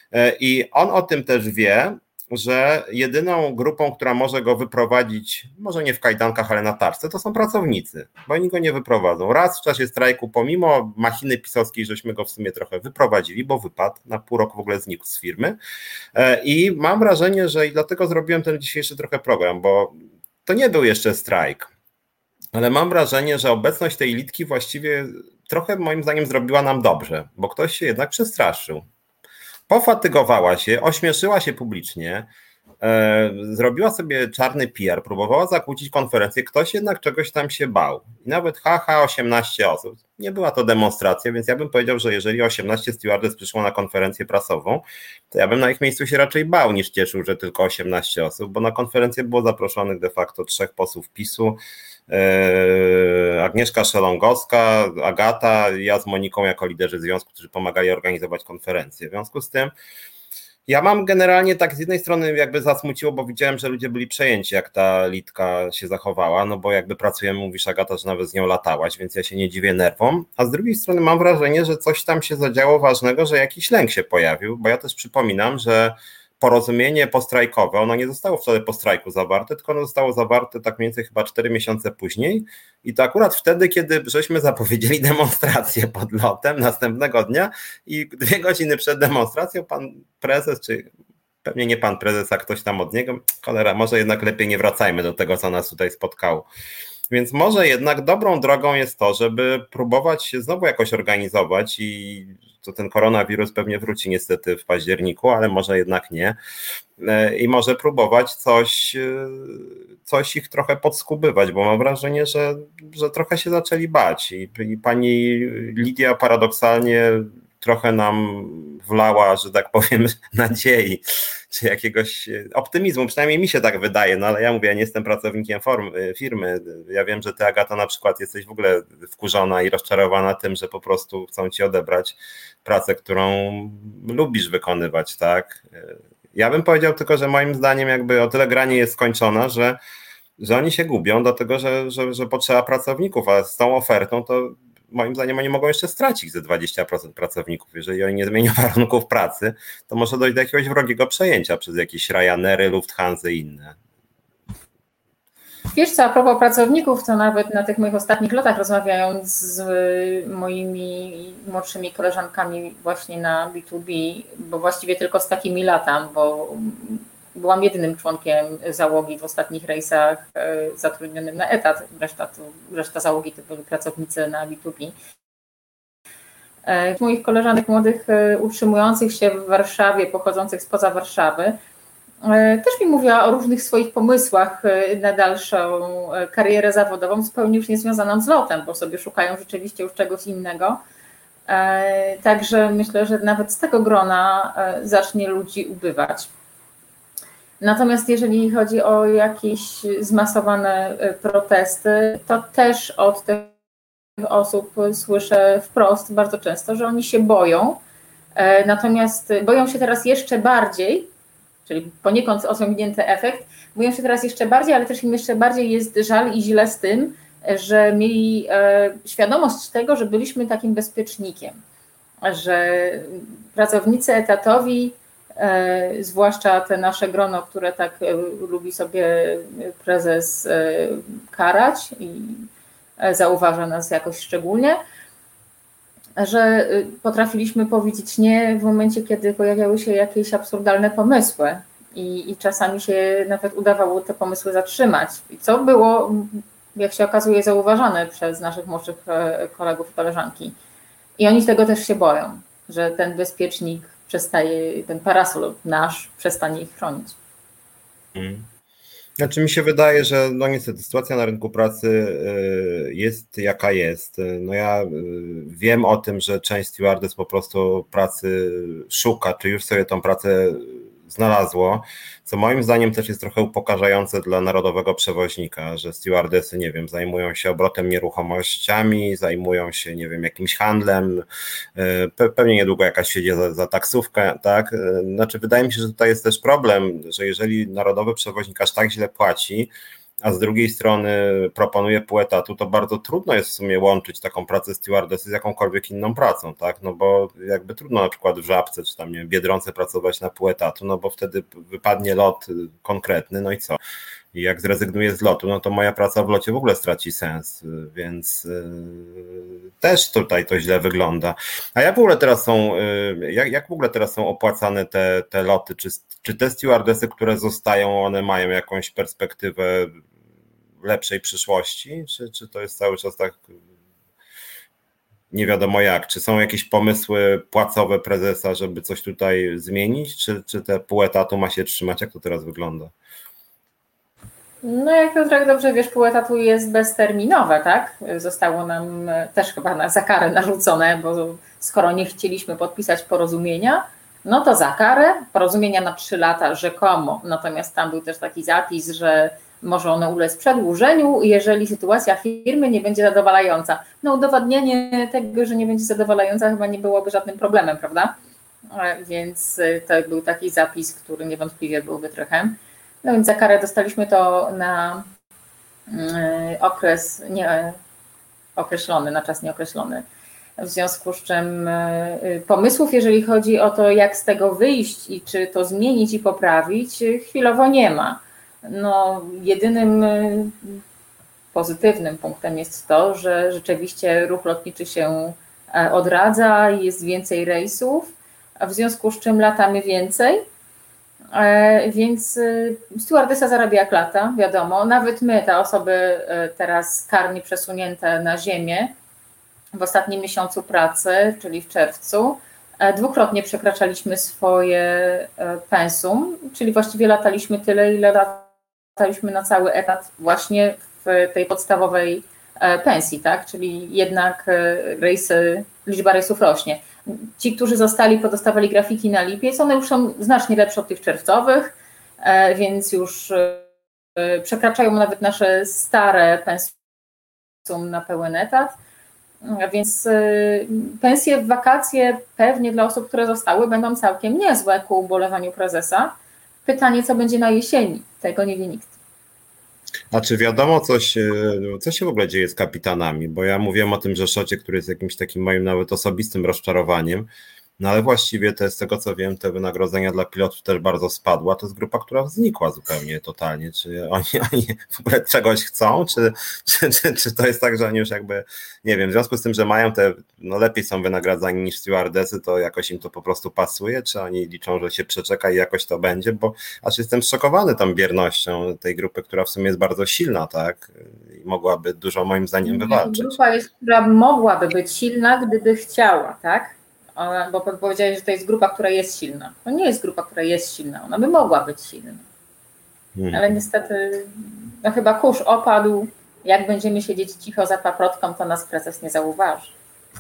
B: I on o tym też wie, że jedyną grupą, która może go wyprowadzić, może nie w kajdankach, ale na tarce, to są pracownicy, bo oni go nie wyprowadzą. Raz w czasie strajku, pomimo machiny pisowskiej, żeśmy go w sumie trochę wyprowadzili, bo wypadł, na pół roku w ogóle znikł z firmy i mam wrażenie, że i dlatego zrobiłem ten dzisiejszy trochę program, bo to nie był jeszcze strajk, ale mam wrażenie, że obecność tej Litki właściwie trochę moim zdaniem zrobiła nam dobrze, bo ktoś się jednak przestraszył. Pofatygowała się, ośmieszyła się publicznie, zrobiła sobie czarny PR, próbowała zakłócić konferencję, ktoś jednak czegoś tam się bał. I nawet 18 osób. Nie była to demonstracja, więc ja bym powiedział, że jeżeli 18 stewardess przyszło na konferencję prasową, to ja bym na ich miejscu się raczej bał niż cieszył, że tylko 18 osób, bo na konferencję było zaproszonych de facto 3 posłów PiS-u, Agnieszka Szelongowska, Agata, ja z Moniką jako liderzy związku, którzy pomagali organizować konferencję. W związku z tym ja mam generalnie tak z jednej strony jakby zasmuciło, bo widziałem, że ludzie byli przejęci, jak ta Litka się zachowała, no bo jakby pracujemy, mówisz Agata, że nawet z nią latałaś, więc ja się nie dziwię nerwom, a z drugiej strony mam wrażenie, że coś tam się zadziało ważnego, że jakiś lęk się pojawił, bo ja też przypominam, że porozumienie postrajkowe, ono nie zostało wcale po strajku zawarte, tylko ono zostało zawarte tak mniej więcej chyba 4 miesiące później i to akurat wtedy, kiedy żeśmy zapowiedzieli demonstrację pod lotem następnego dnia i 2 godziny przed demonstracją pan prezes, czy pewnie nie pan prezes, a ktoś tam od niego, cholera, może jednak lepiej nie wracajmy do tego, co nas tutaj spotkało. Więc może jednak dobrą drogą jest to, żeby próbować się znowu jakoś organizować i to ten koronawirus pewnie wróci niestety w październiku, ale może jednak nie. I może próbować coś ich trochę podskubywać, bo mam wrażenie, że trochę się zaczęli bać i pani Lidia paradoksalnie trochę nam wlała, że tak powiem, nadziei, czy jakiegoś optymizmu, przynajmniej mi się tak wydaje, no ale ja mówię, ja nie jestem pracownikiem firmy, ja wiem, że ty Agata na przykład jesteś w ogóle wkurzona i rozczarowana tym, że po prostu chcą ci odebrać pracę, którą lubisz wykonywać, tak? Ja bym powiedział tylko, że moim zdaniem jakby o tyle gra nie jest skończona, że oni się gubią, dlatego że potrzeba pracowników, a z tą ofertą to moim zdaniem oni mogą jeszcze stracić ze 20% pracowników. Jeżeli oni nie zmienią warunków pracy, to może dojść do jakiegoś wrogiego przejęcia przez jakieś Ryanairy, Lufthansa i inne.
C: Wiesz co, a propos pracowników, to nawet na tych moich ostatnich lotach, rozmawiając z moimi młodszymi koleżankami właśnie na B2B, bo właściwie tylko z takimi latam, bo byłam jedynym członkiem załogi w ostatnich rejsach zatrudnionym na etat, reszta załogi to byli pracownicy na B2B. Moich koleżanek młodych utrzymujących się w Warszawie, pochodzących spoza Warszawy, też mi mówiła o różnych swoich pomysłach na dalszą karierę zawodową, zupełnie już niezwiązaną z lotem, bo sobie szukają rzeczywiście już czegoś innego. Także myślę, że nawet z tego grona zacznie ludzi ubywać. Natomiast jeżeli chodzi o jakieś zmasowane protesty, to też od tych osób słyszę wprost bardzo często, że oni się boją, natomiast boją się teraz jeszcze bardziej, czyli poniekąd osiągnięty efekt, boją się teraz jeszcze bardziej, ale też im jeszcze bardziej jest żal i źle z tym, że mieli świadomość tego, że byliśmy takim bezpiecznikiem, że pracownicy etatowi, zwłaszcza te nasze grono, które tak lubi sobie prezes karać i zauważa nas jakoś szczególnie, że potrafiliśmy powiedzieć nie w momencie, kiedy pojawiały się jakieś absurdalne pomysły i czasami się nawet udawało te pomysły zatrzymać. I co było, jak się okazuje, zauważane przez naszych młodszych kolegów i koleżanki. I oni tego też się boją, że ten bezpiecznik przestaje, ten parasol nasz przestanie ich chronić.
B: Znaczy mi się wydaje, że no niestety sytuacja na rynku pracy jest jaka jest. No ja wiem o tym, że część stewardess po prostu pracy szuka, czy już sobie tą pracę znalazło, co moim zdaniem też jest trochę upokarzające dla narodowego przewoźnika, że stewardessy, nie wiem, zajmują się obrotem nieruchomościami, zajmują się, nie wiem, jakimś handlem, pewnie niedługo jakaś siedzi za taksówkę, tak? Znaczy wydaje mi się, że tutaj jest też problem, że jeżeli narodowy przewoźnik aż tak źle płaci, a z drugiej strony proponuje pół etatu, to bardzo trudno jest w sumie łączyć taką pracę stewardessy z jakąkolwiek inną pracą, tak? No bo jakby trudno na przykład w Żabce czy tam nie wiem, Biedronce pracować na pół etatu, no bo wtedy wypadnie lot konkretny, no i co? I jak zrezygnuję z lotu, no to moja praca w locie w ogóle straci sens, więc też tutaj to źle wygląda. A jak w ogóle teraz są, jak w ogóle teraz są opłacane te loty? Czy te stewardessy, które zostają, one mają jakąś perspektywę lepszej przyszłości? Czy to jest cały czas tak nie wiadomo jak? Czy są jakieś pomysły płacowe prezesa, żeby coś tutaj zmienić? Czy te pół etatu ma się trzymać? Jak to teraz wygląda?
C: No jak Piotrek dobrze wiesz, pół etatu jest bezterminowe, tak? Zostało nam też chyba za karę narzucone, bo skoro nie chcieliśmy podpisać porozumienia, no to za karę, porozumienia na 3 lata rzekomo, natomiast tam był też taki zapis, że może ono ulec przedłużeniu, jeżeli sytuacja firmy nie będzie zadowalająca. No udowodnienie tego, że nie będzie zadowalająca chyba nie byłoby żadnym problemem, prawda? Więc to był taki zapis, który niewątpliwie był wytrychem. No więc za karę dostaliśmy to na okres określony, na czas nieokreślony. W związku z czym pomysłów, jeżeli chodzi o to, jak z tego wyjść i czy to zmienić i poprawić, chwilowo nie ma. No, jedynym pozytywnym punktem jest to, że rzeczywiście ruch lotniczy się odradza, jest więcej rejsów, a w związku z czym latamy więcej. Więc stewardessa zarabia jak lata, wiadomo. Nawet my, te osoby teraz karnie przesunięte na ziemię, w ostatnim miesiącu pracy, czyli w czerwcu, 2-krotnie przekraczaliśmy swoje pensum, czyli właściwie lataliśmy tyle, ile lataliśmy na cały etat właśnie w tej podstawowej pensji, tak? Czyli jednak liczba rejsów rośnie. Ci, którzy zostali, podostawali grafiki na lipiec, one już są znacznie lepsze od tych czerwcowych, więc już przekraczają nawet nasze stare pensum na pełen etat. Więc pensje w wakacje pewnie dla osób, które zostały, będą całkiem niezłe ku ubolewaniu prezesa. Pytanie, co będzie na jesieni? Tego nie wie nikt.
B: A czy wiadomo co się w ogóle dzieje z kapitanami? Bo ja mówiłem o tym Rzeszocie, który jest jakimś takim moim nawet osobistym rozczarowaniem. No ale właściwie to z tego co wiem, te wynagrodzenia dla pilotów też bardzo spadła. To jest grupa, która znikła zupełnie, totalnie. Czy oni w ogóle czegoś chcą, czy to jest tak, że oni już jakby, nie wiem, w związku z tym, że mają te, no lepiej są wynagradzani niż stewardesy, to jakoś im to po prostu pasuje, czy oni liczą, że się przeczeka i jakoś to będzie, bo aż jestem szokowany tą biernością tej grupy, która w sumie jest bardzo silna, tak? I mogłaby dużo moim zdaniem wywalczyć.
C: Grupa jest, która mogłaby być silna, gdyby chciała, tak? Bo powiedziałeś, że to jest grupa, która jest silna. To nie jest grupa, która jest silna. Ona by mogła być silna. Ale niestety no chyba kurz opadł. Jak będziemy siedzieć cicho za paprotką, to nas prezes nie zauważy.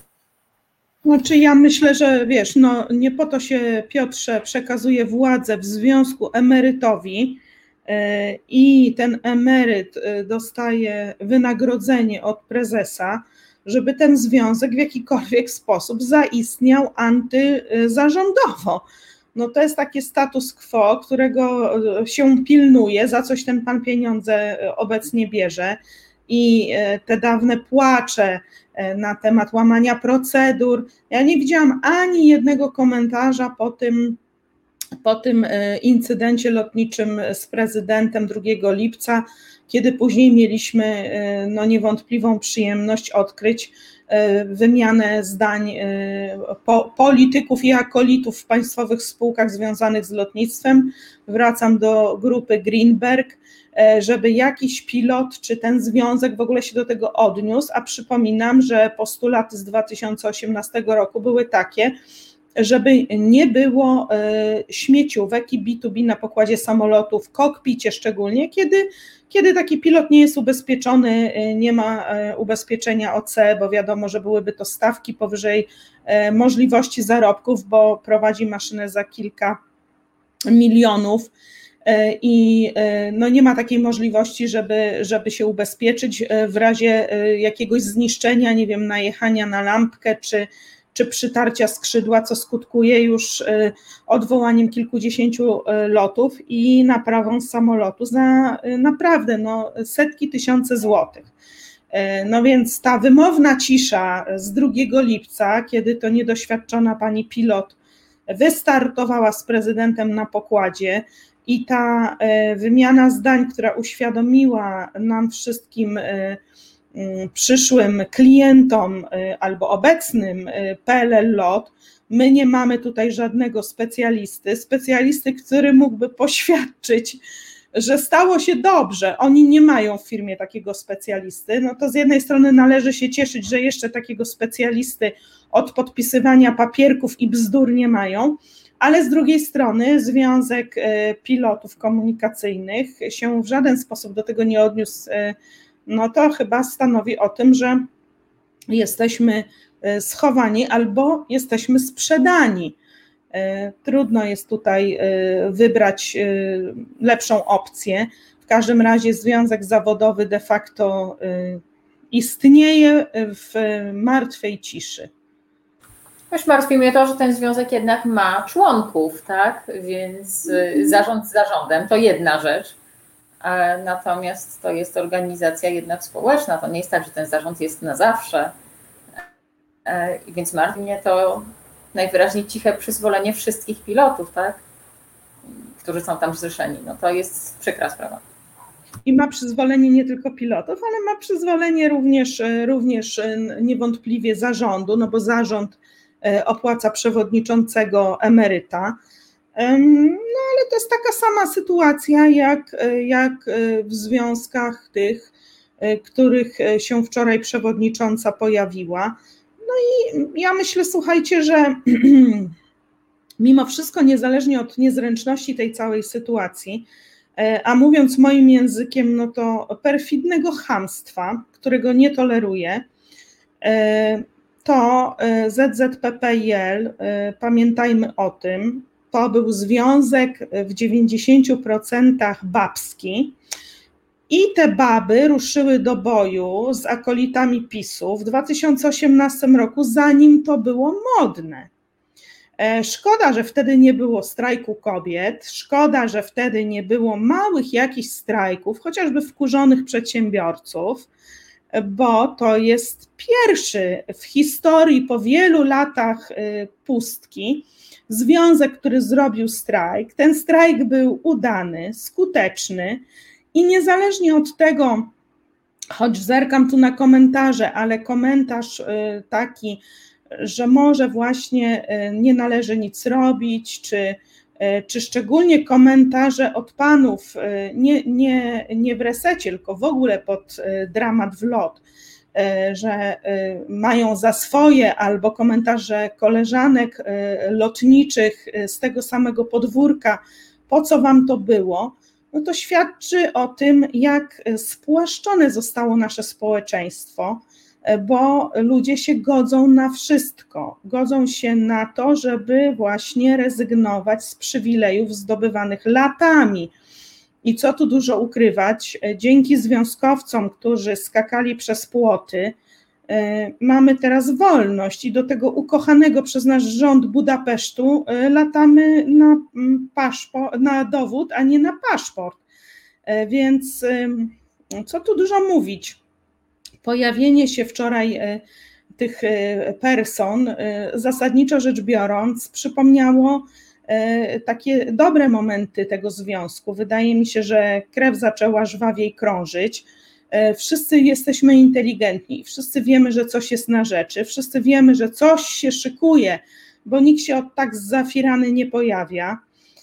D: Znaczy ja myślę, że wiesz, no nie po to się, Piotrze, przekazuje władzę w związku emerytowi i ten emeryt dostaje wynagrodzenie od prezesa, żeby ten związek w jakikolwiek sposób zaistniał antyzarządowo. No to jest taki status quo, którego się pilnuje, za coś ten pan pieniądze obecnie bierze i te dawne płacze na temat łamania procedur. Ja nie widziałam ani jednego komentarza po tym incydencie lotniczym z prezydentem 2 lipca, kiedy później mieliśmy no, niewątpliwą przyjemność odkryć wymianę zdań polityków i akolitów w państwowych spółkach związanych z lotnictwem. Wracam do grupy Greenberg, żeby jakiś pilot czy ten związek w ogóle się do tego odniósł, a przypominam, że postulaty z 2018 roku były takie, żeby nie było śmieciówek i B2B na pokładzie samolotu, w kokpicie szczególnie, kiedy taki pilot nie jest ubezpieczony, nie ma ubezpieczenia OC, bo wiadomo, że byłyby to stawki powyżej możliwości zarobków, bo prowadzi maszynę za kilka milionów i no nie ma takiej możliwości, żeby się ubezpieczyć w razie jakiegoś zniszczenia, nie wiem, najechania na lampkę czy przytarcia skrzydła, co skutkuje już odwołaniem kilkudziesięciu lotów i naprawą samolotu za naprawdę no, setki tysięcy złotych. No więc ta wymowna cisza z 2 lipca, kiedy to niedoświadczona pani pilot wystartowała z prezydentem na pokładzie i ta wymiana zdań, która uświadomiła nam wszystkim przyszłym klientom albo obecnym PLL LOT, my nie mamy tutaj żadnego specjalisty, który mógłby poświadczyć, że stało się dobrze. Oni nie mają w firmie takiego specjalisty. No to z jednej strony należy się cieszyć, że jeszcze takiego specjalisty od podpisywania papierków i bzdur nie mają, ale z drugiej strony Związek Pilotów Komunikacyjnych się w żaden sposób do tego nie odniósł. No to chyba stanowi o tym, że jesteśmy schowani albo jesteśmy sprzedani. Trudno jest tutaj wybrać lepszą opcję. W każdym razie związek zawodowy de facto istnieje w martwej ciszy.
C: Też martwi mnie to, że ten związek jednak ma członków, tak? Więc zarząd z zarządem to jedna rzecz. Natomiast to jest organizacja jednak społeczna, to nie jest tak, że ten zarząd jest na zawsze, więc martwi mnie to najwyraźniej ciche przyzwolenie wszystkich pilotów, tak, którzy są tam zrzeszeni, no to jest przykra sprawa.
D: I ma przyzwolenie nie tylko pilotów, ale ma przyzwolenie również niewątpliwie zarządu, no bo zarząd opłaca przewodniczącego emeryta. No ale to jest taka sama sytuacja jak w związkach tych, których się wczoraj przewodnicząca pojawiła. No i ja myślę, słuchajcie, że mimo wszystko, niezależnie od niezręczności tej całej sytuacji, a mówiąc moim językiem, no to perfidnego chamstwa, którego nie toleruję, to ZZPPIL, pamiętajmy o tym, to był związek w 90% babski i te baby ruszyły do boju z akolitami PiS-u w 2018 roku, zanim to było modne. Szkoda, że wtedy nie było strajku kobiet, szkoda, że wtedy nie było małych jakichś strajków, chociażby wkurzonych przedsiębiorców, bo to jest pierwszy w historii po wielu latach pustki związek, który zrobił strajk. Ten strajk był udany, skuteczny i niezależnie od tego, choć zerkam tu na komentarze, ale komentarz taki, że może właśnie nie należy nic robić, czy szczególnie komentarze od panów, nie w Resecie, tylko w ogóle pod dramat w lot, że mają za swoje, albo komentarze koleżanek lotniczych z tego samego podwórka, po co wam to było, no to świadczy o tym, jak spłaszczone zostało nasze społeczeństwo, bo ludzie się godzą na wszystko. Godzą się na to, żeby właśnie rezygnować z przywilejów zdobywanych latami. I co tu dużo ukrywać, dzięki związkowcom, którzy skakali przez płoty, mamy teraz wolność i do tego ukochanego przez nasz rząd Budapesztu latamy na dowód, a nie na paszport. Więc co tu dużo mówić. Pojawienie się wczoraj tych person, zasadniczo rzecz biorąc, przypomniało takie dobre momenty tego związku. Wydaje mi się, że krew zaczęła żwawiej krążyć. Wszyscy jesteśmy inteligentni, wszyscy wiemy, że coś jest na rzeczy, wszyscy wiemy, że coś się szykuje, bo nikt się od tak zafirany nie pojawia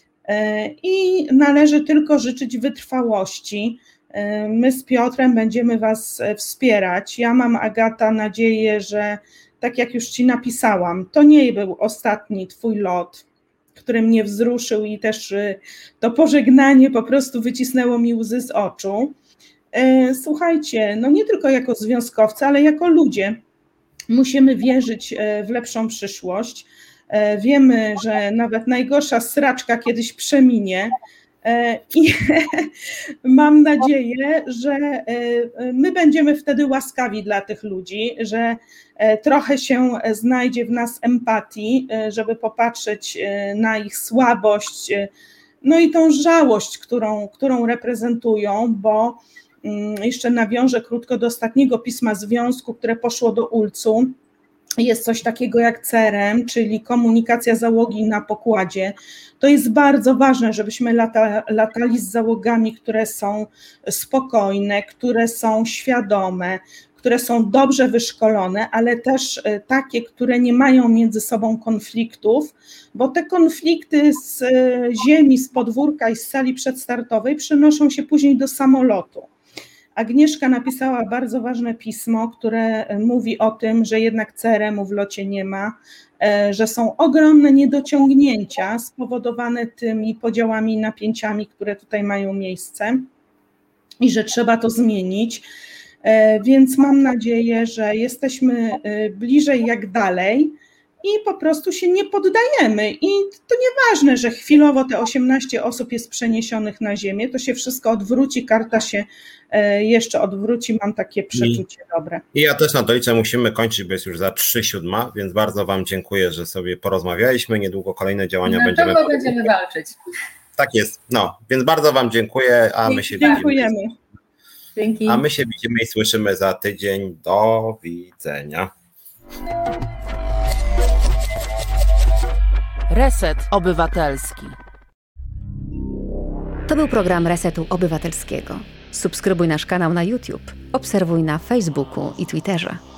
D: i należy tylko życzyć wytrwałości. My z Piotrem będziemy was wspierać. Ja mam, Agata, nadzieję, że tak jak już ci napisałam, to nie był ostatni twój lot, który mnie wzruszył i też to pożegnanie po prostu wycisnęło mi łzy z oczu. Słuchajcie, no nie tylko jako związkowcy, ale jako ludzie musimy wierzyć w lepszą przyszłość. Wiemy, że nawet najgorsza sraczka kiedyś przeminie i mam nadzieję, że my będziemy wtedy łaskawi dla tych ludzi, że trochę się znajdzie w nas empatii, żeby popatrzeć na ich słabość, no i tą żałość, którą reprezentują, bo jeszcze nawiążę krótko do ostatniego pisma związku, które poszło do ULC-u. Jest coś takiego jak CRM, czyli komunikacja załogi na pokładzie. To jest bardzo ważne, żebyśmy latali z załogami, które są spokojne, które są świadome, które są dobrze wyszkolone, ale też takie, które nie mają między sobą konfliktów, bo te konflikty z ziemi, z podwórka i z sali przedstartowej przenoszą się później do samolotu. Agnieszka napisała bardzo ważne pismo, które mówi o tym, że jednak CRM-u w locie nie ma, że są ogromne niedociągnięcia spowodowane tymi podziałami i napięciami, które tutaj mają miejsce i że trzeba to zmienić. Więc mam nadzieję, że jesteśmy bliżej jak dalej i po prostu się nie poddajemy. I to nieważne, że chwilowo te 18 osób jest przeniesionych na ziemię, to się wszystko odwróci, karta się jeszcze odwróci, mam takie przeczucie dobre.
B: I ja też na to liczę, musimy kończyć, bo jest już za 3:07, więc bardzo wam dziękuję, że sobie porozmawialiśmy, niedługo kolejne działania będziemy
C: walczyć.
B: Tak jest, no, więc bardzo wam dziękuję, a my się
D: Dziękujemy.
C: Dzięki.
B: A my się widzimy i słyszymy za tydzień. Do widzenia.
G: Reset Obywatelski.
F: To był program Resetu Obywatelskiego. Subskrybuj nasz kanał na YouTube, obserwuj na Facebooku i Twitterze.